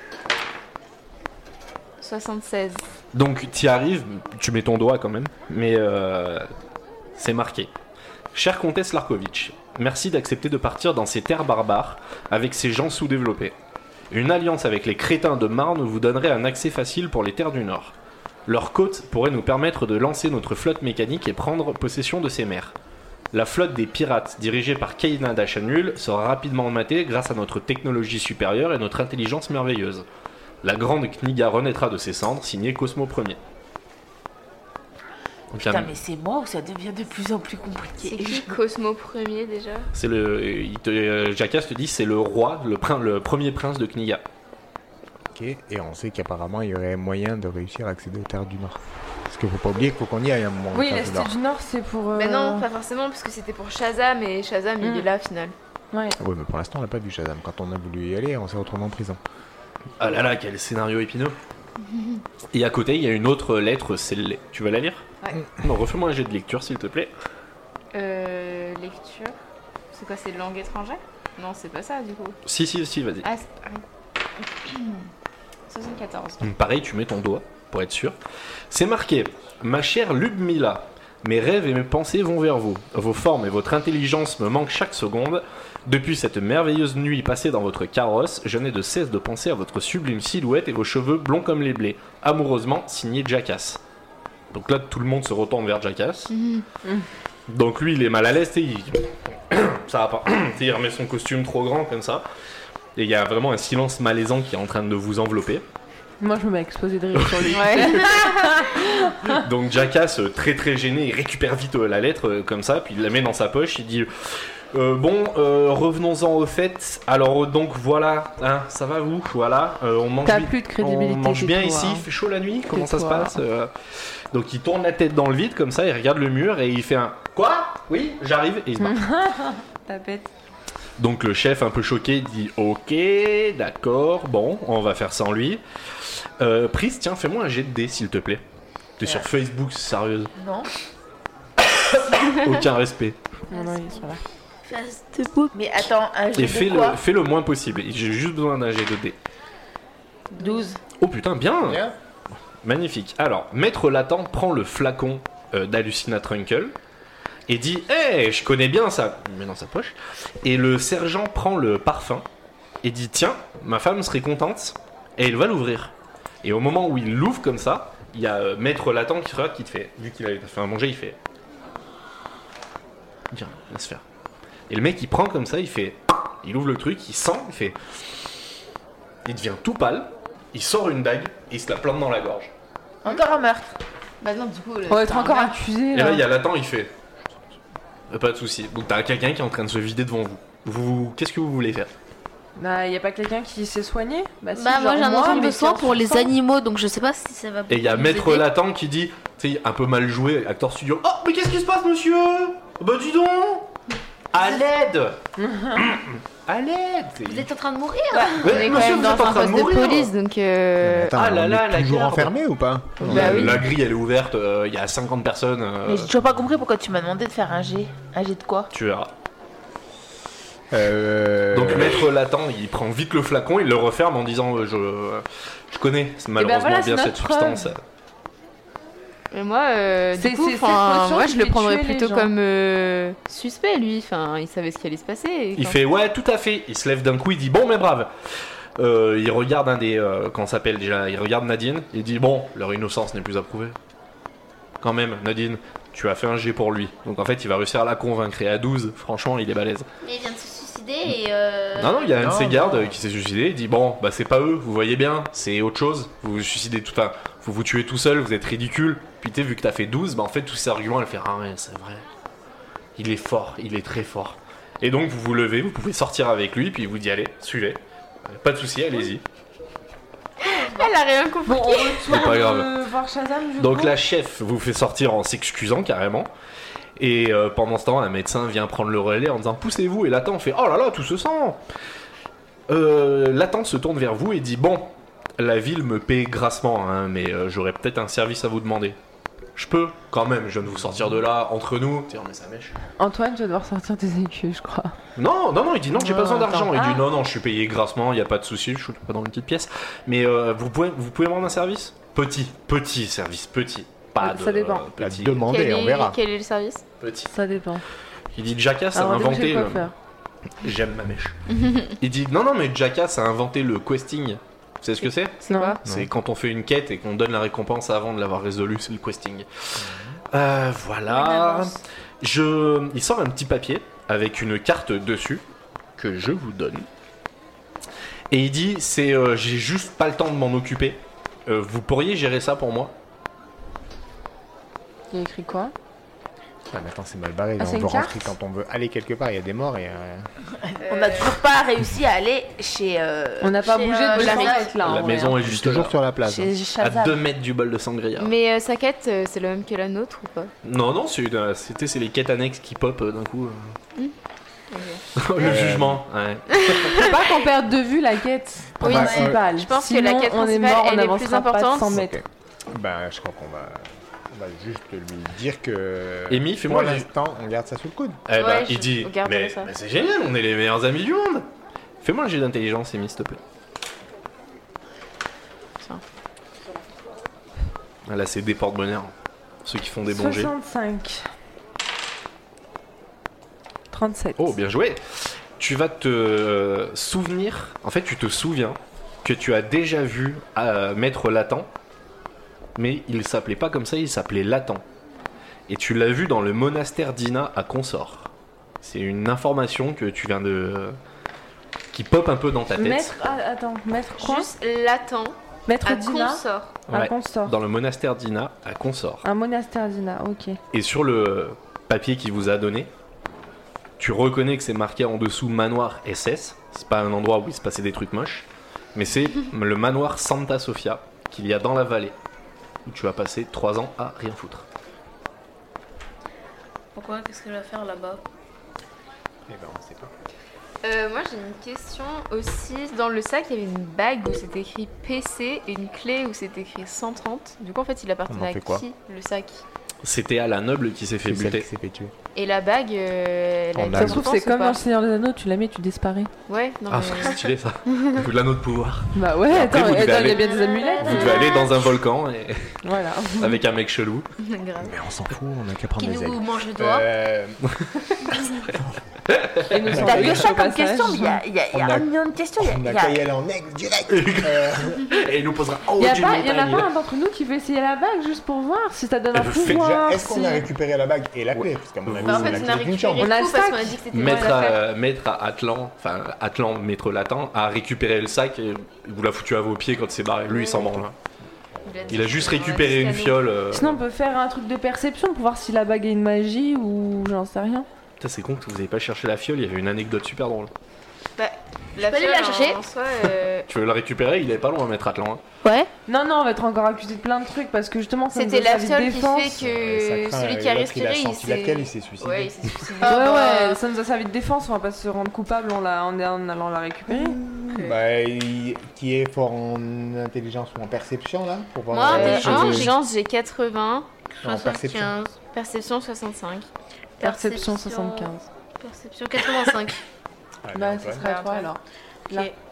soixante-seize. Donc tu y arrives, tu mets ton doigt quand même, mais euh, c'est marqué. Chère comtesse Larkovitch, merci d'accepter de partir dans ces terres barbares avec ces gens sous-développés. Une alliance avec les crétins de Marne vous donnerait un accès facile pour les terres du Nord. Leur côte pourrait nous permettre de lancer notre flotte mécanique et prendre possession de ces mers. La flotte des pirates, dirigée par Kaina Dachanul, sera rapidement matée grâce à notre technologie supérieure et notre intelligence merveilleuse. La grande Kniga renaîtra de ses cendres, signé Cosmo Ier. Donc, il y a- Putain, mais c'est moi ou ça devient de plus en plus compliqué? C'est qui Cosmo Ier déjà? c'est le, il te, euh, Jackass te dit c'est le roi, le, prin- le premier prince de Kniga. Ok, et on sait qu'apparemment il y aurait moyen de réussir à accéder aux terres du Nord. Parce qu'il faut pas oublier qu'il faut qu'on y aille à un moment. aux Oui, terres la du Cité Nord. du Nord, c'est pour. euh, Mais non, pas forcément, parce que c'était pour Shazam et Shazam Mm. il est là au final. Ouais. Oui, mais pour l'instant on n'a pas vu Shazam. Quand on a voulu y aller, on s'est retrouvé en prison. Ah là là, quel scénario épineux. Et à côté, il y a une autre lettre scellée. Tu veux la lire? Ouais. Non, refais-moi un jet de lecture s'il te plaît. Euh, lecture. C'est quoi, c'est langue étrangère? Non, c'est pas ça du coup. Si, si, si, vas-y. Ah, c'est pareil. soixante-quatorze. Donc, pareil, tu mets ton doigt pour être sûr. C'est marqué: Ma chère Ludmilla, mes rêves et mes pensées vont vers vous. Vos formes et votre intelligence me manquent chaque seconde. Depuis cette merveilleuse nuit passée dans votre carrosse, je n'ai de cesse de penser à votre sublime silhouette et vos cheveux blonds comme les blés. Amoureusement, signé Jackass. Donc là, tout le monde se retourne vers Jackass. Donc lui, il est mal à l'aise, tu sais, il... ça va pas. Tu sais, il remet son costume trop grand comme ça. Et il y a vraiment un silence malaisant qui est en train de vous envelopper. Moi, je me mets à exploser de rire sur lui. Ouais. Donc Jackass, euh, très très gêné, il récupère vite euh, la lettre euh, comme ça, puis il la met dans sa poche, il dit euh, bon, euh, revenons-en au fait. Alors euh, donc voilà, hein, ça va vous? Voilà, euh, on mange, T'as bi- plus de crédibilité. on mange bien tais-toi, ici, hein. il fait chaud la nuit, comment ça se Tais-toi. passe? Euh, Donc il tourne la tête dans le vide comme ça, il regarde le mur et il fait un quoi? Oui, j'arrive, et il se barre. Ta bête. Donc le chef, un peu choqué, dit ok, d'accord, bon, on va faire sans lui. Euh, Pris, tiens, fais-moi un jet de dés s'il te plaît. T'es sur Facebook, sérieuse. Non. Aucun respect. Non, non, ils sont là. Face de boue. Mais attends, un jet Et de fais quoi le, fais le moins possible. J'ai juste besoin d'un jet de dés. douze. Oh putain, bien, Bien. magnifique. Alors, Maître Latent prend le flacon euh, d'Hallucina Trunkle et dit hé, je connais bien ça. Il met dans sa poche. Et le sergent prend le parfum et dit tiens, ma femme serait contente et il va l'ouvrir. Et au moment où il l'ouvre comme ça, il y a euh, Maître Latent qui, regarde, qui te fait, vu qu'il a fait à manger, il fait tiens, laisse faire. Et le mec il prend comme ça, il fait, il ouvre le truc, il sent, il fait, il devient tout pâle, il sort une dague et il se la plante dans la gorge. Encore un meurtre. Bah non, du coup. On va être encore accusé Et là. là il y a Latent, il fait, pas de souci. Donc t'as quelqu'un qui est en train de se vider devant vous. Vous, qu'est-ce que vous voulez faire? Bah, y a pas quelqu'un qui s'est soigné? Bah, si, Bah, moi genre j'ai un ensemble mais de soins c'est pour les insuffisant. animaux, donc je sais pas si ça va. Et il y a nous Maître aider. Latent qui dit, tu sais, un peu mal joué, acteur studio. Oh, mais qu'est-ce qui se passe, monsieur? Bah dis donc. À l'aide. À l'aide. Vous êtes en train de mourir. On est quand monsieur, même vous dans êtes en un train de poste de mourir. police, donc. euh, Attends, ah là on là, est la toujours garde. enfermé ou pas? Bah oui. La grille, elle est ouverte. euh, Il y a cinquante personnes. euh, Mais j'ai toujours pas compris pourquoi tu m'as demandé de faire un jet. Un jet de quoi? Tu verras. Euh... Donc maître Latent, il prend vite le flacon, il le referme en disant euh, je, je connais malheureusement voilà, bien c'est cette notre substance. Et moi, euh, C'est- du coup, c'est cette enfin, potion moi, qui je le fait prendrais tuer les plutôt gens. comme euh, suspect, lui. Enfin, il savait ce qui allait se passer. et Il quand- fait ouais tout à fait. Il se lève d'un coup, il dit bon mais brave. Euh, il regarde un des euh, comment ça s'appelle déjà. Il regarde Nadine. Il dit bon leur innocence n'est plus à prouver. Quand même Nadine, tu as fait un jet pour lui. Donc en fait il va réussir à la convaincre. Et à douze, franchement il est balèze. Mais il vient de se suicider et. Euh... Non non il y a un de non, ses non. gardes qui s'est suicidé. Il dit bon bah c'est pas eux. Vous voyez bien, c'est autre chose. Vous vous suicidez tout. Enfin, vous vous tuez tout seul. Vous êtes ridicule. Puis tu sais, vu que t'as fait douze, bah en fait tous ces arguments elle fait ah ouais c'est vrai. Il est fort, il est très fort. Et donc vous vous levez, vous pouvez sortir avec lui, puis il vous dit allez, suivez. Pas de souci, allez-y. Elle a rien compris. Bon, on C'est retourne pas grave. euh, voir Shazam, du Donc coup. la chef vous fait sortir en s'excusant carrément. Et euh, pendant ce temps, un médecin vient prendre le relais en disant poussez-vous. Et Latent fait oh là là, tout se sent. Euh, Latent se tourne vers vous et dit bon, la ville me paie grassement, hein, mais euh, j'aurais peut-être un service à vous demander. Je peux quand même, je viens de vous sortir de là entre nous. Tiens, mais ça mèche. Antoine, tu vas devoir sortir tes écus, je crois. Non, non, non, il dit non, j'ai pas Non, besoin d'argent. Il attends. dit non, non, je suis payé grassement, il y a pas de souci, je suis pas dans une petite pièce. Mais euh, vous pouvez, vous pouvez me rendre un service Petit, petit service, petit. Pas Ça de, dépend. euh, La petit, demande, Quel on est, verra. quel est le service? petit. Ça dépend. Il dit Jackass a Alors, on est inventé. obligé de Le... quoi faire. J'aime ma mèche. Il dit non, non, mais Jackass a inventé le questing. Vous savez ce que c'est C'est Non. quoi? C'est quand on fait une quête et qu'on donne la récompense avant de l'avoir résolue, c'est le questing. Euh, voilà. Je... Il sort un petit papier avec une carte dessus que je vous donne. Et il dit c'est euh, j'ai juste pas le temps de m'en occuper. Euh, vous pourriez gérer ça pour moi? Il y a écrit quoi? Ah, mais attends, c'est mal barré. Ah, là, c'est on une veut carte rentrer quand on veut aller quelque part. Il y a des morts et. euh, On n'a toujours pas réussi à aller chez. euh, On n'a pas chez, bougé euh, de la la maison. là. en La vrai, maison hein. est juste toujours là, sur la place. hein. Chez à Shazam. deux mètres du bol de sangria. Mais euh, sa quête, euh, c'est la même que la nôtre ou pas? Non, non, c'est une- c'était c'est les quêtes annexes qui pop euh, d'un coup. euh. Ok. Le Euh, jugement, ouais. Faut pas qu'on perde de vue la quête Oui, principale. je pense que Sinon, la quête on est principale, mort, on elle est n'avancera plus pas de importante. cent mètres. Ok. Bah, je crois qu'on va. On va juste lui dire que. Amy, fais-moi pour un- l'instant, on garde ça sous le coude. Eh ben, Ouais, il je- dit regarde mais, ça. mais c'est génial, on est les meilleurs amis du monde. Fais-moi un jet d'intelligence, Amy, s'il te plaît. Tiens. Ah, là, c'est des porte-bonheur. Ceux qui font des bons jets. soixante-cinq. trente-sept. Oh, bien joué. Tu vas te euh, souvenir, en fait, tu te souviens que tu as déjà vu euh, Maître Latent, mais il s'appelait pas comme ça, il s'appelait Latent. Et tu l'as vu dans le monastère d'Ina à Consort. C'est une information que tu viens de. qui pop un peu dans ta tête. Maître, ah, attends, maître quoi? Juste latent Maître à Dina consort. à Ouais, Consort. dans le monastère d'Ina à Consort. Un monastère Dina, ok. Et sur le papier qu'il vous a donné, tu reconnais que c'est marqué en dessous manoir S S. C'est pas un endroit où il se passait des trucs moches, mais c'est le manoir Santa Sofia qu'il y a dans la vallée, où tu vas passer trois ans à rien foutre. Pourquoi? Qu'est-ce qu'elle va faire là-bas? Eh ben, on sait pas. Euh, moi j'ai une question aussi. Dans le sac, il y avait une bague où c'était écrit P C et une clé où c'était écrit cent trente. Du coup, en fait, il On appartenait en à fait quoi qui le sac? C'était à la noble qui s'est fait C'est celle buter. qui s'est fait tuer. Et la bague, euh, elle a On une a- Ça se trouve, importance c'est ou comme pas dans le Seigneur des Anneaux, tu la mets, tu disparais. Ouais, non Ah, mais. c'est stylé ça. De l'anneau de pouvoir. Bah ouais, après, attends, vous devez attends, il y aller- a bien des amulettes. Vous devez aller dans un volcan et... Voilà. avec un mec chelou. Grave. Mais on s'en fout, on a qu'à prendre Qui les nous ailes. mange le doigt? Euh, Et nous sommes T'as que riches ça au comme passage. question, mais il y a, il y a- il y a On a- un million de questions. il y a- on il a y a- qu'à y aller en ex direct. Euh, Et il nous posera en haut Il y a d'une pas, il y en a montagne. pas un d'entre nous qui veut essayer la bague juste pour voir si ça donne un Eh ben, faites pouvoir. déjà, Est-ce qu'on si- a récupéré la bague et la clé? Parce qu'à mon avis, Bah, en c'est fait, la on a clé d'une récupéré chambre. On a le tout parce sac. qu'on a dit que c'était Maître, moi à l'affaire. à, maître à Atlan, enfin Atlan, maître Latent, a récupéré le sac et il vous l'a foutu à vos pieds quand il s'est barré. Lui, il s'en branle. Il a juste récupéré une fiole. euh, Sinon, on peut faire un truc de perception pour voir si la bague est une magie ou j'en sais rien. Putain, c'est con que vous avez pas cherché la fiole, il y avait une anecdote super drôle. La peux aller fiole, la chercher en soi, euh, Tu veux le récupérer, il est pas loin, Maître Atlan. Hein. Ouais. Non, non, on va être encore accusé de plein de trucs parce que justement, ça nous C'était a la servi fiole de qui défense. fait que Ça craint, celui et qui a l'autre, respiré, il a il senti s'est... la fiole, il s'est suicidé. Ouais, il s'est suicidé. Ouais, bah, ouais, ça nous a servi de défense, on va pas se rendre coupable en, la, en, en allant la récupérer. Bah, il- qui est fort en intelligence ou en perception là pour voir, Moi, euh, Euh, intelligence, je- intelligence, j'ai quatre-vingts. Non, perception. soixante-quinze. Perception, soixante-cinq. Perception soixante-quinze. Perception quatre-vingt-cinq. Allez, Bah, Antoine. ça serait à toi alors. Là. Ok.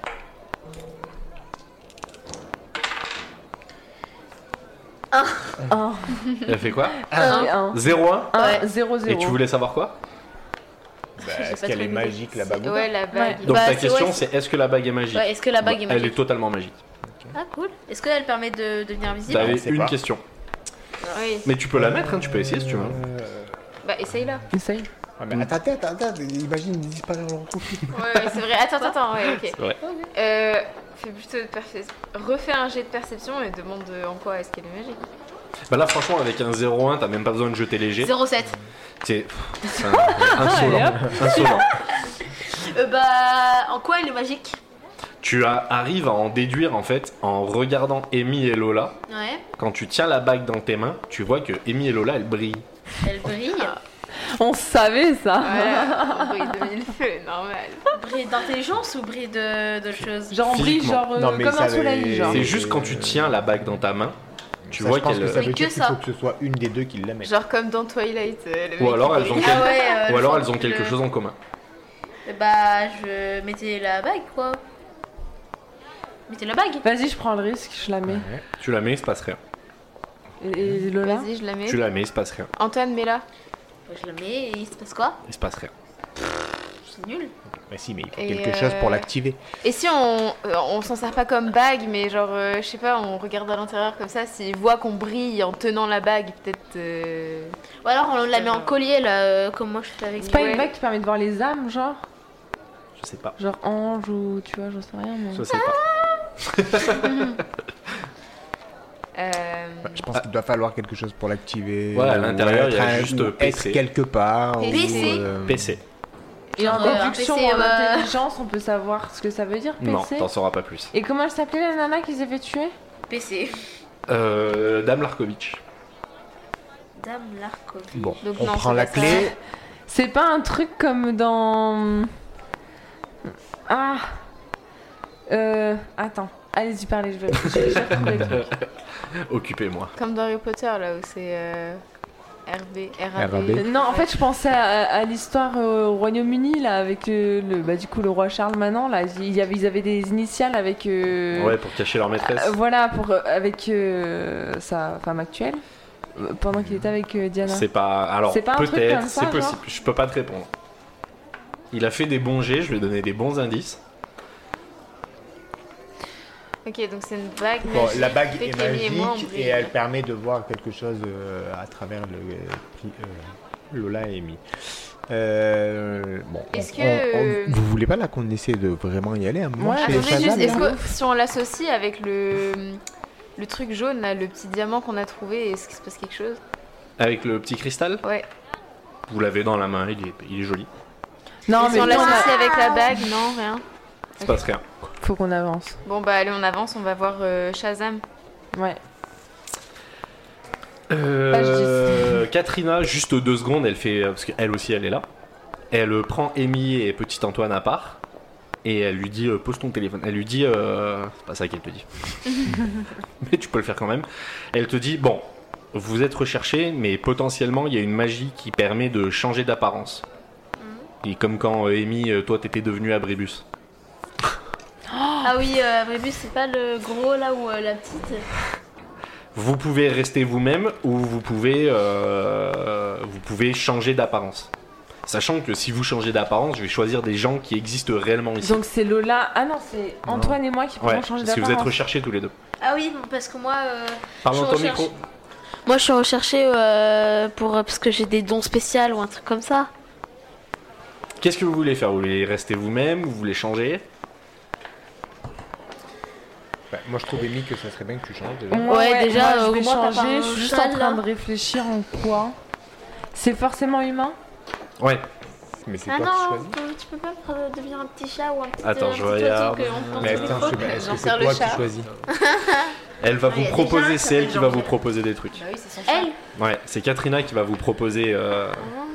un. Elle fait quoi? un. un. zéro un. Ouais. un. zéro zéro. Et tu voulais savoir quoi? Bah, J'ai est-ce pas qu'elle trop est idée. magique la bague ou pas Ouais, la bague. Donc Bah, ta c'est- question ouais, c'est est-ce que la bague est magique? Ouais, est-ce que la bague Bah, est Elle est magique? totalement magique. Ah, cool. Est-ce qu'elle permet de devenir visible? T'avais sait une pas. question. Oui. Mais tu peux la mettre, hein, tu peux essayer si tu veux. Euh, Bah, essaye-la. Essaye. ah, mais attends, attends, attends, imagine il disparaît en retrouve. Ouais, ouais, c'est vrai. Attends, attends, ouais, ok. C'est vrai. Euh, fais plutôt de perception. Refais un jet de perception et demande en quoi est-ce qu'elle est magique. Bah là franchement avec un zéro un t'as même pas besoin de jeter léger. zéro sept. C'est c'est un- insolent. insolent. Euh, bah, en quoi elle est magique? Tu as- arrives à en déduire en fait en regardant Amy et Lola. Ouais. Quand tu tiens la bague dans tes mains, tu vois que Amy et Lola elles brillent. Elle brille. On savait ça. Voilà, on brille de mille feux, normal. Brille d'intelligence ou brille de, de choses? Genre on brille Physiquement. genre euh, Non, mais comme ça un soleil les- genre. C'est juste quand tu tiens la bague dans ta main, tu Ça, vois je pense qu'elle. que ça veut Mais dire que qu'il ça. faut que ce soit une des deux qui la mette. Genre comme dans Twilight. euh, le Ou mec alors qui elles ont brille. quel- Ah ouais, euh, Ou alors le elles ont fond- quelque le- chose en commun. Bah, je mettais la bague, quoi. Mettez la bague. Vas-y, je prends le risque, je la mets. Ouais. Tu la mets, il se passe rien. Et, et Lola. Vas-y, je la mets. Tu la mets, il se passe rien. Antoine, mets-la. Je la mets et il se passe quoi? Il se passe rien. C'est nul. Mais si, mais il faut Et quelque euh, chose pour l'activer. Et si on, euh, on s'en sert pas comme bague, mais genre, euh, je sais pas, on regarde à l'intérieur comme ça, s'il voit qu'on brille en tenant la bague, peut-être. euh, Ou alors on la met en collier, là, euh, comme moi je fais avec C'est pas Ouais. une bague qui permet de voir les âmes, genre Je sais pas. Genre ange ou tu vois, j'en sais rien. Moi. Je sais pas. euh, Ouais, je pense qu'il doit falloir quelque chose pour l'activer. Ouais, à ou l'intérieur, il y a être un- juste ou P C. être quelque part. P C. ou, euh, P C. Et en Genre, euh, un déduction P C, en ouais. intelligence, on peut savoir ce que ça veut dire, P C. Non, t'en sauras pas plus. Et comment elle s'appelait la nana qui s'est fait tuer? P C. Euh, Dame Larkovitch. Dame Larkovic. Bon, Donc on non, prend c'est la pas ça. clé. C'est pas un truc comme dans. Ah Euh. Attends. Allez-y, parlez, je vais. Je vais, je vais retrouver le truc. Occupez-moi. Comme dans Harry Potter, là, où c'est euh, R B, R A B. R A B. Non, en fait, je pensais à, à l'histoire euh, au Royaume-Uni, là, avec euh, le, bah, du coup, le roi Charles maintenant, là. Il y avait, ils avaient des initiales avec. euh, Ouais, pour cacher leur maîtresse. euh, voilà, pour, euh, avec euh, sa femme actuelle, euh, pendant qu'il était avec euh, Diana. C'est pas. Alors, C'est pas un truc peut-être, comme ça, c'est genre possible. Je peux pas te répondre. Il a fait des bons jets, je lui ai donné des bons indices. Ok, donc c'est une bague Bon, magique. la bague fait est qu'Amy et moi, on magique brille. et elle permet de voir quelque chose euh, à travers le euh, Lola et Amy. Euh, bon, Est-ce on- que, on- on- euh, vous voulez pas là qu'on essaie de vraiment y aller un moment Ouais, chez Attendez Shazam, juste, est-ce là que si on l'associe avec le, le truc jaune, là, le petit diamant qu'on a trouvé, est-ce qu'il se passe quelque chose? Avec le petit cristal, Ouais. vous l'avez dans la main, il est, il est joli. Non, Et si mais on on l'associe a- avec la bague, non, rien. Il se passe rien. faut qu'on avance. Bon, bah allez, on avance, on va voir euh, Shazam. Ouais. Euh, Katrina, juste deux secondes, elle fait. Parce qu'elle aussi, elle est là. Elle prend Amy et petit Antoine à part. Et elle lui dit euh, pose ton téléphone. Elle lui dit euh, c'est pas ça qu'elle te dit. Mais tu peux le faire quand même. Elle te dit bon, vous êtes recherché, mais potentiellement il y a une magie qui permet de changer d'apparence. Et comme quand euh, Amy, euh, toi t'étais devenue Abrébus. Ah oui, euh, Abrébus, c'est pas le gros là ou euh, la petite? Vous pouvez rester vous-même ou vous pouvez, euh, vous pouvez changer d'apparence. Sachant que si vous changez d'apparence, je vais choisir des gens qui existent réellement ici. Donc c'est Lola. Ah non, c'est Antoine et moi qui pourrons Ouais, changer parce que d'apparence. vous êtes recherchés tous les deux. Ah oui, parce que moi. Euh, Parle je dans ton recherche- micro. Moi, je suis recherchée euh, pour parce que j'ai des dons spéciaux ou un truc comme ça. Qu'est-ce que vous voulez faire? Vous voulez rester vous-même? Vous voulez changer? Bah, moi je trouve Amy que ça serait bien que tu changes déjà. Moi, Ouais, déjà, moi, euh, je vais moi, t'as pas changer. un Je suis juste cheval, en train là de réfléchir en quoi. C'est forcément humain? Ouais. Mais c'est Ah toi non, qui choisis. tu- tu peux pas pre- devenir un petit chat ou un petit, Attends, un je petit regarde. oiseau que on pense Mais au attends, micro. je sais pas, est-ce J'en que c'est sers le toi chat. qui choisis? Elle va Ah, vous il y a proposer, déjà un c'est elle qui va Jean-Pierre. vous proposer des trucs. Bah oui, c'est son chat. Elle Ouais, c'est Katrina qui va vous proposer. euh,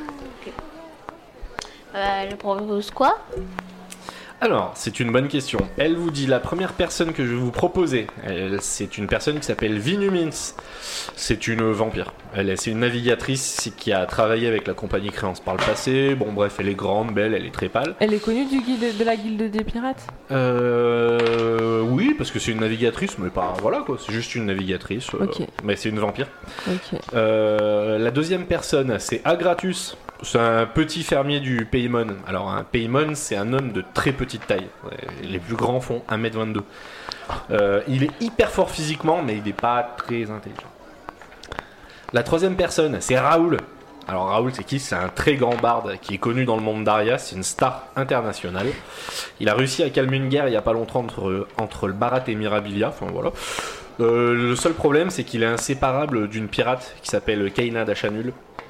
euh, Elle propose quoi? Alors, c'est une bonne question. Elle vous dit la première personne que je vais vous proposer. Elle, c'est une personne qui s'appelle Vinumins. C'est une vampire. Elle, est- c'est une navigatrice qui a travaillé avec la compagnie Créance par le passé. Bon, bref, elle est grande, belle, elle est très pâle. Elle est connue du guilde, de la guilde des pirates. Euh, oui, parce que c'est une navigatrice, mais pas. Voilà quoi, c'est juste une navigatrice. euh, Ok. Mais c'est une vampire. Ok. Euh, la deuxième personne, c'est Agratus. C'est un petit fermier du Paymon. Alors, un Paymon, c'est un homme de très petite taille. Ouais, les plus grands font un mètre vingt-deux. Euh, il est hyper fort physiquement, mais il n'est pas très intelligent. La troisième personne, c'est Raoul. Alors, Raoul, c'est qui? C'est un très grand barde qui est connu dans le monde d'Aria. C'est une star internationale. Il a réussi à calmer une guerre il n'y a pas longtemps entre, entre le Barat et Mirabilia. Enfin, voilà. Euh, le seul problème, c'est qu'il est inséparable d'une pirate qui s'appelle Kaina d'Achanul.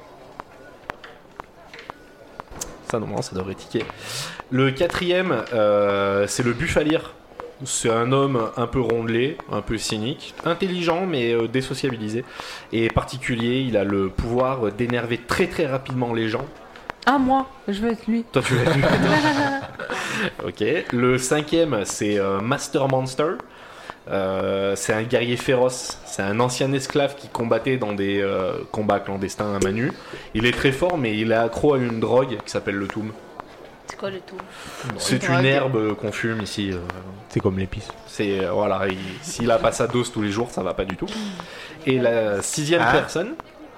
Ça, normalement, ça devrait tiquer. Le quatrième, euh, c'est le Bufalir. C'est un homme un peu rondelé, un peu cynique, intelligent mais euh, désociabilisé. Et particulier, il a le pouvoir d'énerver très très rapidement les gens. Ah, moi, je veux être lui. Toi, tu l'as vu. Ok. Le cinquième, c'est euh, Master Monster. Euh, c'est un guerrier féroce. C'est un ancien esclave qui combattait dans des euh, combats clandestins à main nue. Il est très fort, mais il est accro à une drogue qui s'appelle le toum. C'est quoi le tout? C'est drogue. une herbe qu'on fume ici. euh, C'est comme l'épice. C'est euh, voilà. il- S'il a pas sa dose tous les jours, ça va pas du tout. Et la sixième Ah. personne,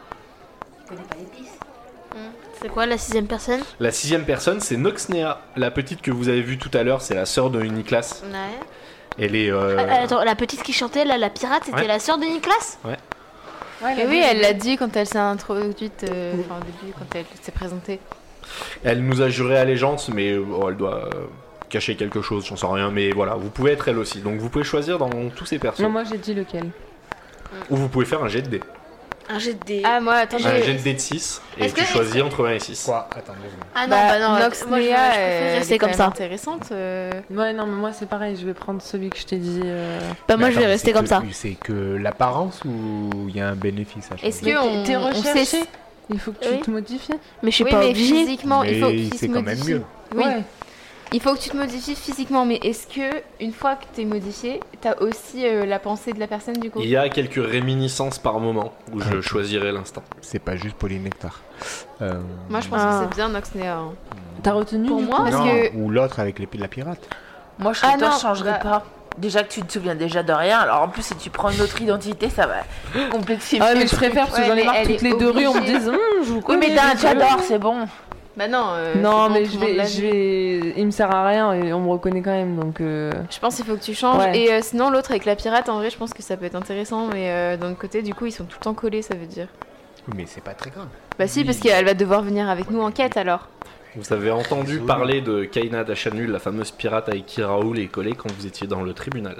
C'est quoi la sixième personne? la sixième personne, c'est Noxnea, la petite que vous avez vue tout à l'heure. C'est la sœur de Niklas. Ouais. Elle est. euh, Ah, attends, la petite qui chantait là, la pirate, c'était Ouais. la sœur de Niklas? Et oui, elle l'a dit quand elle s'est introduite, euh, enfin au début, quand elle s'est présentée. Elle nous a juré allégeance, mais euh, oh, elle doit euh, cacher quelque chose, j'en sais rien. Mais voilà, vous pouvez être elle aussi. Donc vous pouvez choisir dans tous ces persos. Non, moi, j'ai dit lequel. Ou vous pouvez faire un jet de dés. Un jet de dés. Ah, moi, attends, Un j'ai- jet de dés de six, et Est-ce tu que- choisis entre un et six. Quoi? Attends, deux secondes. Ah non, bah, bah, non, Nox moi je, je Nea, préfère elle rester est comme quand ça. même intéressante. euh. Ouais, non, mais moi, c'est pareil. Je vais prendre celui que je t'ai dit. euh. Bah, moi Mais je vais attends, rester c'est comme que- ça. C'est que l'apparence ou il y a un bénéfice à changer? Est-ce Mais que on, t'es on recherché. sait... Il faut que tu Oui. te modifies. Mais je suis Oui, pas mais obligée. physiquement, il faut Mais qu'il se c'est quand même modifie. mieux. Oui, Ouais. il faut que tu te modifies physiquement, mais est-ce que une fois que t'es modifié, t'as aussi euh, la pensée de la personne du coup? Il y a quelques réminiscences par moment où je choisirai l'instant. C'est pas juste polynectar. Euh, Moi, je pense Ah. que c'est bien Nox Nea. hein. T'as retenu Pour du moi, coup parce non, que- ou l'autre avec les, la pirate. Moi, je serais Ah toi, non, je changerais bah- pas. Déjà que tu te souviens déjà de rien, alors en plus, si tu prends une autre identité, ça va complexifier. Ah, mais le je préfère parce que Ouais, j'en ai mais marre elle toutes est les deux rues, on me obligée. dise, Hum, je vous Oui, connais. mais t'as un je sais pas. j'adore, c'est bon. Bah non. euh, Non, c'est bon, mais tout je le monde l'a vais, je vu. vais. Il me sert à rien et on me reconnaît quand même, donc. euh, Je pense qu'il faut que tu changes. Ouais. Et euh, sinon, l'autre avec la pirate, en vrai, je pense que ça peut être intéressant. Mais euh, d'un autre côté, du coup, ils sont tout le temps collés, ça veut dire. Mais c'est pas très grave. Bah si, Oui. parce qu'elle va devoir venir avec nous en quête alors. Vous avez entendu Désolé. parler de Kaina d'Achanul, la fameuse pirate avec qui Raoul est collé quand vous étiez dans le tribunal.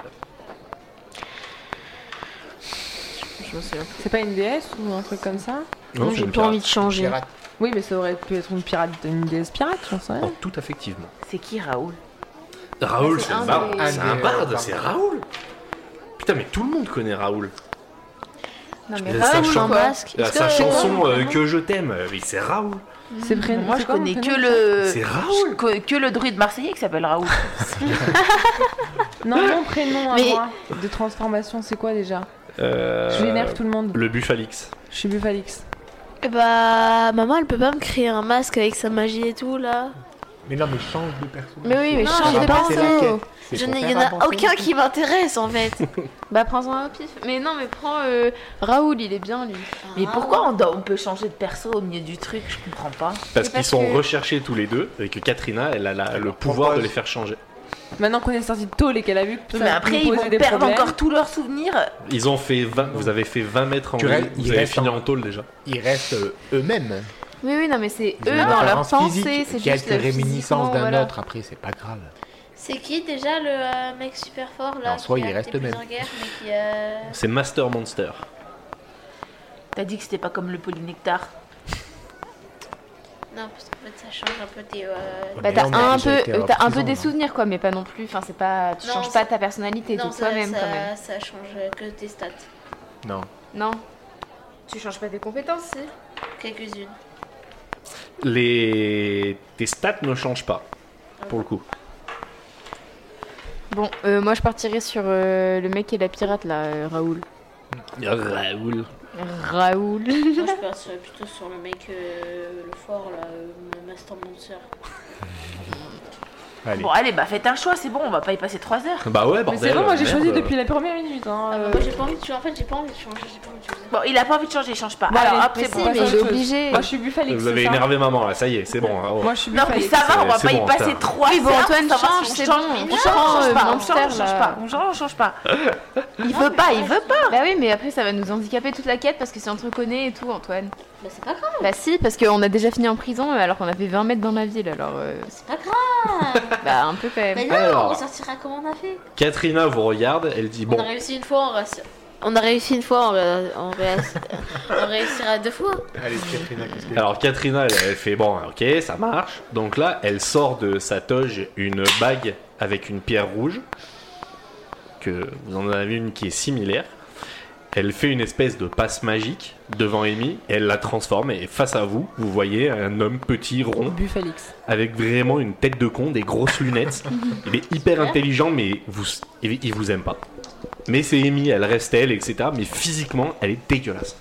Je me souviens. C'est pas une déesse ou un truc comme ça? Non, c'est J'ai une pas pirate. envie de changer. Pirate. Oui, mais ça aurait pu être une pirate, une déesse pirate, j'en sais rien. Oh, tout effectivement. C'est qui Raoul? Raoul, Bah, c'est c'est un un barde. des- C'est un un des- barde, euh, c'est Raoul. Putain, mais tout le monde connaît Raoul. Non Il mais a Raoul, sa Raoul chan- en masque. Il a Est-ce sa que- chanson euh, Vraiment Que je t'aime. Oui, c'est Raoul. C'est prénom. Moi, c'est je quoi, connais mon que prénom le. C'est Raoul. Que, que le druide marseillais qui s'appelle Raoul. Non, mon prénom à Mais- moi de transformation, c'est quoi déjà? Euh, Je l'énerve tout le monde. Le Bufalix. Je suis Bufalix. Bah, maman, elle peut pas me créer un masque avec sa magie et tout là. Mais non, mais change de personnage. Mais oui, mais Non, change j'ai de pas C'est la perso. quête. C'est Je pour n'ai- faire Il y en a avancer aucun le qui m'intéresse en fait. Bah prends-en un au pif. Mais non, mais prends euh, Raoul, il est bien lui. Mais pourquoi on, doit- on peut changer de perso au milieu du truc? Je comprends pas. Parce C'est qu'ils parce sont que- recherchés tous les deux et que Katrina, elle a la- le pouvoir de les faire changer. Maintenant qu'on est sorti de tôle et qu'elle a vu que ça Mais après, nous ils posait vont des perdre problèmes. encore tous leurs souvenirs. Ils ont fait vingt, vous avez fait vingt mètres en Tu ligne, restes- vous il avez reste fini en- en tôle déjà. Ils restent euh, eux-mêmes. Oui, oui, non, mais c'est Ils ont eux une dans leur apparence pensée, physique, c'est juste quelques euh, réminiscences physiquement, d'un voilà. autre. Après, c'est pas grave. C'est qui déjà le euh, mec super fort là? En soi, qui il a reste été le plus même. en guerre, mais qui a- C'est Master Monster. T'as dit que c'était pas comme le polynectar. Non, parce qu'en fait, ça change un peu tes. euh, Bah Mais t'as là, on a un déjà peu, été à la t'as un peu prison, des hein. souvenirs quoi, mais pas non plus. Enfin c'est pas, tu Non, changes ça- pas ta personnalité, Non, t'es ça, toi-même ça, quand même. ça change que tes stats. Non. Non. Tu changes pas tes compétences, si. Quelques-unes. Les... Tes stats ne changent pas, pour le coup. Bon, euh, moi je partirais sur euh, le mec qui est la pirate là, euh, Raoul. Raoul. Raoul. Moi, je partirais plutôt sur le mec, euh, le fort, là, euh, le Master Monster. Allez. Bon, allez, bah faites un choix, c'est bon, on va pas y passer trois heures. Bah ouais, Mais bordel. c'est bon, moi j'ai merde. choisi depuis la première minute. Hein, Ah, bah, euh. moi, j'ai pas envie de changer. En fait, j'ai pas envie de changer. J'ai pas envie de changer. Bon, il a pas envie de changer, il change pas. Bon, Alors allez, hop, mais c'est si, bon. mais passe à il est autre chose. obligé. Moi je suis Bufalix. Vous avez c'est ça énervé maman là, ça y est, c'est bon. hein, oh. Moi je suis Non, mais Bufalix. ça va, on va C'est pas bon, y passer ça. trois Oui, bon, heures Antoine, pour savoir change, si on c'est change. bon. Mais On non, change, on change pas, on Monster, change, on change là. pas, on change, on change pas. Il veut pas, il veut pas. Bah oui, mais après ça va nous handicaper toute la quête parce que c'est entre connaît et tout, Antoine. Bah, c'est pas grave. Bah si, parce qu'on a déjà fini en prison alors qu'on a fait vingt mètres dans la ville, alors euh, C'est pas grave. bah un peu quand même. Mais non, Alors. on ressortira comme on a fait. Katrina vous regarde, elle dit On bon, a réussi une fois, on réussi- On a réussi une fois, on, ré- on, ré- on réussira deux fois. Allez, Katrina, qu'est-ce que alors Katrina elle, elle fait bon, ok, ça marche. Donc là, elle sort de sa toge une bague avec une pierre rouge, que vous en avez une qui est similaire. Elle fait une espèce de passe magique devant Amy, et elle la transforme, et face à vous, vous voyez un homme petit, rond, Bufalix. avec vraiment une tête de con, des grosses lunettes. Il est hyper intelligent, mais vous, il, il vous aime pas. Mais c'est Amy, elle reste elle, et cetera. Mais physiquement, elle est dégueulasse.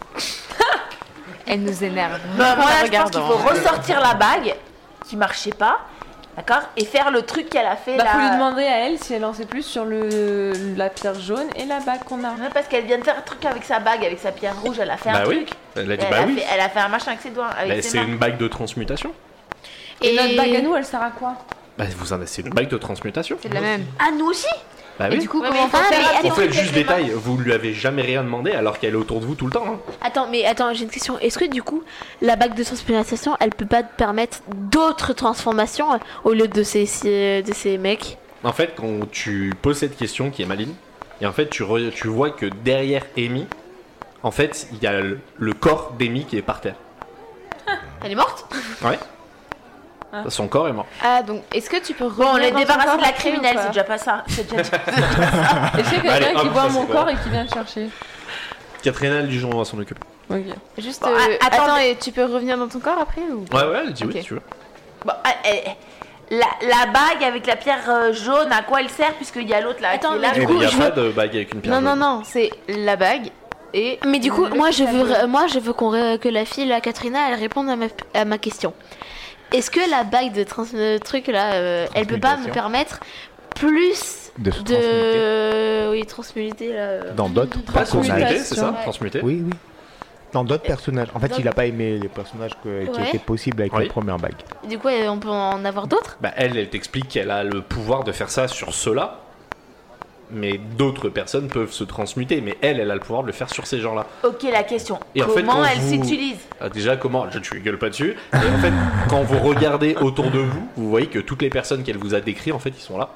Elle nous énerve. Bah, moi, là, je pense Regarde, qu'il hein. faut ressortir la bague qui marchait pas, d'accord, et faire le truc qu'elle a fait Bah là. faut lui demander à elle si elle en sait plus sur le la pierre jaune et la bague qu'on a. Ouais, parce qu'elle vient de faire un truc avec sa bague, avec sa pierre rouge, elle a fait un Bah oui, truc. elle a Et dit elle, bah a oui. fait, elle a fait un machin avec ses doigts, avec Bah, ses c'est mains. une bague de transmutation. Et notre bague à nous, elle sert à quoi? Bah vous en avez, c'est une bague de transmutation. C'est de la même. Ah, nous aussi. Bah Et oui. du coup, Ouais, comment mais on peut ah, faire mais Au attends, fait, mais juste quelle détail, vous lui avez jamais rien demandé alors qu'elle est autour de vous tout le temps. hein. Attends, mais attends, j'ai une question. Est-ce que du coup, la bague de transmutation, elle peut pas te permettre d'autres transformations euh, au lieu de ces, ces- de ces mecs? En fait, quand tu poses cette question qui est maligne, et en fait tu, re- tu vois que derrière Amy, en fait, il y a le, le corps d'Amy qui est par terre. Elle est morte? Ouais. Ah. Son corps est mort. Ah donc est-ce que tu peux Bon, on revenir est dans ton débarrassé corps de la après ou criminelle, pas c'est déjà pas ça. C'est déjà Et je sais qu'il y a Allez, quelqu'un qui hop, voit ça, mon c'est corps bon. et qui vient le chercher. Catherine, elle dit on va s'en occuper. Ok. Juste, Bon, euh, a- attends, attends, mais- et tu peux revenir dans ton corps après ou Ouais, ouais, elle dit oui Ok. si tu veux. Bon, ah, eh, la, la bague avec la pierre euh, jaune, à quoi elle sert puisqu'il y a l'autre là Attends, qui est là. mais Et du il coup, n'y a je pas veux- de bague avec une pierre. Non, non, jaune. non, c'est la bague et. Mais du coup, le moi je veux, tableau. moi je veux qu'on ré- que la fille, la Katrina, elle réponde à ma, à ma question. Est-ce que la bague de trans euh, truc là, euh, elle peut pas me Transmutation. permettre plus De se de, oui, transmuter là. euh. Dans d'autres Pas transmuter, personnages. c'est ça Ouais. Transmuter. Oui, oui. Dans d'autres personnages. En fait, Dans- il a pas aimé les personnages que- qui Ouais. étaient possibles avec Oui. la première bague. Du coup, euh, on peut en avoir d'autres? Bah, elle, elle t'explique qu'elle a le pouvoir de faire ça sur ceux-là. Mais d'autres personnes peuvent se transmuter. Mais elle, elle a le pouvoir de le faire sur ces gens-là. Ok, la question. Et en fait, Comment quand elle vous- s'utilise? Ah, déjà, comment je ne gueule pas dessus. Et en fait, quand vous regardez autour de vous, vous voyez que toutes les personnes qu'elle vous a décrites, en fait, ils sont là.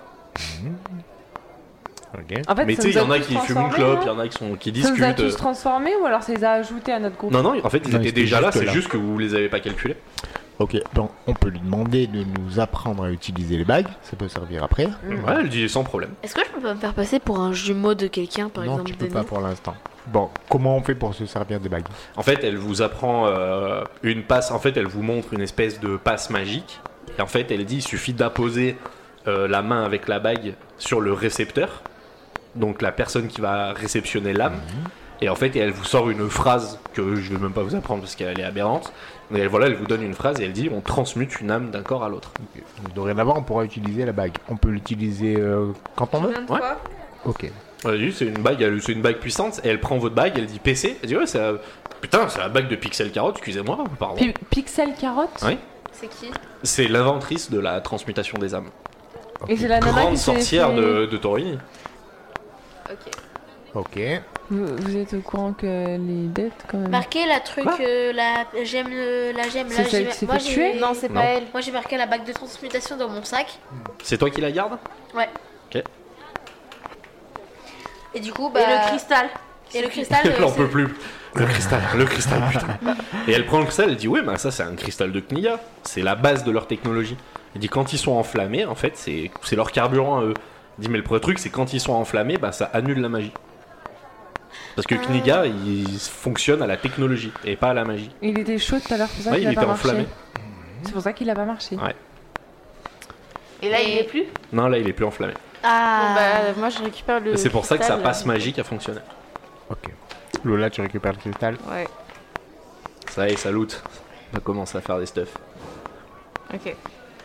Ok. En fait, Mais ça tu sais, il y nous en a tous qui fument une transformés, clope, il y non en a qui, sont, qui Ça nous a discutent. tous transformés ou alors ça les a ajoutés à notre groupe? Non, non, en fait, ils Non, étaient ils étaient déjà là, juste c'est là. juste que vous les avez pas calculés. Ok, donc on peut lui demander de nous apprendre à utiliser les bagues. Ça peut servir après. Ouais, elle dit sans problème. Est-ce que je peux pas me faire passer pour un jumeau de quelqu'un, par non, exemple tu peux Denis pas pour l'instant. Bon, comment on fait pour se servir des bagues? En fait, elle vous apprend euh, une passe. En fait, elle vous montre une espèce de passe magique. Et en fait, elle dit il suffit d'apposer euh, la main avec la bague sur le récepteur. Donc la personne qui va réceptionner l'âme. Et en fait, elle vous sort une phrase que je vais même pas vous apprendre parce qu'elle est aberrante. Et elle, voilà, elle vous donne une phrase et elle dit on transmute une âme d'un corps à l'autre. Donc, dorénavant, on pourra utiliser la bague. On peut l'utiliser euh, quand on veut. Combien de Ouais. fois Ok. Elle dit c'est une bague, elle- c'est une bague puissante. Et elle prend votre bague, elle dit P C. Elle dit ouais, c'est la... putain, c'est la bague de Pixel Carotte. Excusez-moi, pardon. Pi- Pixel carotte. Ouais. C'est qui C'est l'inventrice de la transmutation des âmes. Et c'est la nana Grande qui s'est sorcière fait- de, de Torini. Ok. Ok. Vous, vous êtes au courant que les dettes quand même. Marquez la truc, Quoi euh, la j'aime le- la gemme, C'est la celle gemme. qui s'est Moi fait j'ai tuer Non, c'est Non. pas elle. moi j'ai marqué la bague de transmutation dans mon sac. C'est toi qui la gardes Ouais. Ok. Et du coup, bah. Et le cristal? Et le cristal. Elle euh, en c'est- peut plus. Le cristal, le cristal, putain. Et elle prend le cristal, elle dit, ouais, bah ça c'est un cristal de Kniga, c'est la base de leur technologie. Elle dit, quand ils sont enflammés, en fait, c'est, c'est leur carburant à eux. Elle dit, mais le premier truc, c'est quand ils sont enflammés, bah ça annule la magie. Parce que Kniga, il fonctionne à la technologie et pas à la magie. Il était chaud tout à l'heure, c'est pour ça Ouais, qu'il il a était pas marché. enflammé. C'est pour ça qu'il a pas marché. Ouais. Et là, il Et- est plus. Non, là, il est plus enflammé. Ah. Bon, bah, moi je récupère le. Et c'est pour ça que sa cristal, passe là. magique a fonctionné. Ok. Lola, tu récupères le cristal. Ouais, Ça y est, ça loot. On va commencer à faire des stuff. ok.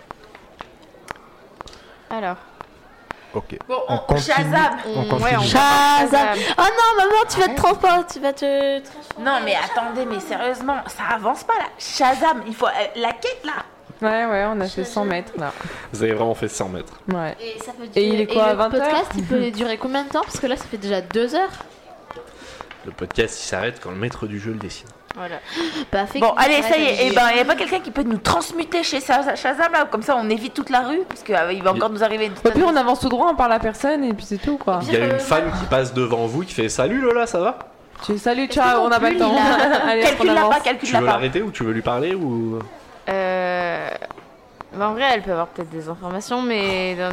Alors. Ok. Bon, On on, continue. Shazam. On continue. ouais, on Shazam. Shazam. Oh non, maman, tu vas te transformer, tu vas te transformer. Non, mais attendez, mais sérieusement, ça avance pas là. Shazam, il faut euh, la quête là. Ouais, ouais, on a fait cent mètres là. Vous avez vraiment fait cent mètres. Ouais. Et ça peut Et il est quoi, le vingt heures podcast, il peut durer combien de temps? Parce que là, ça fait déjà deux heures. Le podcast, il s'arrête quand le maître du jeu le décide. Voilà. Bah, fait Bon, que- allez, ça y est. j'ai- Et ben, y a pas quelqu'un qui peut nous transmuter chez Shaz- Shazam là, comme ça, on évite toute la rue, parce qu'il va encore nous arriver. Et puis on avance tout droit, on parle à personne et puis c'est tout quoi. Il y a une femme qui passe devant vous qui fait salut Lola, ça va? Tu dis salut, que ciao, ton on n'a pas le pull, temps. il a- Allez, hop, on Calcule-la avance. pas, Tu calcule-la veux pas. l'arrêter ou tu veux lui parler ou... Euh... bah, en vrai, elle peut avoir peut-être des informations, mais. dans-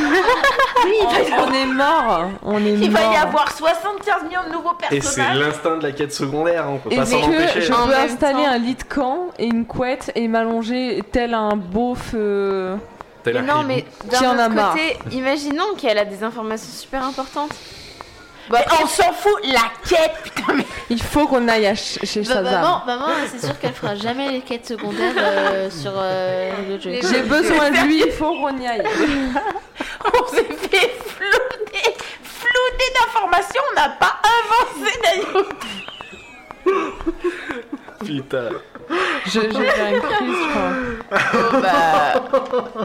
On est mort, on est Il mort. va y avoir soixante-quinze millions de nouveaux Et c'est personnages. l'instinct de la quête secondaire, hein, on peut pas Est-ce s'en que empêcher. je En peux même installer temps- un lit de camp et une couette et m'allonger tel un beauf euh, T'as Mais l'air non, hibou. mais Qui en d'un a autre marre. côté, imaginons qu'elle a des informations super importantes. Mais on s'en fout, la quête, putain, mais. Il faut qu'on aille à ch- chez Bah, Shazam. maman, maman, c'est sûr qu'elle fera jamais les quêtes secondaires euh, sur euh, le jeu. Les- J'ai besoin de lui, il faut qu'on y aille. On s'est fait flouter, flouter d'informations, on n'a pas avancé d'ailleurs. Putain. Je, je vais faire une crise, je crois. Oh, bah.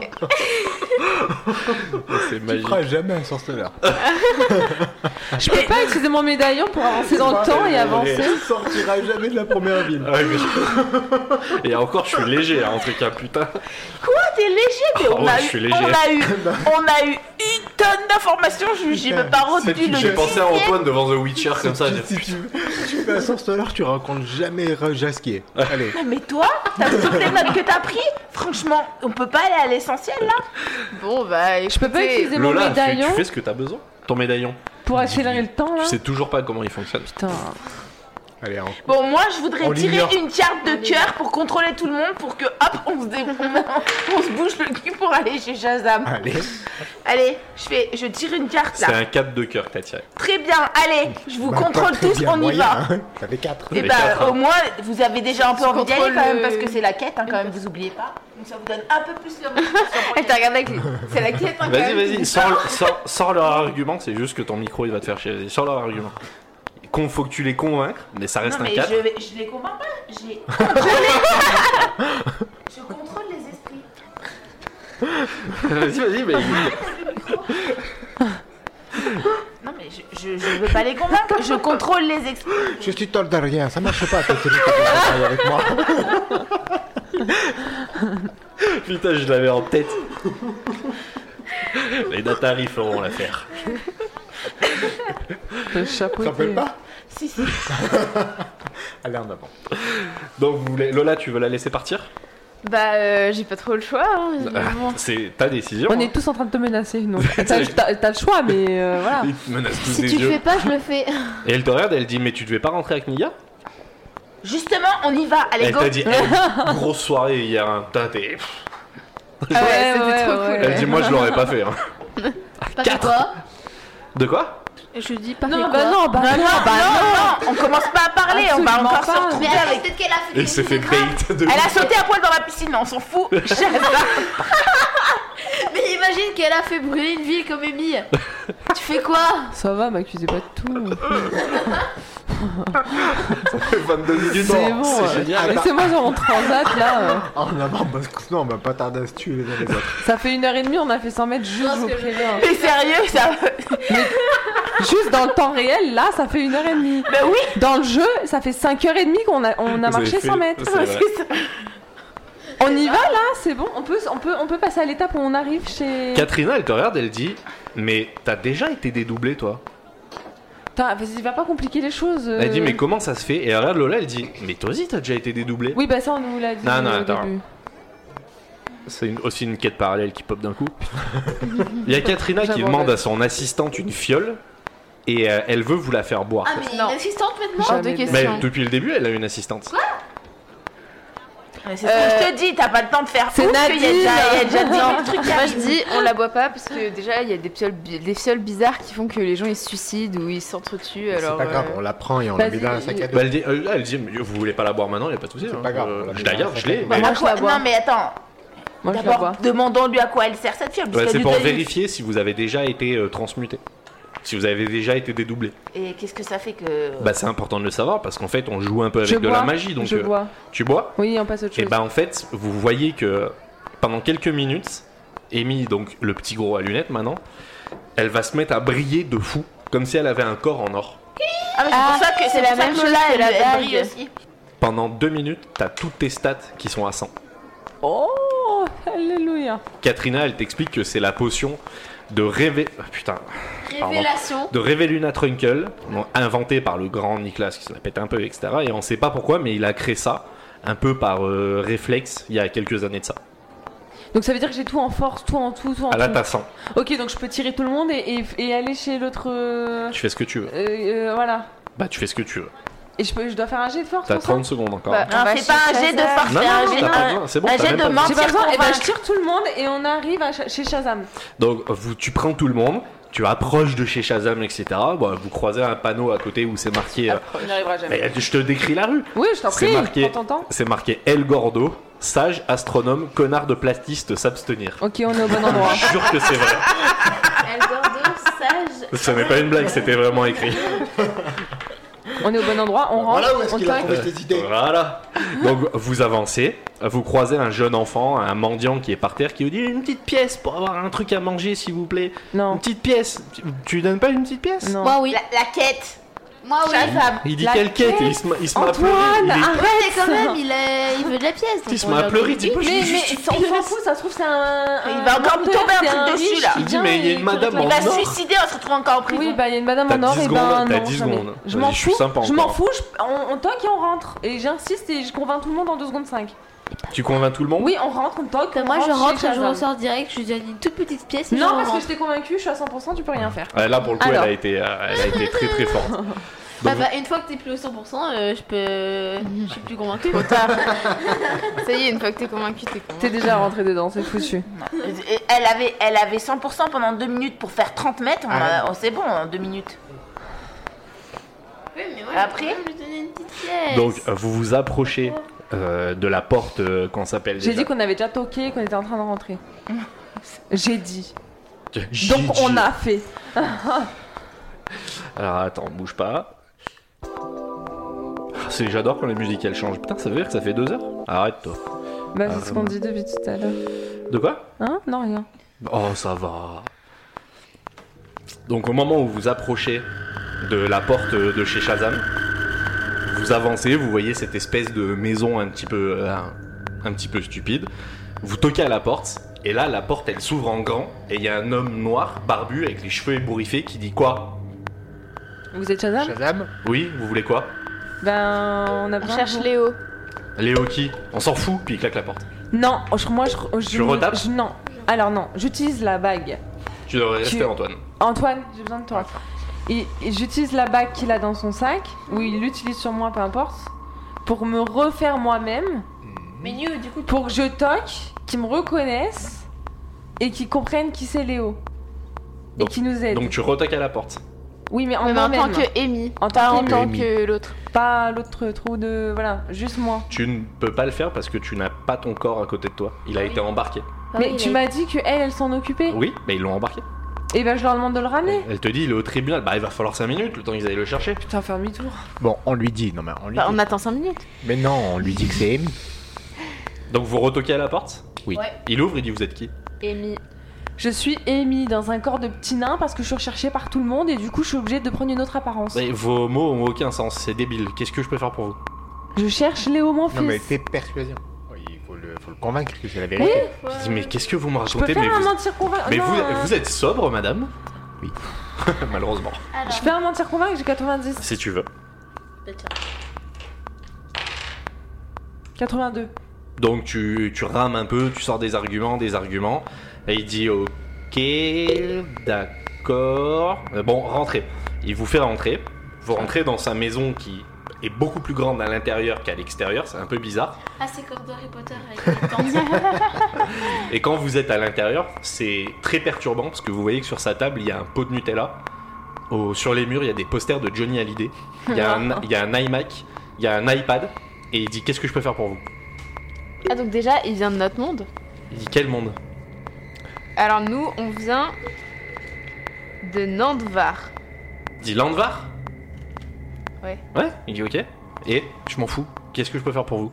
C'est Tu magique. feras jamais un sorceleur. Je peux pas utiliser mon médaillon pour avancer dans le temps et avancer. Tu sortiras jamais de la première ville. Ouais, mais- Et encore, je suis léger, hein, en tout cas, putain. Quoi, t'es léger, mais Oh, on, a je eu, suis léger. on a eu, on a eu une tonne d'informations. je- J'ai même pas retenu le. J'ai pensé à dixième. Antoine devant The Witcher comme ça. Si tu, si tu fais un sorceleur, tu rencontres jamais Jasquier. Allez. Non, mais toi, t'as toutes les notes que t'as pris. Franchement, on peut pas aller à l'essentiel là. Bon, bah, Je peux pas écoutez, utiliser mon Lola, tu, médaillon tu fais ce que t'as besoin. Ton médaillon. pour accélérer le temps là. Tu sais toujours pas comment il fonctionne. Putain. Allez, on... Bon, moi, je voudrais On tirer l'ignore. une carte de cœur pour contrôler tout le monde, pour que hop, on se, dé- on, on se bouge le cul pour aller chez Shazam. Allez. Allez, je fais, je tire une carte C'est là. un quatre de cœur que t'as tiré. Très bien, allez, je vous Bah, pas contrôle très tous, bien, on y moyen, va. hein. Ça fait quatre. Et Les bah, quatre, hein. au moins, vous avez déjà un peu Je envie d'y aller contrôle quand même, le- parce que c'est la quête, hein, quand même, vous oubliez pas. Donc ça vous donne un peu plus de motivation pour y Elle t'a aller. regardé avec les... C'est la quête, hein, quand Vas-y, même. vas-y, sors, sors, sors leur argument. C'est juste que ton micro il va te faire chier. Vas-y, sors leur argument. Con, faut que tu les convaincre, mais ça reste Non, un mais quatre. je, vais- je les convainc pas, j'ai contrôlé. Je contrôle les esprits. Vas-y, vas-y, mais. Non, mais je, je, je veux pas les convaincre, je contrôle les esprits. Je suis tort de rien, ça marche pas cette série de avec moi. Putain, je l'avais en tête. Les Natari feront l'affaire. Le Tu chapeau. te rappelles pas Si, si. Allez, en avant. Donc, vous voulez... Lola, tu veux la laisser partir? Bah, euh, j'ai pas trop le choix. hein, évidemment. C'est ta décision. On hein. est tous en train de te menacer. Donc t'as, t'as- t'as le choix, mais euh, voilà. Il te menace tous Si des tu le yeux. fais pas, je le fais. Et elle te regarde, elle dit, mais tu devais pas rentrer avec Mia? Justement, on y va, allez, Elle go. t'a dit, hey, grosse soirée hier, hein. Putain, t'es- Ah ouais, c'était trop cool. Elle dit, moi je l'aurais pas fait. Hein. Pas fait quoi? De quoi? Je dis pas Non, fait bah quoi? non, bah Non, non, non, bah non, non. non, on commence pas à parler, on va Absolument encore se pas. retrouver Mais avec. peut-être qu'elle a fait Elle s'est fait bait de Elle a sauté à poil dans la piscine, on s'en fout. Shazam. Mais imagine qu'elle a fait brûler une ville comme Amy. Tu fais quoi? Ça va, m'accusez pas de tout. vingt-deux minutes. C'est bon. C'est euh, génial. Laissez-moi sur mon transat là. euh. En avant, parce que sinon on va pas tarder à se tuer les uns les autres. Ça fait une heure et demie, on a fait cent mètres juste, je vous préviens. Mais sérieux, ça. Juste dans le temps réel, là, ça fait une heure et demie. Bah oui, Dans le jeu, ça fait cinq heures et demie qu'on a, on a Vous avez marché fait- cent mètres. C'est vrai. c'est ça. On y va là, c'est bon. On peut, on peut, on peut passer à l'étape où on arrive chez. Katrina, elle te regarde, elle dit, mais t'as déjà été dédoublé, toi? T'as- Vas-y, va pas compliquer les choses. euh. Elle dit mais comment ça se fait? Et regarde Lola, elle dit mais toi aussi t'as déjà été dédoublé. Oui, bah ça, on nous l'a dit Non, non, au attends. début. C'est une- aussi une quête parallèle qui pop d'un coup. Il y a Katrina qui J'abandonne. demande à son assistante une fiole et euh, elle veut vous la faire boire. Ah, mais il y a Non. une assistante maintenant? Genre de Jamais. Mais question. depuis le début, elle a une assistante. Mais c'est ce que je te dis, t'as pas le temps de faire C'est ouf, qu'il y a Nadine. déjà, il y a déjà dix mille trucs qui Moi je arrivent. dis on la boit pas parce que déjà il y a des fioles, bi- des fioles bizarres qui font que les gens ils se suicident ou ils s'entretuent. C'est Alors pas grave, euh, on la prend et on la met Vas-y, dans la sac à dos. Bah, elle, dit, euh, elle dit mais vous voulez pas la boire maintenant, y a pas de souci. C'est hein. pas grave, Euh, on la met D'ailleurs, dans la je l'ai. sac à mais- Moi, À je quoi- la bois. Non mais attends, Moi, je la d'abord bois. demandons-lui à quoi elle sert cette fiole. parce Ouais, qu'elle c'est lui pour donne une- vérifier si vous avez déjà été euh, transmuté. Si vous avez déjà été dédoublé. Et qu'est-ce que ça fait que... Bah c'est important de le savoir parce qu'en fait on joue un peu avec Je de bois. la magie. Donc Je euh, bois. tu bois. Oui, on passe à autre Et chose. bah en fait vous voyez que pendant quelques minutes, Amy, donc le petit gros à lunettes maintenant, elle va se mettre à briller de fou. Comme si elle avait un corps en or. Ah mais c'est Ah, pour ça que c'est c'est la pour ça même que chose là, que elle, la elle bague. brille aussi. Pendant deux minutes, t'as toutes tes stats qui sont à cent. Oh, alléluia. Katrina, elle t'explique que c'est la potion de révé... ah, putain. Pardon. Révélation. De Révéluna Trunkle, bon, inventée par le grand Nicolas qui se la pète un peu, et cetera. Et on sait pas pourquoi, mais il a créé ça un peu par euh, réflexe il y a quelques années de ça. Donc ça veut dire que j'ai tout en force, tout en tout, tout en Ah là, tout. t'as cent. Ok, donc je peux tirer tout le monde et, et, et aller chez l'autre. euh, Tu fais ce que tu veux. euh, euh, voilà. Bah, tu fais ce que tu veux. Et je, peux, je dois faire un jet de force T'as pour ça trente secondes encore. Bah, Non, on va c'est pas un chez jet de Shazam. force, non, c'est un non, jet t'as pas de... besoin. C'est bon, un t'as jet même de pas mentir. J'ai pas besoin, et ben convaincre. je tire tout le monde et on arrive à Cha- chez Shazam. Donc, vous, tu prends tout le monde, tu approches de chez Shazam, et cetera. Bon, vous croisez un panneau à côté où c'est marqué. euh, On n'y arrivera jamais. mais je te décris la rue. Oui, je t'en C'est prie, marqué. prends ton temps. C'est marqué El Gordo, sage, astronome, connard de plastiste, s'abstenir. Ok, on est au bon endroit. Je jure que c'est vrai. El Gordo, sage. Ce n'est pas une blague, c'était vraiment écrit. On est au bon endroit, on rentre, Voilà où est-ce on qu'il a toque. trouvé tes idées. Voilà. Donc vous avancez, vous croisez un jeune enfant, un mendiant qui est par terre, qui vous dit une petite pièce pour avoir un truc à manger, s'il vous plaît. Une Non, petite pièce. Tu, tu lui donnes pas une petite pièce? non. Moi, oui. La, la quête. Moi, oui. Shazam. Il dit La quelle quête et il se, il se met à pleurer. Il, est- Antoine, Ouais, mais quand même, il, est... il veut de la pièce. il donc se on met à leur pleurer. Il dit dit Mais, je veux mais juste on une s'en pièce. fout, ça se trouve c'est un. Il va encore me menteur, tomber un c'est truc riche dessus, là. qui Il dit, vient mais il y a et une qui madame réclame. Il va en se or. suicider, on se retrouve encore en prison. Oui, bah il y a une madame T'as en or, dix et ben secondes, t'as non, dix jamais. secondes. Je Vas-y, m'en je suis fous, sympa je m'en encore. fous, je- on, on toque et on rentre. Et j'insiste et je convainc tout le monde en deux secondes cinq. Tu convaincs tout le monde? Oui, on rentre, on toque. Bah, on moi, je chez rentre, je Shazam. ressors direct, je lui donne une toute petite pièce. et Non, je parce que rentre. je t'ai convaincu, je suis à cent pour cent, tu peux rien faire. Ouais, là pour le coup, Alors. elle a été, euh, elle a été très très forte. Bah, Donc, bah, une fois que t'es plus au cent pour cent, euh, je peux. Je suis plus convaincue. Trop tard. Ça y est, une fois que t'es convaincu, t'es T'es convaincu. déjà rentré dedans, c'est foutu. Et Elle avait, elle avait cent pour cent pendant deux minutes pour faire trente mètres. On Ah a- oh, c'est bon, en deux minutes. Oui, mais moi, Après je peux lui donner une petite pièce. donc euh, vous vous approchez euh, de la porte euh, qu'on s'appelle. J'ai déjà. dit qu'on avait déjà toqué et qu'on était en train de rentrer. J'ai dit. J'ai Donc dit. on a fait. Alors attends, bouge pas. Ah, c'est- J'adore quand les musiques elles changent. Putain, ça veut dire que ça fait deux heures? Arrête toi. Bah, Ah, c'est ce qu'on dit depuis tout à l'heure. De quoi? Hein? Non, rien. Oh, ça va. Donc au moment où vous approchez de la porte de chez Shazam, vous avancez, vous voyez cette espèce de maison un petit peu, euh, un, un petit peu stupide. Vous toquez à la porte, et là la porte elle s'ouvre en grand, et il y a un homme noir, barbu, avec les cheveux ébouriffés, qui dit quoi? Vous êtes Shazam? Shazam. Oui, vous voulez quoi? Ben, on a On besoin cherche de vous. Léo. Léo qui? On s'en fout, puis il claque la porte. Non, je- moi je. je Tu retapes je- Non. Alors non, j'utilise la bague. Tu devrais rester Tu- Antoine. Antoine, j'ai besoin de toi. Et, et j'utilise la bague qu'il a dans son sac, ou il l'utilise sur moi, peu importe, pour me refaire moi-même, Mais mieux, du coup, pour que je toque, qu'ils me reconnaissent et qu'ils comprennent qui c'est Léo. Et Donc- qu'ils nous aident. Donc tu retoques à la porte. Oui, mais en Mais en moi-même. tant que Amy, En pas tant en que tant Amy. que l'autre. Pas l'autre trou de. Voilà, juste moi. Tu ne peux pas le faire parce que tu n'as pas ton corps à côté de toi. Il a Ah été oui. embarqué. Ah mais oui, tu il m'as dit que elle, elle s'en occupait. Oui, mais ils l'ont embarqué. Et ben je leur demande de le ramener. Elle te dit, il est au tribunal. Bah, il va falloir cinq minutes, le temps qu'ils aillent le chercher. Putain, faire demi-tour. Bon, on lui dit. Non, mais on lui Bah, dit. on attend cinq minutes. Mais non, on lui dit que c'est Amy. Donc vous retoquez à la porte. Oui. Ouais. Il ouvre, il dit, vous êtes qui? Amy. Je suis Amy dans un corps de petit nain parce que je suis recherchée par tout le monde et du coup je suis obligée de prendre une autre apparence. Mais vos mots ont aucun sens, c'est débile. Qu'est-ce que je peux faire pour vous? Je cherche Léo, mon fils. Non, mais fais persuasion. Oui, il faut le, faut le convaincre que c'est la vérité. Je dis, mais qu'est-ce que vous me Je peux racontez? faire Mais, un vous... mentir convaincre. mais non, vous, euh, vous êtes sobre, madame? Oui. Malheureusement. Alors, Je fais un mentir convaincre, j'ai quatre-vingt-dix. Si tu veux. bah, tiens. quatre-vingt-deux. Donc tu, tu rames un peu, tu sors des arguments, des arguments. Et il dit ok, d'accord. Euh, Bon, rentrez. Il vous fait rentrer. Vous rentrez dans sa maison qui est beaucoup plus grande à l'intérieur qu'à l'extérieur. C'est un peu bizarre. Ah, c'est comme dans Harry Potter avec les tentes. Et quand vous êtes à l'intérieur, c'est très perturbant parce que vous voyez que sur sa table, il y a un pot de Nutella. Au- sur les murs, il y a des posters de Johnny Hallyday. Il y a un, il y a un iMac, il y a un iPad. Et il dit qu'est-ce que je peux faire pour vous? Ah, donc déjà, il vient de notre monde. Il dit quel monde? Alors nous, on vient de Nandvar. Il dit Landvar? Ouais. Ouais, il dit ok. Et je m'en fous. Qu'est-ce que je peux faire pour vous?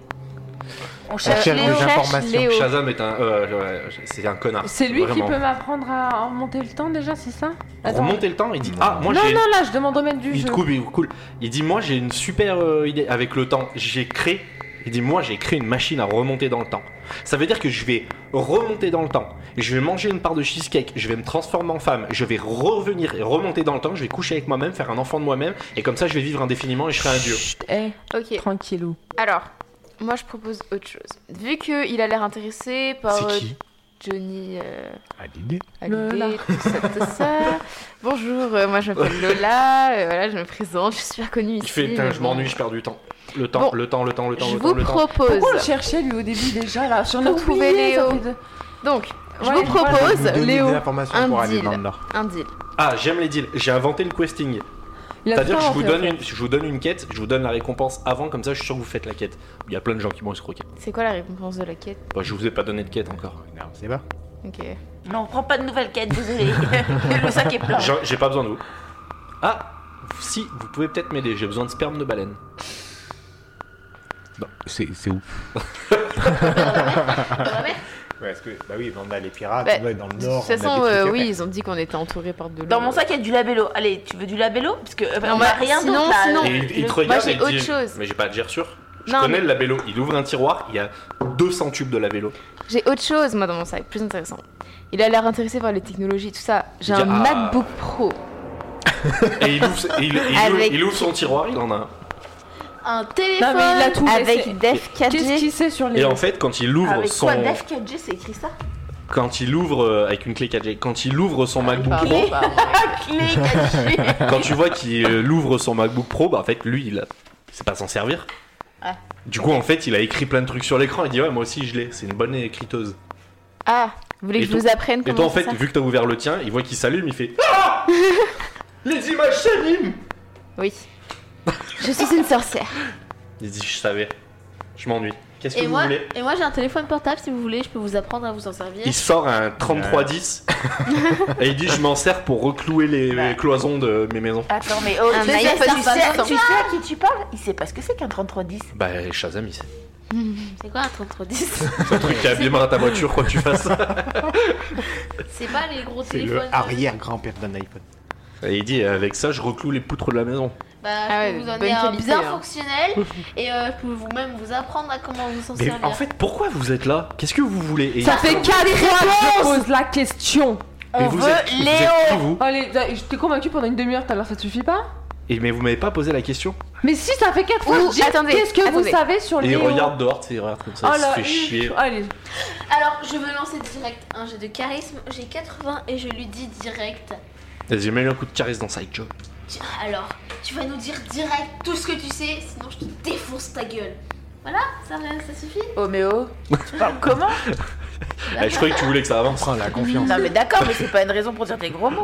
On cherche cherche Léo. des informations. Léo. Shazam est un, euh, ouais, c'est un connard. C'est lui qui Vraiment. peut m'apprendre à remonter le temps déjà, c'est ça? Pour remonter le temps, il dit ah moi non, j'ai. non, là, je demande au maître du Il jeu. te coupe, il te coupe. Il dit moi j'ai une super euh, idée avec le temps. J'ai créé. Il dit moi j'ai créé une machine à remonter dans le temps. Ça veut dire que je vais remonter dans le temps. Je vais manger une part de cheesecake. Je vais me transformer en femme. Je vais revenir et remonter dans le temps. Je vais coucher avec moi-même, faire un enfant de moi-même. Et comme ça je vais vivre indéfiniment et je serai un dieu. Chut, hé, Ok. tranquillou. Alors, moi je propose autre chose. Vu qu'il a l'air intéressé par C'est euh, qui? Johnny euh, Hallyday. Hallyday, Lola. tout ça, tout ça. Bonjour, euh, moi je m'appelle Lola. euh, voilà, je me présente. Je suis super connue ici. Il fait putain mais je bon. m'ennuie, je perds du temps. Le temps, Bon. le temps, le temps, le temps, Je le temps, vous le temps. propose. Pourquoi on le cherchait lui au début déjà là sur Pour notre trouver oublié, ça Léo. fait de- Donc, je Ouais, vous propose, Nous donner Léo, des informations un pour aller deal. dans le nord. un deal. Ah j'aime les deals. J'ai inventé le questing. Il a C'est-à-dire tout que je vous, inventé, donne en une, je vous donne une quête, je vous donne la récompense avant, comme ça je suis sûr que vous faites la quête. Il y a plein de gens qui vont escroquer. C'est quoi la récompense de la quête? Bah, je vous ai pas donné de quête encore. Non, c'est pas. Ok. Non, on prend pas de nouvelles quêtes, désolé. Le sac est plein. J'ai j'ai pas besoin de vous. Ah, si, vous pouvez peut-être m'aider, j'ai besoin de sperme de baleine. Non, c'est c'est où? Ouais, est-ce que. Bah oui, on a les pirates, Bah, on doit être dans le De nord. toute façon, on a des euh, trucs à oui, faire. ils ont dit qu'on était entouré par de l'eau. Dans mon sac, il y a du labello. Allez, tu veux du labello? Parce que euh, Non, on bah, a rien sinon, d'autre là. sinon. Et il, il te Moi, regarde j'ai et il autre dit, chose. mais j'ai pas à dire sûr. Je Non, connais mais- le labello, il ouvre un tiroir, il y a deux cents tubes de labello. J'ai autre chose, moi, dans mon sac, plus intéressant. Il a l'air intéressé par les technologies, tout ça. J'ai Il dit, un ah. MacBook Pro. Et il ouvre, il, il ouvre, Avec- il ouvre son tiroir, il en a un. Un téléphone. Non mais il a tout laissé. Avec Def quatre Qu'est-ce G. qu'il sait sur les Et en fait, quand il ouvre Avec son. quoi? Def quatre G, c'est écrit ça? Quand il ouvre euh, avec une clé quatre G, quand il ouvre son MacBook Pardon, Pro, pardon. Clé quatre G. quand tu vois qu'il euh, ouvre son MacBook Pro, bah en fait, lui, il a... c'est pas s'en servir. Ah. Du coup, en fait, il a écrit plein de trucs sur l'écran. Il dit ouais, moi aussi je l'ai. C'est une bonne écriteuse. Ah, vous voulez Et que je toi- vous apprenne Et comment toi, en c'est fait, ça? vu que t'as ouvert le tien, il voit qu'il s'allume, il fait ah les images s'animent. Oui. Je suis une sorcière. Il dit je savais. Je m'ennuie. Qu'est-ce que Et vous moi, voulez? et moi j'ai un téléphone portable si vous voulez, je peux vous apprendre à vous en servir. Il sort un trente-trois dix et il dit je m'en sers pour reclouer les, les cloisons de mes maisons. Attends, mais oh, Un tu, sais, iPhone tu, sais, cinq cents. tu sais à qui tu parles? Il sait pas ce que c'est qu'un trente-trois dix. Bah Shazam il sait. C'est quoi un trente-trois dix? C'est un truc qui abîmera ta voiture quoi que tu fasses. C'est pas les gros C'est téléphones. le arrière-grand-père d'un iPhone. Et il dit avec ça je recloue les poutres de la maison. Bah, Ah je ouais, peux vous donner bonne un qualité, bien hein. fonctionnel et euh, je peux vous-même vous apprendre à comment vous en Mais servir. en fait pourquoi vous êtes là? Qu'est-ce que vous voulez? Et Ça il- fait quatre fois que je pose la question. Mais On vous veut êtes qui, vous Léo. êtes qui, vous Allez, je t'ai convaincu pendant une demi-heure tout à l'heure, ça te suffit pas? Et mais vous m'avez pas posé la question. Mais si, ça fait quatre fois. Ouh, je dis, attendez, qu'est-ce que attendez. vous savez sur Et il Léo? regarde dehors, tu sais, il regarde comme ça, Oh il se là, fait chier. allez. Alors, je veux lancer direct un jet de charisme. J'ai quatre-vingts et je lui dis direct. Vas-y, mets-lui un coup de caresse dans Side Joe. Tiens, alors, tu vas nous dire direct tout ce que tu sais, sinon je te défonce ta gueule. Voilà, ça, ça suffit. Oh, mais oh, tu parles comment? Eh, je croyais que tu voulais que ça avance. Prends la confiance. Non, mais d'accord, mais c'est pas une raison pour dire des gros mots.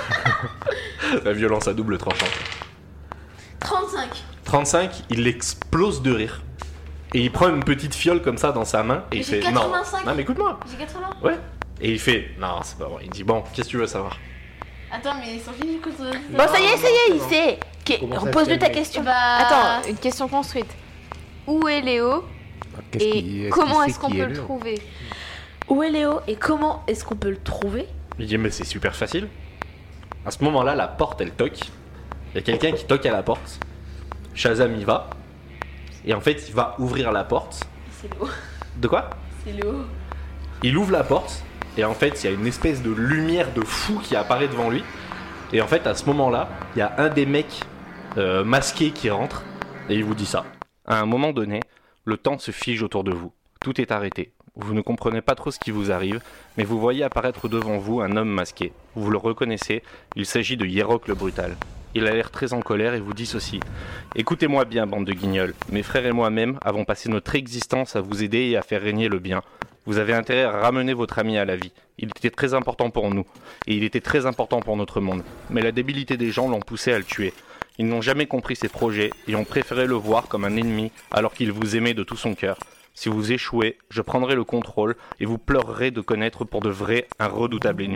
La violence à double tranchant. trente-cinq. trente-cinq, il explose de rire. Et il prend une petite fiole comme ça dans sa main et il J'ai fait non. quatre-vingt-cinq. Non mais écoute-moi. J'ai quatre-vingts. Ouais. Et il fait non, c'est pas vrai. Il dit bon, qu'est-ce que tu veux savoir? Attends, mais Sophie, écoute. euh, Bon, ça y est, ça y est, il sait. Ok, Comment ça repose-lui se ta calme, question. Bah. Attends, une question construite. Où est Léo Qu'est-ce et qu'il- est-ce comment qu'il est-ce sait qu'on qui peut est le Léo trouver? Où est Léo et comment est-ce qu'on peut le trouver? Il dit mais c'est super facile. À ce moment-là, la porte elle toque. Il y a quelqu'un qui toque à la porte. Shazam y va. Et en fait, il va ouvrir la porte. C'est Léo. De quoi? C'est Léo. Il ouvre la porte Et en fait, il y a une espèce de lumière de fou qui apparaît devant lui. Et en fait, à ce moment-là, il y a un des mecs euh, masqués qui rentre et il vous dit ça. À un moment donné, le temps se fige autour de vous. Tout est arrêté. Vous ne comprenez pas trop ce qui vous arrive, mais vous voyez apparaître devant vous un homme masqué. Vous le reconnaissez, il s'agit de Yerok le Brutal. Il a l'air très en colère et vous dit ceci. « Écoutez-moi bien, bande de guignols. Mes frères et moi-même avons passé notre existence à vous aider et à faire régner le bien. Vous avez intérêt à ramener votre ami à la vie. Il était très important pour nous, et il était très important pour notre monde. Mais la débilité des gens l'ont poussé à le tuer. Ils n'ont jamais compris ses projets et ont préféré le voir comme un ennemi alors qu'il vous aimait de tout son cœur. Si vous échouez, je prendrai le contrôle et vous pleurerez de connaître pour de vrai un redoutable ennemi. »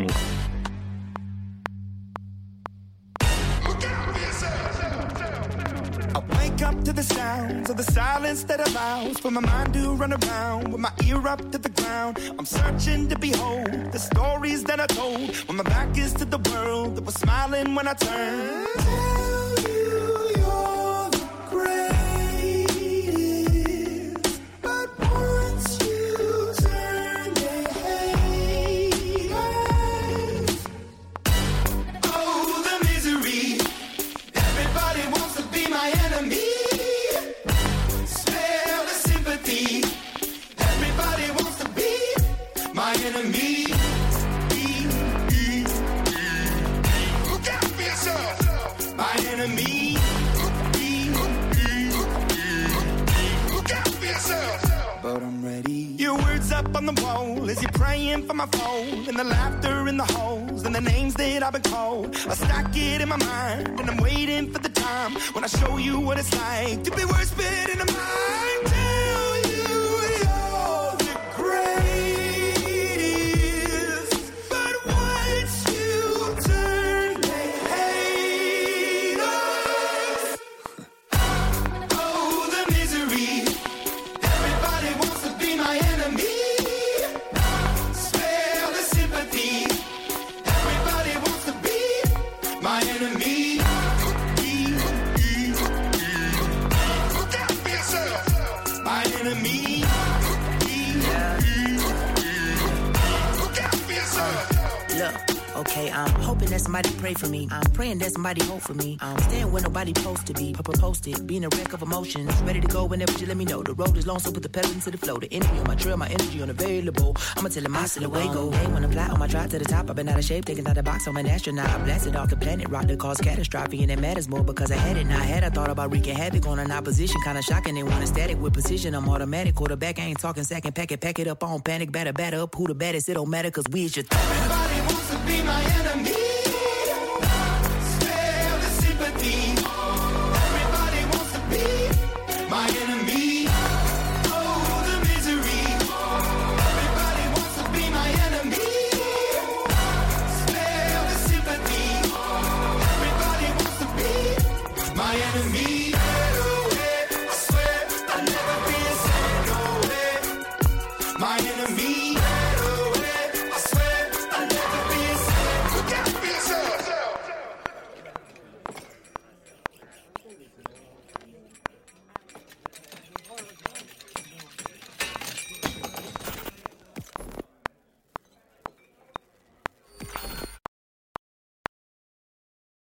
Up to the sounds of the silence that allows for my mind to run around with my ear up to the ground. I'm searching to behold the stories that I told when my back is to the world that was smiling when I turned. Tell you you're the greatest, but once you turn they hate us. Oh, the misery. Everybody wants to be my enemy. My enemy. Look out for yourself. My enemy. Look out for yourself. But I'm ready. Your words up on the wall as you're praying for my phone, and the laughter in the halls and the names that I've been called. I stack it in my mind and I'm waiting for the time when I show you what it's like to be worse fit in a mind. Tell you you're the great. Okay, I'm hoping that somebody pray for me. I'm praying that somebody hope for me. I'm staying where nobody supposed to be. Purple posted, being a wreck of emotions. Ready to go whenever you let me know. The road is long, so put the pedal into the flow. The energy on my trail, my energy unavailable. I'ma tell him my silhouette go. Hey, when I fly on my drive to the top, I've been out of shape, taking out the box. I'm an astronaut. I blasted off the planet, rock that caused catastrophe, and it matters more because I had it. Now I had I thought about wreaking havoc on an opposition, kinda shocking. They want a static with precision. I'm automatic, quarterback. I ain't talking second pack it, pack it up on panic, batter, batter up. Who the baddest? It don't matter, cause we is your th- Everybody wants to be my enemy. Everybody wants to be my enemy. Oh, the misery. Everybody wants to be my enemy. Spare the sympathy. Everybody wants to be my enemy.